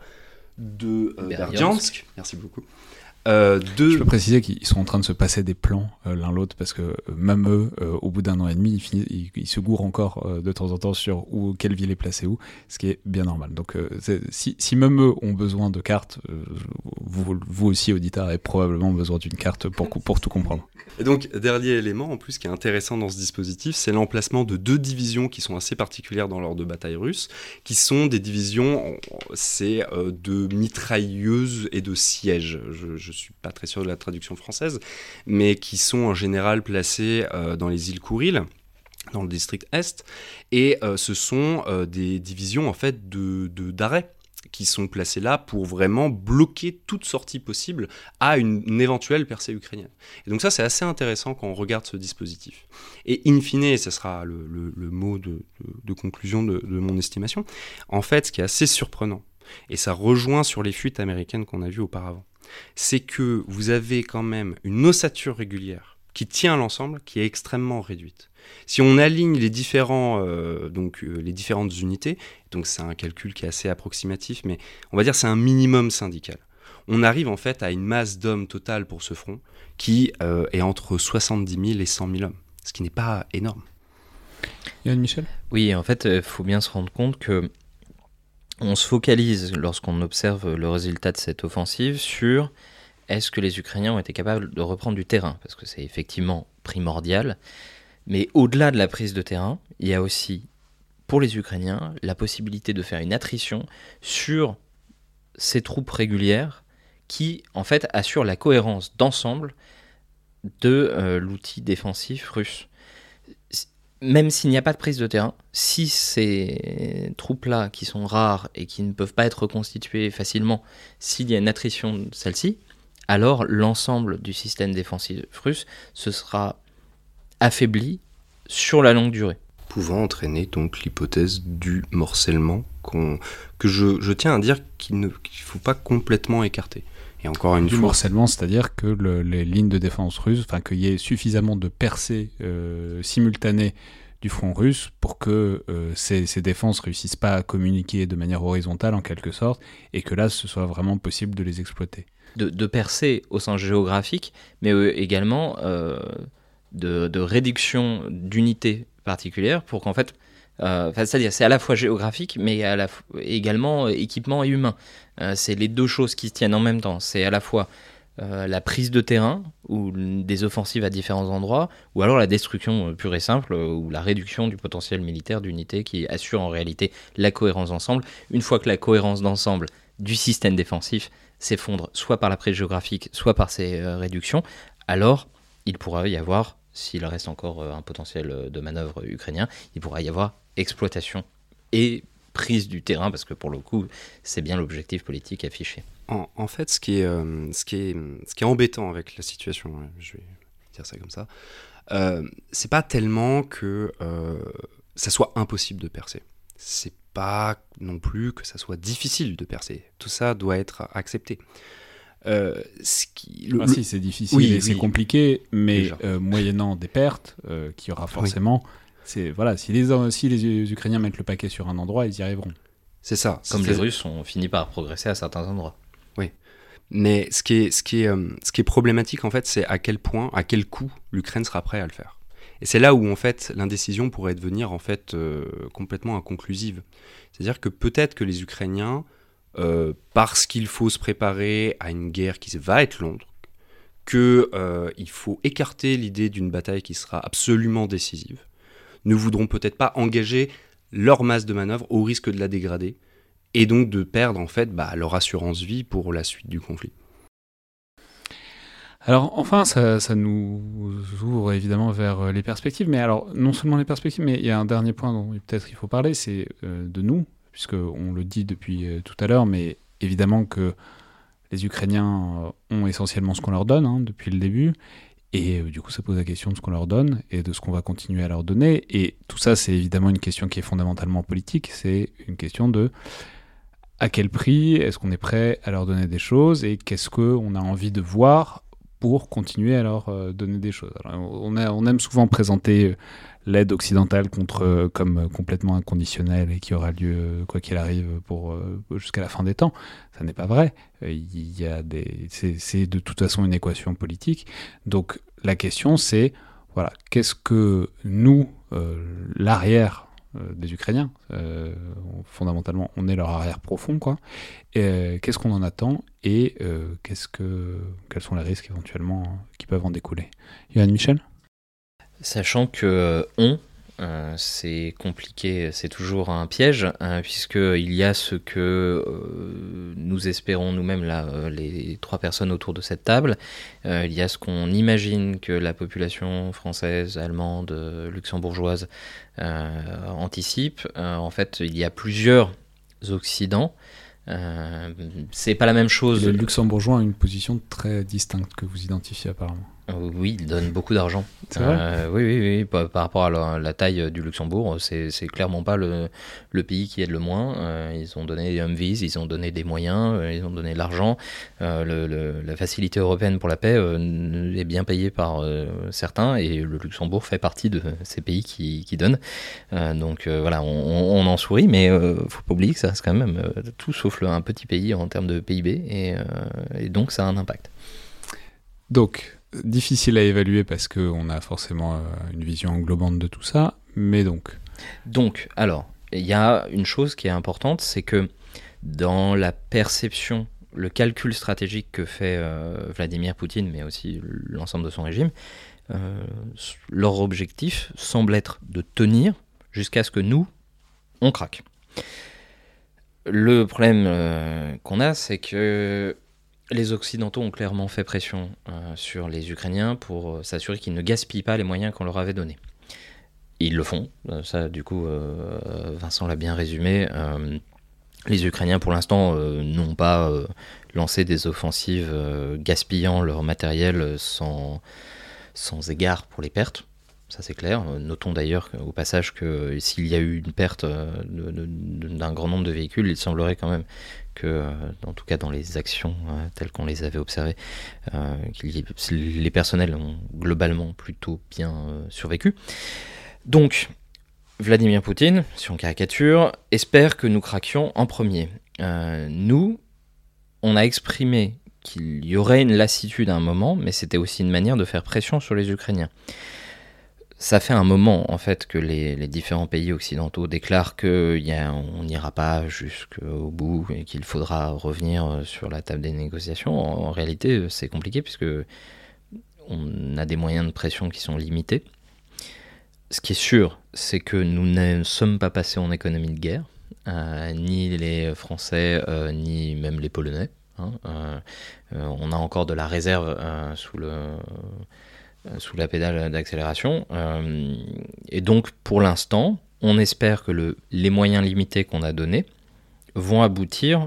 S5: de euh, Berdiansk, merci beaucoup, Euh, de...
S1: Je peux préciser qu'ils sont en train de se passer des plans euh, l'un l'autre parce que euh, même eux, euh, au bout d'un an et demi, ils, finissent, ils, ils se gourent encore euh, de temps en temps sur où, quelle ville est placée où, ce qui est bien normal. Donc euh, si, si même eux ont besoin de cartes, euh, vous, vous aussi, auditeurs, avez probablement besoin d'une carte pour, pour tout comprendre.
S5: Et donc, dernier élément, en plus, qui est intéressant dans ce dispositif, c'est l'emplacement de deux divisions qui sont assez particulières dans l'ordre de bataille russe, qui sont des divisions, c'est euh, de mitrailleuses et de sièges. Je, je suis pas très sûr de la traduction française, mais qui sont en général placées euh, dans les îles Kouril, dans le district Est, et euh, ce sont euh, des divisions, en fait, de, de, d'arrêt, qui sont placés là pour vraiment bloquer toute sortie possible à une, une éventuelle percée ukrainienne. Et donc ça, c'est assez intéressant quand on regarde ce dispositif. Et in fine, et ce sera le, le, le mot de, de, de conclusion de, de mon estimation, en fait, ce qui est assez surprenant, et ça rejoint sur les fuites américaines qu'on a vues auparavant, c'est que vous avez quand même une ossature régulière qui tient l'ensemble, qui est extrêmement réduite. Si on aligne les, différents, euh, donc, euh, les différentes unités, donc c'est un calcul qui est assez approximatif, mais on va dire que c'est un minimum syndical. On arrive en fait à une masse d'hommes totale pour ce front qui euh, est entre soixante-dix mille et cent mille hommes, ce qui n'est pas énorme.
S1: Yann Michel ?
S4: Oui, en fait, il faut bien se rendre compte que on se focalise, lorsqu'on observe le résultat de cette offensive, sur est-ce que les Ukrainiens ont été capables de reprendre du terrain, parce que c'est effectivement primordial. Mais au-delà de la prise de terrain, il y a aussi, pour les Ukrainiens, la possibilité de faire une attrition sur ces troupes régulières qui, en fait, assurent la cohérence d'ensemble de euh, l'outil défensif russe. Même s'il n'y a pas de prise de terrain, si ces troupes-là, qui sont rares et qui ne peuvent pas être reconstituées facilement, s'il y a une attrition de celle-ci, alors l'ensemble du système défensif russe se sera affaibli sur la longue durée.
S5: Pouvant entraîner donc l'hypothèse du morcellement qu'on, que je, je tiens à dire qu'il ne qu'il faut pas complètement écarter. Et encore une
S1: du
S5: fois,
S1: morcellement, c'est-à-dire que le, les lignes de défense russes, enfin qu'il y ait suffisamment de percées euh, simultanées du front russe pour que euh, ces, ces défenses réussissent pas à communiquer de manière horizontale en quelque sorte, et que là ce soit vraiment possible de les exploiter.
S4: De, de percées au sens géographique, mais euh, également euh, de, de réduction d'unités particulières pour qu'en fait, euh, c'est-à-dire c'est à la fois géographique, mais à la f- également euh, équipement et humain. Euh, c'est les deux choses qui se tiennent en même temps. C'est à la fois euh, la prise de terrain ou des offensives à différents endroits, ou alors la destruction euh, pure et simple, euh, ou la réduction du potentiel militaire d'unités qui assure en réalité la cohérence d'ensemble. Une fois que la cohérence d'ensemble du système défensif s'effondre soit par la prise géographique, soit par ces euh, réductions, alors il pourra y avoir, s'il reste encore euh, un potentiel de manœuvre ukrainien, il pourra y avoir exploitation et prise du terrain, parce que pour le coup, c'est bien l'objectif politique affiché.
S5: En, en fait, ce qui, est, euh, ce, qui est, ce qui est embêtant avec la situation, hein, je vais dire ça comme ça, euh, c'est pas tellement que euh, ça soit impossible de percer. C'est pas non plus que ça soit difficile de percer. Tout ça doit être accepté. Euh, ce qui, le,
S1: ah, si, c'est difficile
S5: oui,
S1: et c'est
S5: oui.
S1: compliqué, mais euh, moyennant des pertes euh, qu'il y aura forcément, oui. c'est, voilà, si, les, si les Ukrainiens mettent le paquet sur un endroit, ils y arriveront.
S5: C'est ça.
S4: Comme
S5: c'est
S4: les Russes ont fini par progresser à certains endroits.
S5: Oui. Mais ce qui est, ce qui est, euh, ce qui est problématique, en fait, c'est à quel point, à quel coût l'Ukraine sera prête à le faire. Et c'est là où, en fait, l'indécision pourrait devenir, en fait, euh, complètement inconclusive. C'est-à-dire que peut-être que les Ukrainiens, euh, parce qu'il faut se préparer à une guerre qui va être longue, qu'il euh, faut écarter l'idée d'une bataille qui sera absolument décisive, ne voudront peut-être pas engager leur masse de manœuvre au risque de la dégrader, et donc de perdre en fait bah, leur assurance vie pour la suite du conflit.
S1: Alors enfin, ça, ça nous ouvre évidemment vers les perspectives, mais alors non seulement les perspectives, mais il y a un dernier point dont peut-être il faut parler, c'est euh, de nous, puisqu'on le dit depuis euh, tout à l'heure, mais évidemment que les Ukrainiens ont essentiellement ce qu'on leur donne hein, depuis le début, et euh, du coup ça pose la question de ce qu'on leur donne et de ce qu'on va continuer à leur donner, et tout ça c'est évidemment une question qui est fondamentalement politique, c'est une question de à quel prix est-ce qu'on est prêt à leur donner des choses, et qu'est-ce qu'on a envie de voir pour continuer à leur euh, donner des choses. Alors, on, a, on aime souvent présenter l'aide occidentale contre, euh, comme complètement inconditionnelle et qui aura lieu euh, quoi qu'il arrive pour, euh, jusqu'à la fin des temps. Ça n'est pas vrai. Il euh, y a des, c'est, c'est de toute façon une équation politique. Donc la question c'est, voilà, qu'est-ce que nous, euh, l'arrière euh, des Ukrainiens, euh, fondamentalement on est leur arrière profond, quoi. Et, euh, qu'est-ce qu'on en attend et euh, qu'est-ce que, quels sont les risques éventuellement euh, qui peuvent en découler. Yoann Michel ?
S4: Sachant que euh, on, euh, c'est compliqué, c'est toujours un piège, hein, puisqu'il y a ce que euh, nous espérons nous-mêmes, là, euh, les trois personnes autour de cette table, euh, il y a ce qu'on imagine que la population française, allemande, luxembourgeoise euh, anticipe. Euh, en fait, il y a plusieurs Occidents. Euh, c'est pas la même chose.
S1: Les Luxembourgeois ont une position très distincte que vous identifiez apparemment.
S4: Oui, ils donnent beaucoup d'argent.
S1: C'est vrai
S4: euh, Oui, oui, oui. Par, par rapport à la, la taille du Luxembourg, c'est, c'est clairement pas le, le pays qui aide le moins. Euh, ils ont donné des Humvees, ils ont donné des moyens, euh, ils ont donné de l'argent. Euh, le, le, la facilité européenne pour la paix euh, est bien payée par euh, certains, et le Luxembourg fait partie de ces pays qui, qui donnent. Euh, donc euh, voilà, on, on en sourit, mais euh, faut pas oublier que ça reste quand même euh, tout sauf le, un petit pays en termes de P I B, et, euh, et donc ça a un impact.
S1: Donc, difficile à évaluer parce qu'on a forcément euh, une vision englobante de tout ça, mais donc...
S4: Donc, alors, il y a une chose qui est importante, c'est que dans la perception, le calcul stratégique que fait euh, Vladimir Poutine, mais aussi l'ensemble de son régime, euh, leur objectif semble être de tenir jusqu'à ce que nous, on craque. Le problème euh, qu'on a, c'est que les Occidentaux ont clairement fait pression euh, sur les Ukrainiens pour euh, s'assurer qu'ils ne gaspillent pas les moyens qu'on leur avait donnés. Ils le font, euh, ça du coup euh, Vincent l'a bien résumé. Euh, les Ukrainiens pour l'instant euh, n'ont pas euh, lancé des offensives euh, gaspillant leur matériel sans, sans égard pour les pertes. Ça c'est clair. Notons d'ailleurs au passage que s'il y a eu une perte de, de, de, d'un grand nombre de véhicules, il semblerait quand même que, en tout cas dans les actions euh, telles qu'on les avait observées, euh, qu'il y ait, les personnels ont globalement plutôt bien euh, survécu. Donc, Vladimir Poutine, si on caricature, espère que nous craquions en premier. Euh, nous, on a exprimé qu'il y aurait une lassitude à un moment, mais c'était aussi une manière de faire pression sur les Ukrainiens. Ça fait un moment en fait que les, les différents pays occidentaux déclarent qu'on n'ira pas jusqu'au bout et qu'il faudra revenir sur la table des négociations. En, en réalité, c'est compliqué puisque on a des moyens de pression qui sont limités. Ce qui est sûr, c'est que nous ne sommes pas passés en économie de guerre, euh, ni les Français, euh, ni même les Polonais. Hein, euh, euh, on a encore de la réserve euh, sous le... sous la pédale d'accélération. Euh, et donc, pour l'instant, on espère que le, les moyens limités qu'on a donnés vont aboutir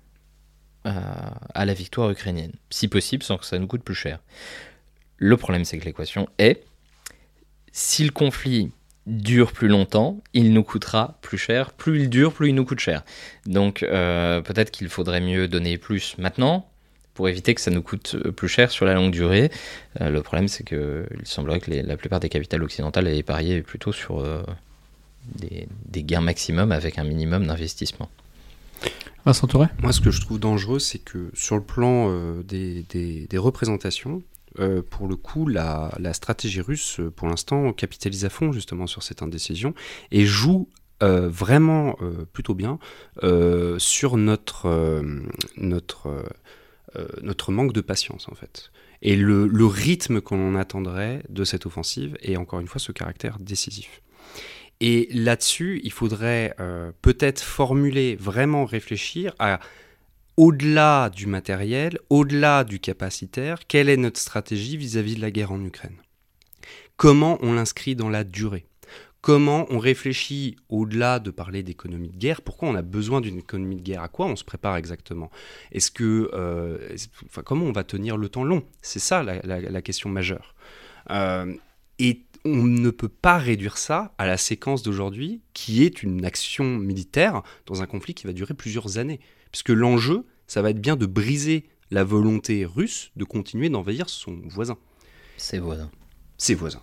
S4: à, à la victoire ukrainienne, si possible, sans que ça nous coûte plus cher. Le problème, c'est que l'équation est, si le conflit dure plus longtemps, il nous coûtera plus cher. Plus il dure, plus il nous coûte cher. Donc, euh, peut-être qu'il faudrait mieux donner plus maintenant, pour éviter que ça nous coûte plus cher sur la longue durée. Euh, le problème, c'est qu'il semblerait que les, la plupart des capitales occidentales aient parié plutôt sur euh, des, des gains maximum avec un minimum d'investissement.
S1: Vincent Touret ?
S5: Moi, ce que je trouve dangereux, c'est que sur le plan euh, des, des, des représentations, euh, pour le coup, la, la stratégie russe, pour l'instant, capitalise à fond justement sur cette indécision et joue euh, vraiment euh, plutôt bien euh, sur notre... Euh, notre euh, Euh, notre manque de patience en fait. et le, le rythme qu'on attendrait de cette offensive, et encore une fois ce caractère décisif. Et là-dessus, il faudrait euh, peut-être formuler, vraiment réfléchir à, au-delà du matériel, au-delà du capacitaire, quelle est notre stratégie vis-à-vis de la guerre en Ukraine ? Comment on l'inscrit dans la durée ? Comment on réfléchit au-delà de parler d'économie de guerre ? Pourquoi on a besoin d'une économie de guerre ? À quoi on se prépare exactement ? Est-ce que, euh, est-ce, enfin, comment on va tenir le temps long ? C'est ça la, la, la question majeure. Euh, et on ne peut pas réduire ça à la séquence d'aujourd'hui, qui est une action militaire dans un conflit qui va durer plusieurs années. Puisque l'enjeu, ça va être bien de briser la volonté russe de continuer d'envahir son voisin.
S4: Ses voisins.
S5: Ses voisins.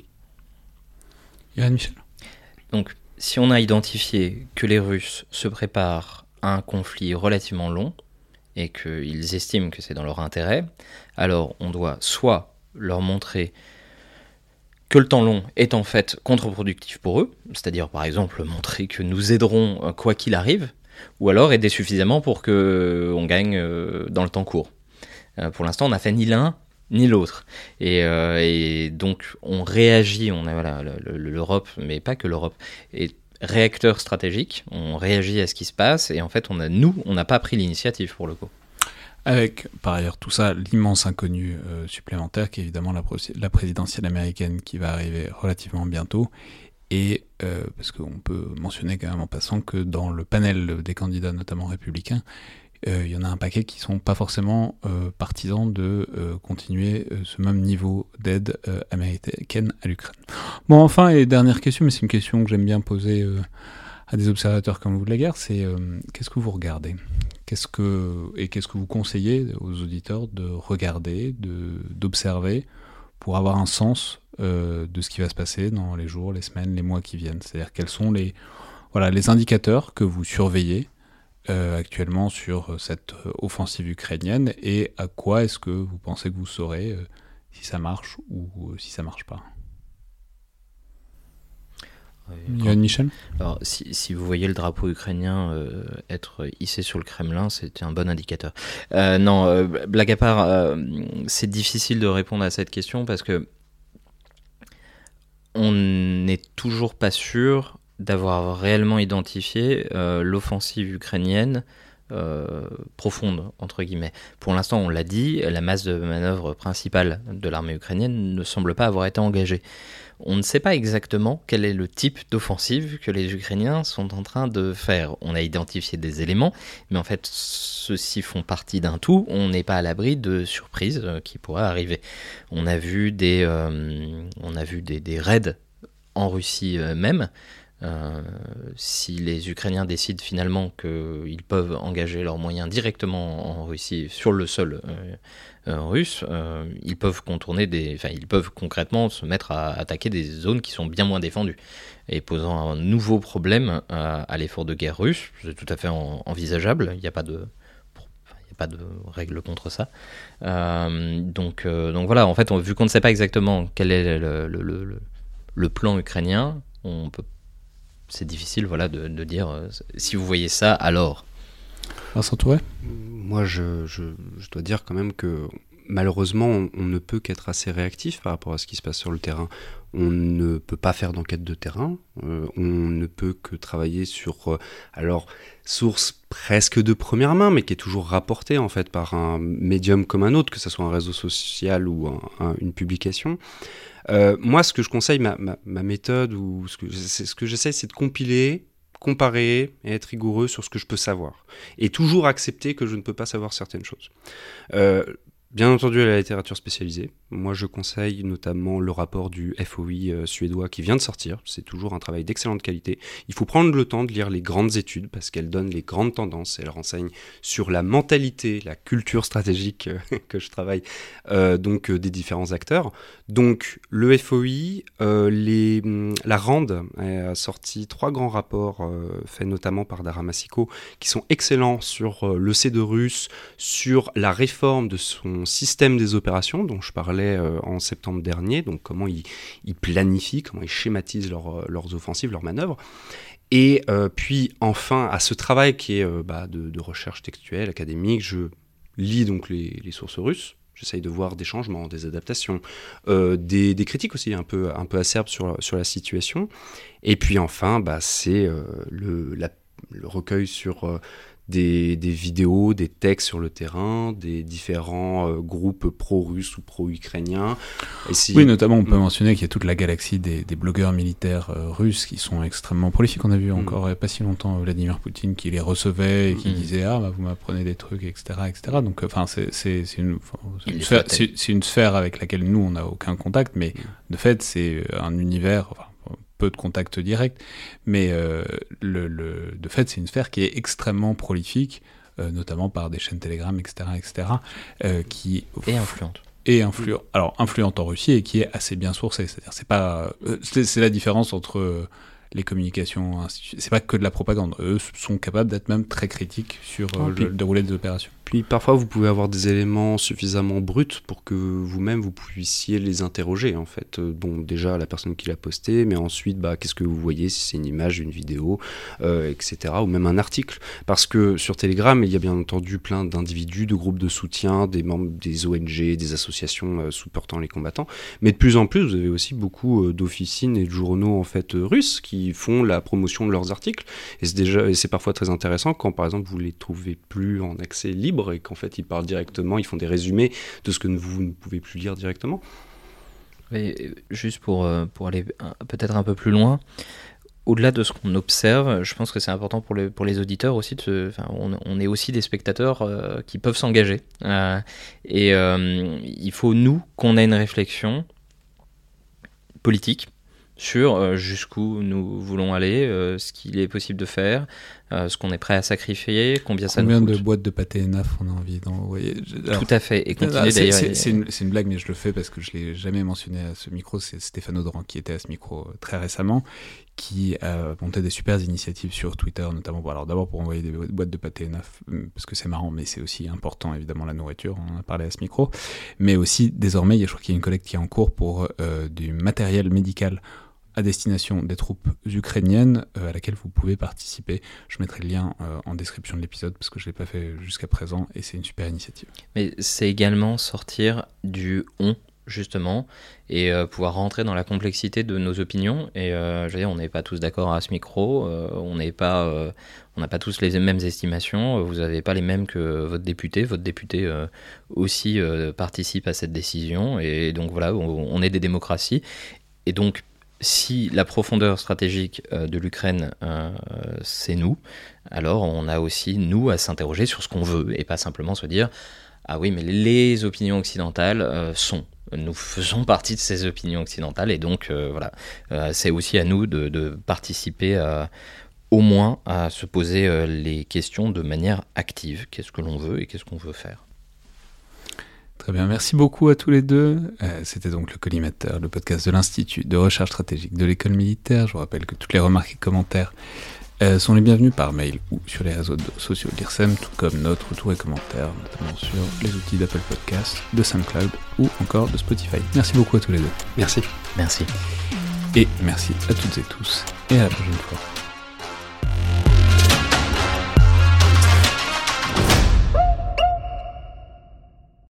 S1: Yoann Michel.
S4: Donc, si on a identifié que les Russes se préparent à un conflit relativement long et qu'ils estiment que c'est dans leur intérêt, alors on doit soit leur montrer que le temps long est en fait contre-productif pour eux, c'est-à-dire par exemple montrer que nous aiderons quoi qu'il arrive, ou alors aider suffisamment pour qu'on gagne dans le temps court. Pour l'instant, on n'a fait ni l'un ni l'autre. Et, euh, et donc, on réagit, on a voilà, l'Europe, mais pas que l'Europe, est réacteur stratégique, on réagit à ce qui se passe, et en fait, on a, nous, on n'a pas pris l'initiative pour le coup.
S1: Avec, par ailleurs, tout ça, l'immense inconnu euh, supplémentaire, qui est évidemment la, la présidentielle américaine qui va arriver relativement bientôt, et euh, parce qu'on peut mentionner quand même en passant que dans le panel des candidats, notamment républicains, il euh, y en a un paquet qui sont pas forcément euh, partisans de euh, continuer euh, ce même niveau d'aide euh, américaine à l'Ukraine. Bon, enfin, et dernière question, mais c'est une question que j'aime bien poser euh, à des observateurs comme vous de la guerre, c'est euh, qu'est-ce que vous regardez ? Qu'est-ce que, et qu'est-ce que vous conseillez aux auditeurs de regarder, de, d'observer, pour avoir un sens euh, de ce qui va se passer dans les jours, les semaines, les mois qui viennent ? C'est-à-dire quels sont les, voilà, les indicateurs que vous surveillez Euh, actuellement sur cette offensive ukrainienne, et à quoi est-ce que vous pensez que vous saurez euh, si ça marche ou euh, si ça marche pas ?
S4: Oui,
S1: Yoann Michel ?
S4: Alors, si, si vous voyez le drapeau ukrainien euh, être hissé sur le Kremlin, c'est un bon indicateur. Euh, non, euh, blague à part, euh, c'est difficile de répondre à cette question parce que on n'est toujours pas sûr d'avoir réellement identifié euh, l'offensive ukrainienne euh, profonde, entre guillemets. Pour l'instant, on l'a dit, la masse de manœuvre principale de l'armée ukrainienne ne semble pas avoir été engagée. On ne sait pas exactement quel est le type d'offensive que les Ukrainiens sont en train de faire. On a identifié des éléments, mais en fait, ceux-ci font partie d'un tout. On n'est pas à l'abri de surprises euh, qui pourraient arriver. On a vu des, euh, on a vu des, des raids en Russie euh, même. Euh, si les Ukrainiens décident finalement qu'ils peuvent engager leurs moyens directement en Russie sur le sol euh, euh, russe, euh, ils peuvent contourner des, enfin ils peuvent concrètement se mettre à attaquer des zones qui sont bien moins défendues et posant un nouveau problème à, à l'effort de guerre russe. C'est tout à fait en, envisageable. Il n'y a pas de Il n'y a pas de règle contre ça. Euh, donc, euh, donc voilà, en fait, on, vu qu'on ne sait pas exactement quel est le, le, le, le plan ukrainien, on peut, c'est difficile voilà, de, de dire euh, si vous voyez ça, alors.
S1: Vincent Touré ?
S5: Moi, je, je, je dois dire quand même que malheureusement, on, on ne peut qu'être assez réactif par rapport à ce qui se passe sur le terrain. On ne peut pas faire d'enquête de terrain, euh, on ne peut que travailler sur, euh, alors, source presque de première main, mais qui est toujours rapportée en fait par un médium comme un autre, que ce soit un réseau social ou un, un, une publication. Euh, moi, ce que je conseille, ma, ma, ma méthode, ou ce que, c'est, ce que j'essaie, c'est de compiler, comparer et être rigoureux sur ce que je peux savoir. Et toujours accepter que je ne peux pas savoir certaines choses. Euh, Bien entendu, à la littérature spécialisée. Moi, je conseille notamment le rapport du F O I euh, suédois qui vient de sortir. C'est toujours un travail d'excellente qualité. Il faut prendre le temps de lire les grandes études parce qu'elles donnent les grandes tendances. Elles renseignent sur la mentalité, la culture stratégique euh, que je travaille, euh, donc euh, des différents acteurs. Donc, le F O I, euh, les, la RAND a sorti trois grands rapports euh, faits notamment par Dara Masiko qui sont excellents sur euh, le C deux russe, sur la réforme de son système des opérations dont je parlais euh, en septembre dernier, donc comment ils, ils planifient, comment ils schématisent leur, leurs offensives, leurs manœuvres. Et euh, puis enfin, à ce travail qui est euh, bah, de, de recherche textuelle, académique, je lis donc les, les sources russes. j'essaye de voir des changements, des adaptations, euh, des, des critiques aussi un peu, un peu acerbes sur, sur la situation. Et puis enfin, bah, c'est euh, le, la, le recueil sur... Euh, Des, des vidéos, des textes sur le terrain, des différents euh, groupes pro-russes ou pro-ukrainiens. Essayer...
S1: Oui, notamment, on peut mmh. mentionner qu'il y a toute la galaxie des, des blogueurs militaires euh, russes qui sont extrêmement prolifiques. On a vu mmh. encore il n'y a pas si longtemps Vladimir Poutine qui les recevait et qui mmh. disait « Ah, bah, vous m'apprenez des trucs, et cetera et cetera » Donc, enfin, c'est, c'est, c'est, une, c'est, une sphère, c'est, c'est une sphère avec laquelle nous, on n'a aucun contact, mais mmh. de fait, c'est un univers... Enfin, peu de contact direct, mais euh, le, le, de fait, c'est une sphère qui est extrêmement prolifique, euh, notamment par des chaînes Telegram, et cetera, et cetera, euh, qui
S4: et influente.
S1: Et influente. Alors influente en Russie et qui est assez bien sourcée. C'est-à-dire, c'est pas, euh, c'est, c'est la différence entre euh, les communications institutionnelles. C'est pas que de la propagande. Eux sont capables d'être même très critiques sur euh, oh, le, le déroulé des opérations.
S5: Puis parfois, vous pouvez avoir des éléments suffisamment bruts pour que vous-même, vous puissiez les interroger, en fait. Bon, déjà, la personne qui l'a posté, mais ensuite, bah, qu'est-ce que vous voyez, si c'est une image, une vidéo, euh, et cetera, ou même un article. Parce que sur Telegram, il y a bien entendu plein d'individus, de groupes de soutien, des membres des O N G, des associations euh, supportant les combattants. Mais de plus en plus, vous avez aussi beaucoup euh, d'officines et de journaux, en fait, euh, russes qui font la promotion de leurs articles. Et c'est, déjà, et c'est parfois très intéressant quand, par exemple, vous les trouvez plus en accès libre, et qu'en fait ils parlent directement, ils font des résumés de ce que vous ne pouvez plus lire directement.
S4: Et juste pour, pour aller peut-être un peu plus loin, au-delà de ce qu'on observe, je pense que c'est important pour, le, pour les auditeurs aussi, de se, enfin, on, on est aussi des spectateurs euh, qui peuvent s'engager. Euh, et euh, il faut, nous, qu'on ait une réflexion politique sur euh, jusqu'où nous voulons aller, euh, ce qu'il est possible de faire, euh, ce qu'on est prêt à sacrifier, combien, combien ça nous coûte.
S1: Combien de boîtes de pâté N A F on a envie d'envoyer. Alors,
S4: tout à fait, et continuer
S1: c'est,
S4: d'ailleurs.
S1: C'est, c'est, une, c'est une blague, mais je le fais parce que je ne l'ai jamais mentionné à ce micro, c'est Stéphane Audran qui était à ce micro très récemment, qui a monté des super initiatives sur Twitter, notamment pour, alors d'abord pour envoyer des boîtes de pâté N A F, parce que c'est marrant, mais c'est aussi important, évidemment, la nourriture, on en a parlé à ce micro, mais aussi, désormais, je crois qu'il y a une collecte qui est en cours pour euh, du matériel médical à destination des troupes ukrainiennes euh, à laquelle vous pouvez participer. Je mettrai le lien euh, en description de l'épisode parce que je ne l'ai pas fait jusqu'à présent et c'est une super initiative.
S4: Mais c'est également sortir du « on » justement et euh, pouvoir rentrer dans la complexité de nos opinions et euh, je veux dire, on n'est pas tous d'accord à ce micro, euh, on n'est pas, euh, on n'a pas tous les mêmes estimations, vous n'avez pas les mêmes que votre député, votre député euh, aussi euh, participe à cette décision et donc voilà, on, on est des démocraties et donc si la profondeur stratégique euh, de l'Ukraine, euh, c'est nous, alors on a aussi, nous, à s'interroger sur ce qu'on veut, et pas simplement se dire « Ah oui, mais les opinions occidentales euh, sont. Nous faisons partie de ces opinions occidentales, et donc, euh, voilà, euh, c'est aussi à nous de, de participer euh, au moins à se poser euh, les questions de manière active. Qu'est-ce que l'on veut et qu'est-ce qu'on veut faire ?»
S1: Très bien, merci beaucoup à tous les deux. Euh, c'était donc le Collimateur, le podcast de l'Institut de recherche stratégique de l'école militaire. Je vous rappelle que toutes les remarques et commentaires euh, sont les bienvenus par mail ou sur les réseaux sociaux de l'I R S E M, tout comme notre retour et commentaires, notamment sur les outils d'Apple Podcasts, de SoundCloud ou encore de Spotify. Merci beaucoup à tous les deux.
S5: Merci.
S4: Merci.
S1: Et merci à toutes et tous, et à la prochaine fois.